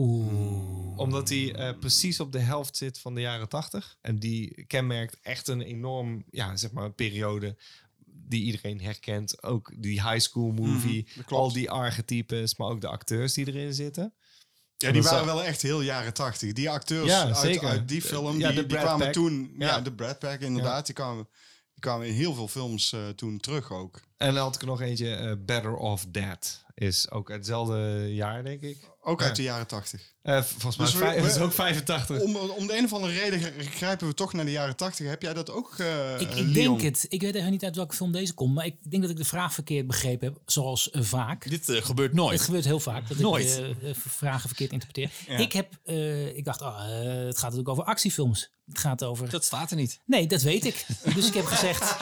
Oeh. Omdat die eh, precies op de helft zit van de jaren tachtig. En die kenmerkt echt een enorm, ja, zeg maar, periode die iedereen herkent. Ook die high school movie, Mhm, dat klopt. al die archetypes, maar ook de acteurs die erin zitten. Ja, die dat waren zou- wel echt heel jaren tachtig. Die acteurs Ja, uit, zeker. uit die film, Ja, die, de die Brad kwamen Pack. toen... Ja, Ja. de Brad Pack inderdaad. Die, kwamen, die kwamen in heel veel films uh, toen terug ook. En dan had ik er nog eentje, uh, Better Off Dead. Is ook hetzelfde jaar, denk ik. Ook Ja. uit de jaren tachtig. Uh, volgens mij Dus we- vij- we- is ook vijfentachtig. Om, om de een of andere reden grijpen we toch naar de jaren tachtig. Heb jij dat ook, uh, Ik, ik Leon? denk het. Ik weet even niet uit welke film deze komt. Maar ik denk dat ik de vraag verkeerd begrepen heb. Zoals uh, vaak. Dit uh, gebeurt nooit. Het gebeurt heel vaak. Dat Nooit. ik uh, vragen verkeerd interpreteer. Ja. Ik heb... Uh, ik dacht, oh, uh, het gaat natuurlijk over actiefilms. Het gaat over... Dat staat er niet. Nee, dat weet ik. Dus ik heb gezegd...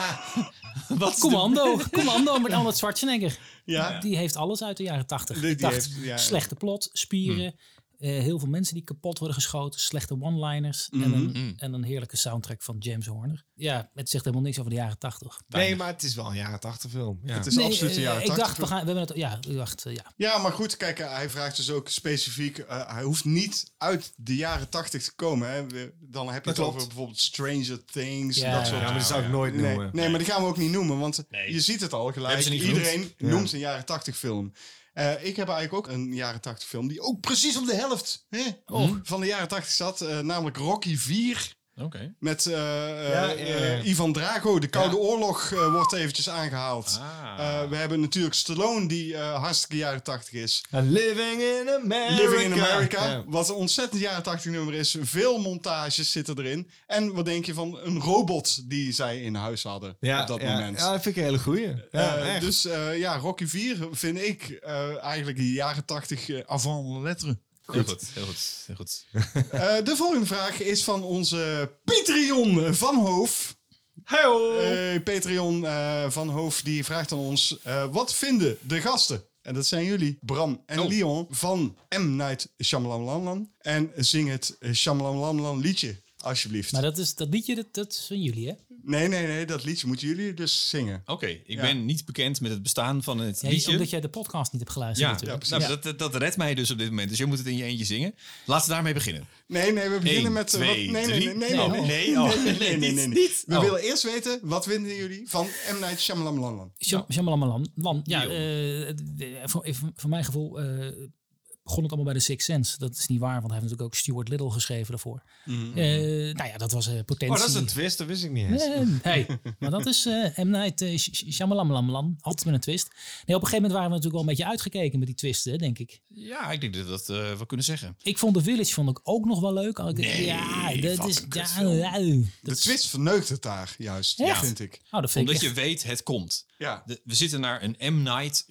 Wat is Commando. Commando met Arnold Schwarzenegger. Ja. Die heeft alles uit de jaren tachtig. Die- Ik die dacht, heeft- ja. slechte plot, spieren... Uh, heel veel mensen die kapot worden geschoten. Slechte one-liners. En, een, en een heerlijke soundtrack van James Horner. Ja, het zegt helemaal niks over de jaren tachtig. Nee, maar het is wel een jaren tachtig film. Ja. Het is absoluut een jaren ik tachtig. dacht, we gaan... We hebben het, ja, ik dacht, uh, ja. Ja, maar goed, kijk, uh, hij vraagt dus ook specifiek... Uh, hij hoeft niet uit de jaren tachtig te komen. Hè. We, dan heb je Dat het klopt. over bijvoorbeeld Stranger Things. Ja, en dat soort Ja, maar dat zou ik nooit Nee, noemen. nee, maar die gaan we ook niet noemen. Want Nee. je ziet het al Hebben gelijk. ze niet Iedereen Ja. noemt een jaren tachtig film. Uh, ik heb eigenlijk ook een jaren tachtig film... die ook precies op de helft hè, oh, van de jaren tachtig zat. Uh, namelijk Rocky vier... Oké. Okay. Met uh, uh, ja, ja, ja. uh, Ivan Drago. De Koude Ja. Oorlog uh, wordt eventjes aangehaald. Ah. Uh, we hebben natuurlijk Stallone, die uh, hartstikke jaren tachtig is. And Living in America. Living in America. Ja. Wat een ontzettend jaren tachtig nummer is. Veel montages zitten erin. En wat denk je van een robot die zij in huis hadden Ja, op dat ja, moment. Ja, dat vind ik een hele goeie. Ja, Uh, echt. dus uh, ja, Rocky vier vind ik uh, eigenlijk de jaren tachtig uh, avant lettre. Heel goed, heel goed, heel goed. Uh, de volgende vraag is van onze Patreon van Hoof. Heyo! Uh, Patreon uh, van Hoof die vraagt aan ons... Uh, wat vinden de gasten? En dat zijn jullie, Bram en Oh. Leon van M. Night Shyamalan. En zing het Shyamalan liedje, alsjeblieft. Maar dat, is, dat liedje, dat, dat is van jullie, hè? Nee, nee, nee, dat liedje moeten jullie dus zingen. Oké, okay, ik Ja. ben niet bekend met het bestaan van het Ja, liedje. omdat jij de podcast niet hebt geluisterd Ja, natuurlijk. nou, dat, dat, dat redt mij dus op dit moment. Dus je moet het in je eentje zingen. Laten we daarmee beginnen. Nee, nee, we beginnen Eén, met... uh, twee, wat, nee, nee, drie. nee, nee, Nee, nee, nee, nee, oh. nee, nee, nee, nee, nee. Niet. We Oh. willen eerst weten, wat vinden jullie van M. Night Shyamalan? Sham- Shyamalan. Lan, ja, Leon. eh, de- voor, even- voor mijn gevoel eh, begon het allemaal bij The Sixth Sense. Dat is niet waar, want hij heeft natuurlijk ook Stuart Little geschreven daarvoor. Mhm. Eh, nou ja, dat was eh, potentie. Oh, dat is een twist, dat wist ik niet eens. Eh, hey, maar dat is eh M. Night uh, Shyamalan. Altijd met een twist. Nee, op een gegeven moment waren we natuurlijk wel een beetje uitgekeken met die twisten, hè, denk ik. Ja, ik denk dat we dat uh, we kunnen zeggen. Ik vond The Village vond ik ook nog wel leuk. Al ik dacht, Nee, ja, wat dat is... een Ja, kutfilm. ja, De dat is- twist verneukt het daar, juist, Echt? vind ik. Oh, dat vind Omdat ik je weet, het komt. Ja. De, we zitten naar een M. Night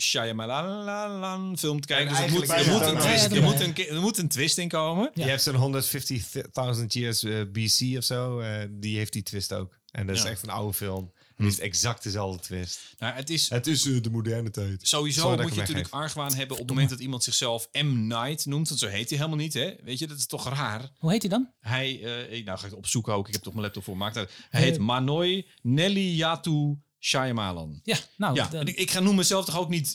Shyamalan film te kijken. En Dus er moet, eigenlijk er, bijna moet een dan- twist, Ja, ja, er, doe moet maar. een, ke- er moet een twist in komen. Ja. Je hebt zo'n honderdvijftigduizend years uh, B C of zo. uh, die heeft die twist ook. En dat is Ja. echt een oude film. Die heeft exact dezelfde twist. Nou, het is Het is uh, de moderne tijd. sowieso Sorry dat moet ik je hem natuurlijk argwaan hebben op het moment dat iemand zichzelf M. Night noemt. Want zo heet hij helemaal niet, hè? Weet je, dat is toch raar. Hoe heet hij dan? Hij, uh, ik, nou ga ik het opzoeken ook. Ik heb toch mijn laptop voor. Maakt uit. Hij Eh. heet Manoy Nellyatu Shyamalan. Ja, nou... Ja, dan- en ik, ik ga noem mezelf toch ook niet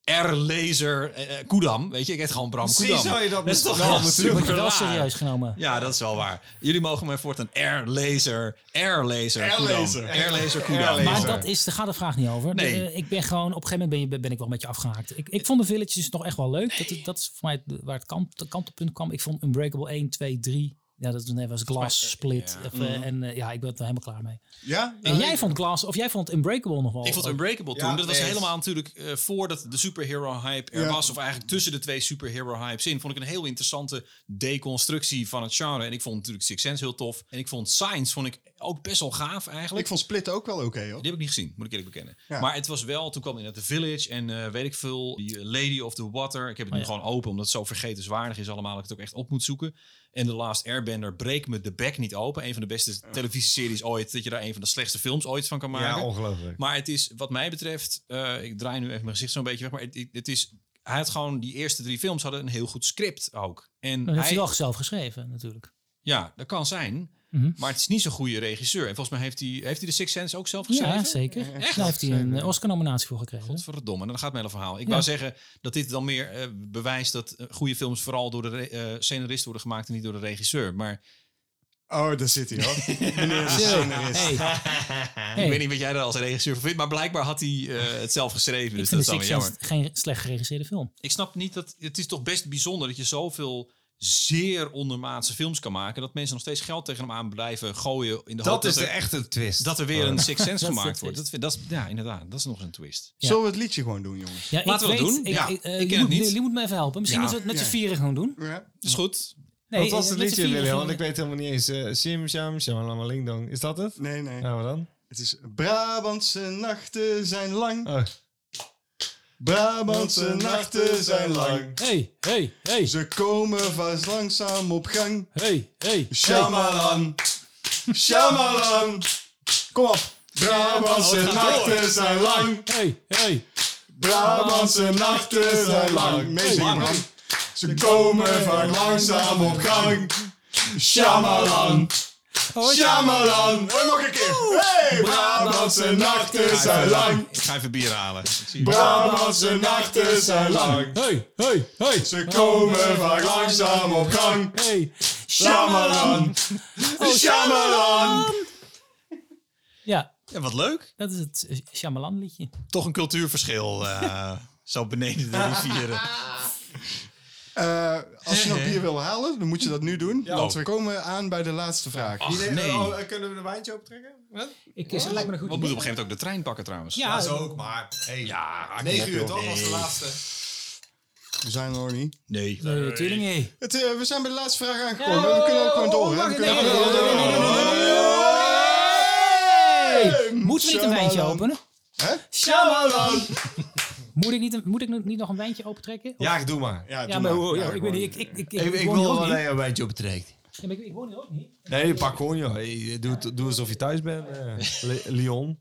R-laser uh, Koedam. Weet je, ik heet gewoon Bram Precies Koedam. zou je dat dat is toch moeten wel doen. super Word je wel raar. serieus genomen. Ja, dat is wel waar. Jullie mogen mij voortaan R-laser, R-laser Koedam. R-laser. R-laser Koedam. R-laser. Maar dat is, daar gaat de vraag niet over. Nee. De, ik ben gewoon, op een gegeven moment ben, je, ben ik wel met je afgehaakt. Ik, ik vond de Villages nog echt wel leuk. Dat, is- dat is voor mij het- waar het kant, het kantelpunt kwam. Ik vond Unbreakable één, twee, drie. Ja, dat was Glass, Split. ja. Of, uh, En uh, ja, ik ben er helemaal klaar mee. Ja? En jij vond Glass, of jij vond Unbreakable nog wel. Ik vond Unbreakable toen. Ja, dat was nee, helemaal natuurlijk uh, voordat de superhero hype er Ja. was. Of eigenlijk tussen de twee superhero hypes in. Vond ik een heel interessante deconstructie van het genre. En ik vond natuurlijk Sixth Sense heel tof. En ik vond Signs vond ik ook best wel gaaf eigenlijk. Ik vond Split ook wel oké, hoor. Die heb ik niet gezien, moet ik eerlijk bekennen. Ja. Maar het was wel, toen kwam in The Village en uh, weet ik veel, die Lady of the Water. Ik heb het Oh, nu ja. gewoon open, omdat het zo vergetenswaardig is allemaal, dat ik het ook echt op moet zoeken. En The Last Airbender breekt me de bek niet open. Een van de beste televisieseries ooit, dat je daar een van de slechtste films ooit van kan maken. Ja, ongelooflijk. Maar het is, wat mij betreft, uh, ik draai nu even mijn gezicht zo'n beetje weg, maar het, het is, hij had gewoon, die eerste drie films hadden een heel goed script ook. En Dat heeft hij, hij wel zelf geschreven, natuurlijk. ja, dat kan zijn. Mhm. Maar het is niet zo'n goede regisseur. En volgens mij heeft hij, heeft hij de Sixth Sense ook zelf geschreven? Ja, zeker. Daar heeft hij een uh, Oscar-nominatie voor gekregen. Godverdomme, en dan gaat mijn hele verhaal. Ik Ja. wou zeggen dat dit dan meer uh, bewijst dat uh, goede films vooral door de re- uh, scenarist worden gemaakt en niet door de regisseur. Maar Oh, daar zit hij, hoor. Meneer de scenarist. Hey. ik Hey. weet niet wat jij er als regisseur van vindt, maar blijkbaar had hij uh, het zelf geschreven. Ik Dus vind dat de is dan Sixth weer Sense jammer. geen slecht geregisseerde film. Ik snap niet dat het is toch best bijzonder dat je zoveel zeer ondermaatse films kan maken, dat mensen nog steeds geld tegen hem aan blijven gooien in de hoop Dat is dat de er, echte twist. dat er weer een Sixth Sense Dat is de gemaakt wordt. twist. Dat, vind- dat is, ja, inderdaad, dat is nog eens een twist. Ja. Zullen we het liedje gewoon doen, jongens? Ja, Laten we ik dat weet, doen. Ja, ik, uh, ik ken je het moet, niet. Je moet me even helpen. Misschien Ja. dat we het met Ja. z'n vieren gaan doen. Ja. Is goed. Nee, Wat was eh, het met z'n liedje, vieren Willy? gaan Want we- ik weet helemaal niet eens. Uh, Sim, Sham, Shamalama, Dong. Is dat het? Nee, nee. Ja, wat dan? Het is Brabantse nachten zijn lang. Oh. Brabantse nachten zijn lang. Hey, hey, hey, Ze komen vast langzaam op gang. hey, hey. Shamalan. Shamalan. Kom op. Brabantse nachten zijn lang. Hey, hey. Brabantse nachten zijn lang. Meezingen, man. Ze komen vaak langzaam op gang. Shamalan. Shamalan. En nog een keer. Hey, Brabantse nachten zijn lang. Ik ga even bier halen. Ik zie je. Brabantse nachten zijn lang. Hey, hey, hey. Ze komen vaak langzaam op gang. Hey. Shamalan. Shamalan. Ja, Ja, wat leuk. dat is het uh, Shyamalan liedje. Toch een cultuurverschil. uh, zo beneden de rivieren. Uh, als je nog bier wil halen, dan moet je dat nu doen. Want Oh. we komen aan bij de laatste vraag. Ach, nee. Oh, kunnen we een wijntje optrekken? Wat? Ik, uh, lijkt me een goed We moeten op een gegeven moment ook de trein pakken trouwens. Ja, zo ook, maar. Hey, Ja, negen uur joh. toch? Was de Nee. laatste. We zijn er nog niet. Nee. nee, natuurlijk niet. Het, uh, we zijn bij de laatste vraag aangekomen. we kunnen ook gewoon door. hè? We kunnen nee, ook gewoon nee, nee, nee, door. nee, Hey, Moeten we niet een wijntje Shamalan. openen? Hè? Shamalan! Moet ik niet, een- moet ik nog- niet nog een wijntje opentrekken? Of- Ja, doe maar. Ja, Ja, doe maar maar. hoe- ja, Ja, ik weet gewoon. niet. Ik, ik, ik, Ik, ik woon wil hier ook wel niet. dat je een wijntje optrekt. Ja, maar ik, ik woon hier ook niet. Nee, pak gewoon, joh. Hey, doe, het- doe alsof je thuis bent. eh, Le- Lyon.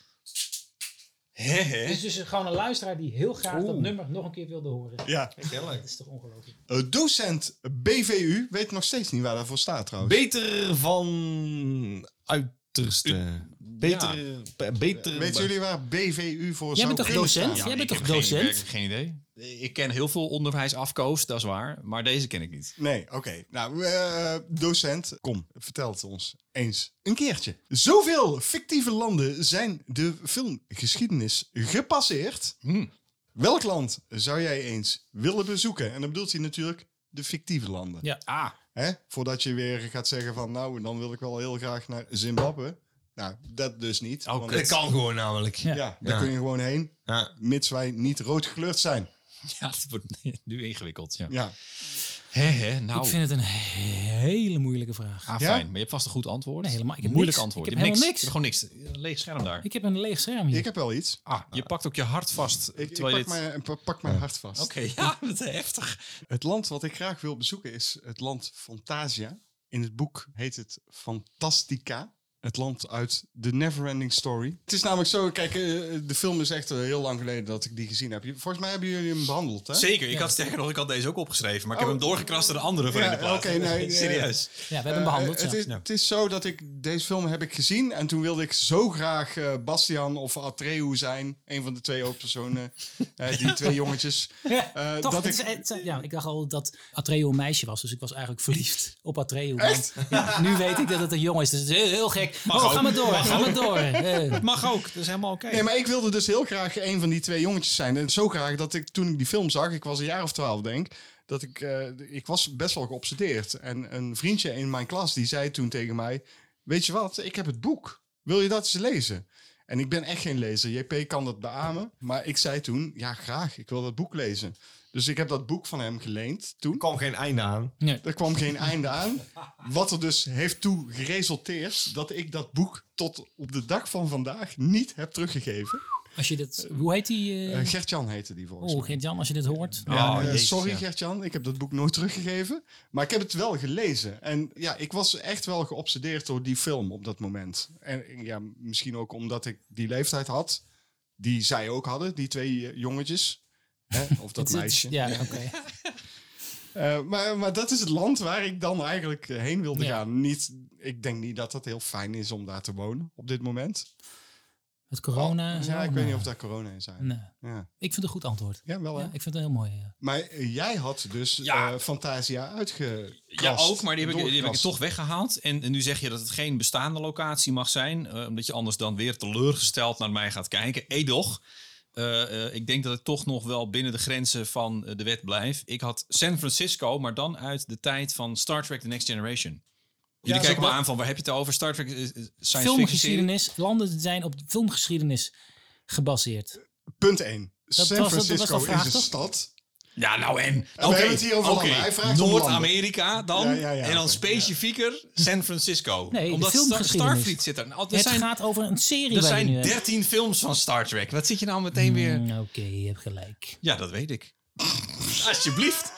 Hè, hè? Dus, dus gewoon een luisteraar die heel graag dat nummer nog een keer wilde horen. Ja. Dat is toch ongelooflijk. Uh, docent B V U weet nog steeds niet waar dat voor staat trouwens. Beter van uiterste. Beter. be- beter Weten jullie waar B V U voor Jij zou bent toch kunnen docent? staan? Jij bent ik toch heb geen- docent? werkelijk geen idee. Ik ken heel veel onderwijsafkoos, dat is waar. Maar deze ken ik niet. Nee, oké. Nou, eh, docent, kom, vertel het ons eens een keertje. Zoveel fictieve landen zijn de filmgeschiedenis gepasseerd. Hm. Welk land zou jij eens willen bezoeken? En dan bedoelt hij natuurlijk de fictieve landen. Ja. Ah, Hè? Voordat je weer gaat zeggen van, nou, dan wil ik wel heel graag naar Zimbabwe. Nou, dat dus niet. Oh, want Dat het- kan gewoon namelijk. Ja. Ja, daar Ja. kun je gewoon heen, Ja. mits wij niet rood gekleurd zijn. ja, het wordt nu ingewikkeld. Ja. Ja. Hè, hè, nou. Ik vind het een hele moeilijke vraag. Ah, Ja? fijn. Maar je hebt vast een goed antwoord. Nee, helemaal- ik heb Moeilijk niks. antwoord. Ik je heb hebt helemaal niks. Je hebt gewoon niks. Een leeg scherm daar. Ik heb een leeg scherm hier. Ik heb wel iets. Ah, je pakt ook je hart vast. Ik, ik terwijl je pak, dit... mijn, pak- pak mijn hart vast. Oké, ja, dat is heftig. Het land wat ik graag wil bezoeken is het land Fantasia. In het boek heet het Fantastica. Het land uit The Neverending Story. Het is namelijk zo, kijk, uh, de film is echt uh, heel lang geleden dat ik die gezien heb. Volgens mij hebben jullie hem behandeld, hè? Zeker, ik had sterker nog, ik had deze ook opgeschreven. Maar ik Oh. heb hem doorgekrast naar de andere voor Ja, in de plaats. oké, nee, Serieus. Ja, we hebben hem behandeld. Uh, het, ja. is, het is zo dat ik deze film heb ik gezien en toen wilde ik zo graag uh, Bastian of Atreu zijn. Een van de twee hoofdpersonen. uh, die twee jongetjes. Uh, Toch, dat het ik, is- het- ja, ik dacht al dat Atreu een meisje was. Dus ik was eigenlijk verliefd op Atreu. Want, ja, nu weet ik dat het een jongen is. Dus het is heel, heel gek. Mag oh, ook. ga maar door, Mag ga ook. maar door. Eh, Het mag ook, dat is helemaal oké. Nee, maar ik wilde dus heel graag een van die twee jongetjes zijn. En zo graag dat ik toen ik die film zag, ik was een jaar of twaalf denk, dat ik, uh, ik was best wel geobsedeerd. En een vriendje in mijn klas die zei toen tegen mij, weet je wat, ik heb het boek. Wil je dat eens lezen? En ik ben echt geen lezer. J P kan dat beamen. Maar ik zei toen, ja graag, ik wil dat boek lezen. Dus ik heb dat boek van hem geleend toen. Er kwam geen einde aan. Er kwam geen einde aan. Wat er dus heeft toe geresulteerd dat ik dat boek tot op de dag van vandaag niet heb teruggegeven. als je dit, hoe heet die? Uh, Uh, Gert-Jan heette die volgens oh, mij. Gert-Jan, als je dit hoort. Ja, Oh, uh, jezus, sorry ja. Gert-Jan, ik heb dat boek nooit teruggegeven. Maar ik heb het wel gelezen. En ja, ik was echt wel geobsedeerd door die film op dat moment. En ja, misschien ook omdat ik die leeftijd had. Die zij ook hadden, die twee uh, jongetjes. Hè? Of dat Het is- meisje. Ja, oké. Uh, maar, maar dat is het land waar ik dan eigenlijk uh, heen wilde Ja. gaan. Niet, ik denk niet dat het heel fijn is om daar te wonen op dit moment. Het corona. en zo, Ja, ik weet nee. niet of daar corona in zijn. Nee. Ja. Ik vind het een goed antwoord. Ja, wel hè. Ja, ik vind het heel mooi. Ja. Maar uh, jij had dus Ja. uh, Fantasia uitgekast. Ja, ook, maar die heb, ik, die heb ik er doorgekast. toch weggehaald. En, en nu zeg je dat het geen bestaande locatie mag zijn. Uh, omdat je anders dan weer teleurgesteld naar mij gaat kijken. Edoch. Uh, uh, ik denk dat ik toch nog wel binnen de grenzen van uh, de wet blijf. Ik had San Francisco, maar dan uit de tijd van Star Trek The Next Generation. Jullie Ja, kijken me zo- aan van waar heb je het over? Star Trek uh, science fiction serie? Filmgeschiedenis. Landen zijn op filmgeschiedenis gebaseerd. Punt één. was- San dat was Francisco de vraag, is een toch? stad. Ja, nou en. we hebben het hier over oké. landen. Hij vraagt om Noord-Amerika dan. Ja, ja, ja, en dan oké. specifieker San Francisco. Nee, de Omdat Star- filmgeschiedenis. Starfleet zit er. Nou, er Het zijn, gaat over een serie. er waar je zijn nu hebt. dertien films van Star Trek. Wat zit je nou meteen weer... Mm, Oké, je hebt gelijk. Ja, dat weet ik. Alsjeblieft.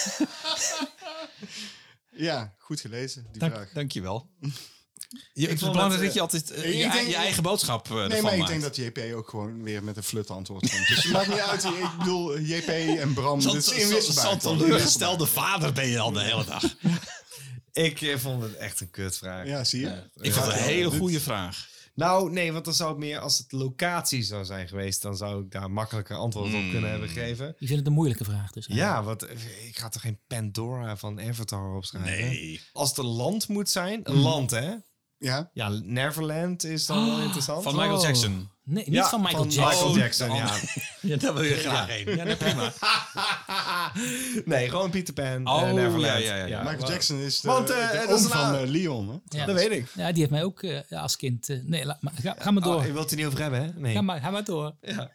Ja, goed gelezen, die Dank, vraag. dankjewel. Je, ik vind het vond belangrijk het, dat je altijd uh, ik je, denk- je eigen boodschap uh, Nee, ervan maar ik maakt. denk dat J P ook gewoon weer met een flut antwoord komt. Dus het maakt niet uit. Ik bedoel, J P en Bram, Zo'n- dit is zo'n- inwisselbaar. zo'n toch? teleurgestelde vader ben je al de hele dag. Ik eh, vond het echt een kutvraag. Ja, zie je? Ik vond het een Ja, hele dit- goede vraag. Nou, nee, want dan zou het meer als het locatie zou zijn geweest, dan zou ik daar makkelijker antwoord op kunnen hebben gegeven. Je vindt het een moeilijke vraag dus. Ja, want eh, ik ga toch geen Pandora van Avatar opschrijven? Nee. Als het een land moet zijn, een land hè? Ja, Ja, Neverland is dan wel interessant. Van Michael Oh. Jackson. Nee, niet Ja, van Michael van Jackson. Michael Jackson, Oh, ja. Ja, daar wil je graag heen. Ja, dat prima. Nee, gewoon Peter Pan, Oh, eh, Neverland. ja, ja, ja. Michael maar- Jackson is de, Want, de eh, dat oom is een van a- eh, Leon. Hè? Ja, Dat weet ik. Ja, die heeft mij ook uh, als kind... Uh, nee, laat maar, ga, ga maar door. Oh, je wilt het er niet over hebben, hè? Nee. ga, maar, ga maar door. Ja.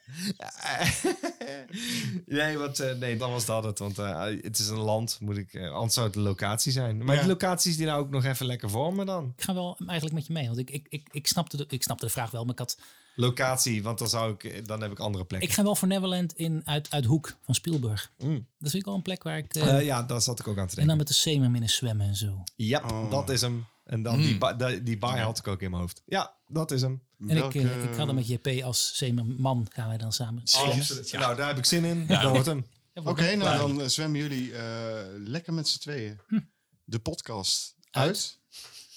nee, want, uh, nee, dan was dat het. Want uh, het is een land, moet ik, uh, anders zou het een locatie zijn. Maar Ja. die locaties die nou ook nog even lekker vormen dan. Ik ga wel eigenlijk met je mee. Want ik, ik, ik, ik, snapte, de, ik snapte de vraag wel, maar ik had... Locatie, want dan zou ik, dan heb ik andere plekken. Ik ga wel voor Neverland in, uit, uit Hoek van Spielberg. Mm. Dat vind ik wel een plek waar ik... Uh, Uh, ja, daar zat ik ook aan te en denken. dan met de zeemerminnen zwemmen en zo. Ja, Oh. dat is hem. En dan die, ba die, die baai had ik ook in mijn hoofd. Ja, dat is hem. En Welke- ik, uh, ik ga dan met J P als zeemerman gaan wij dan samen. Absoluut. Nou, daar heb ik zin in. Dat wordt hem. Oké, nou dan uh, zwemmen jullie uh, lekker met z'n tweeën. Hm. De podcast Uit. uit.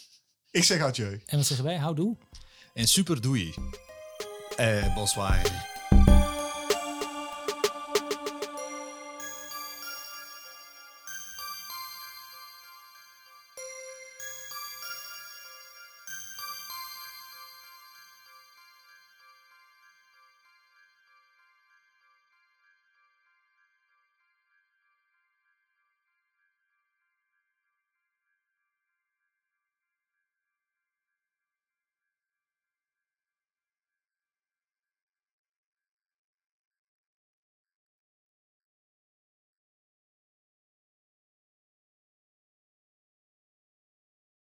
Ik zeg adieu. En wat zeggen wij? Houdoe. En super doei. Eh, bonsoir.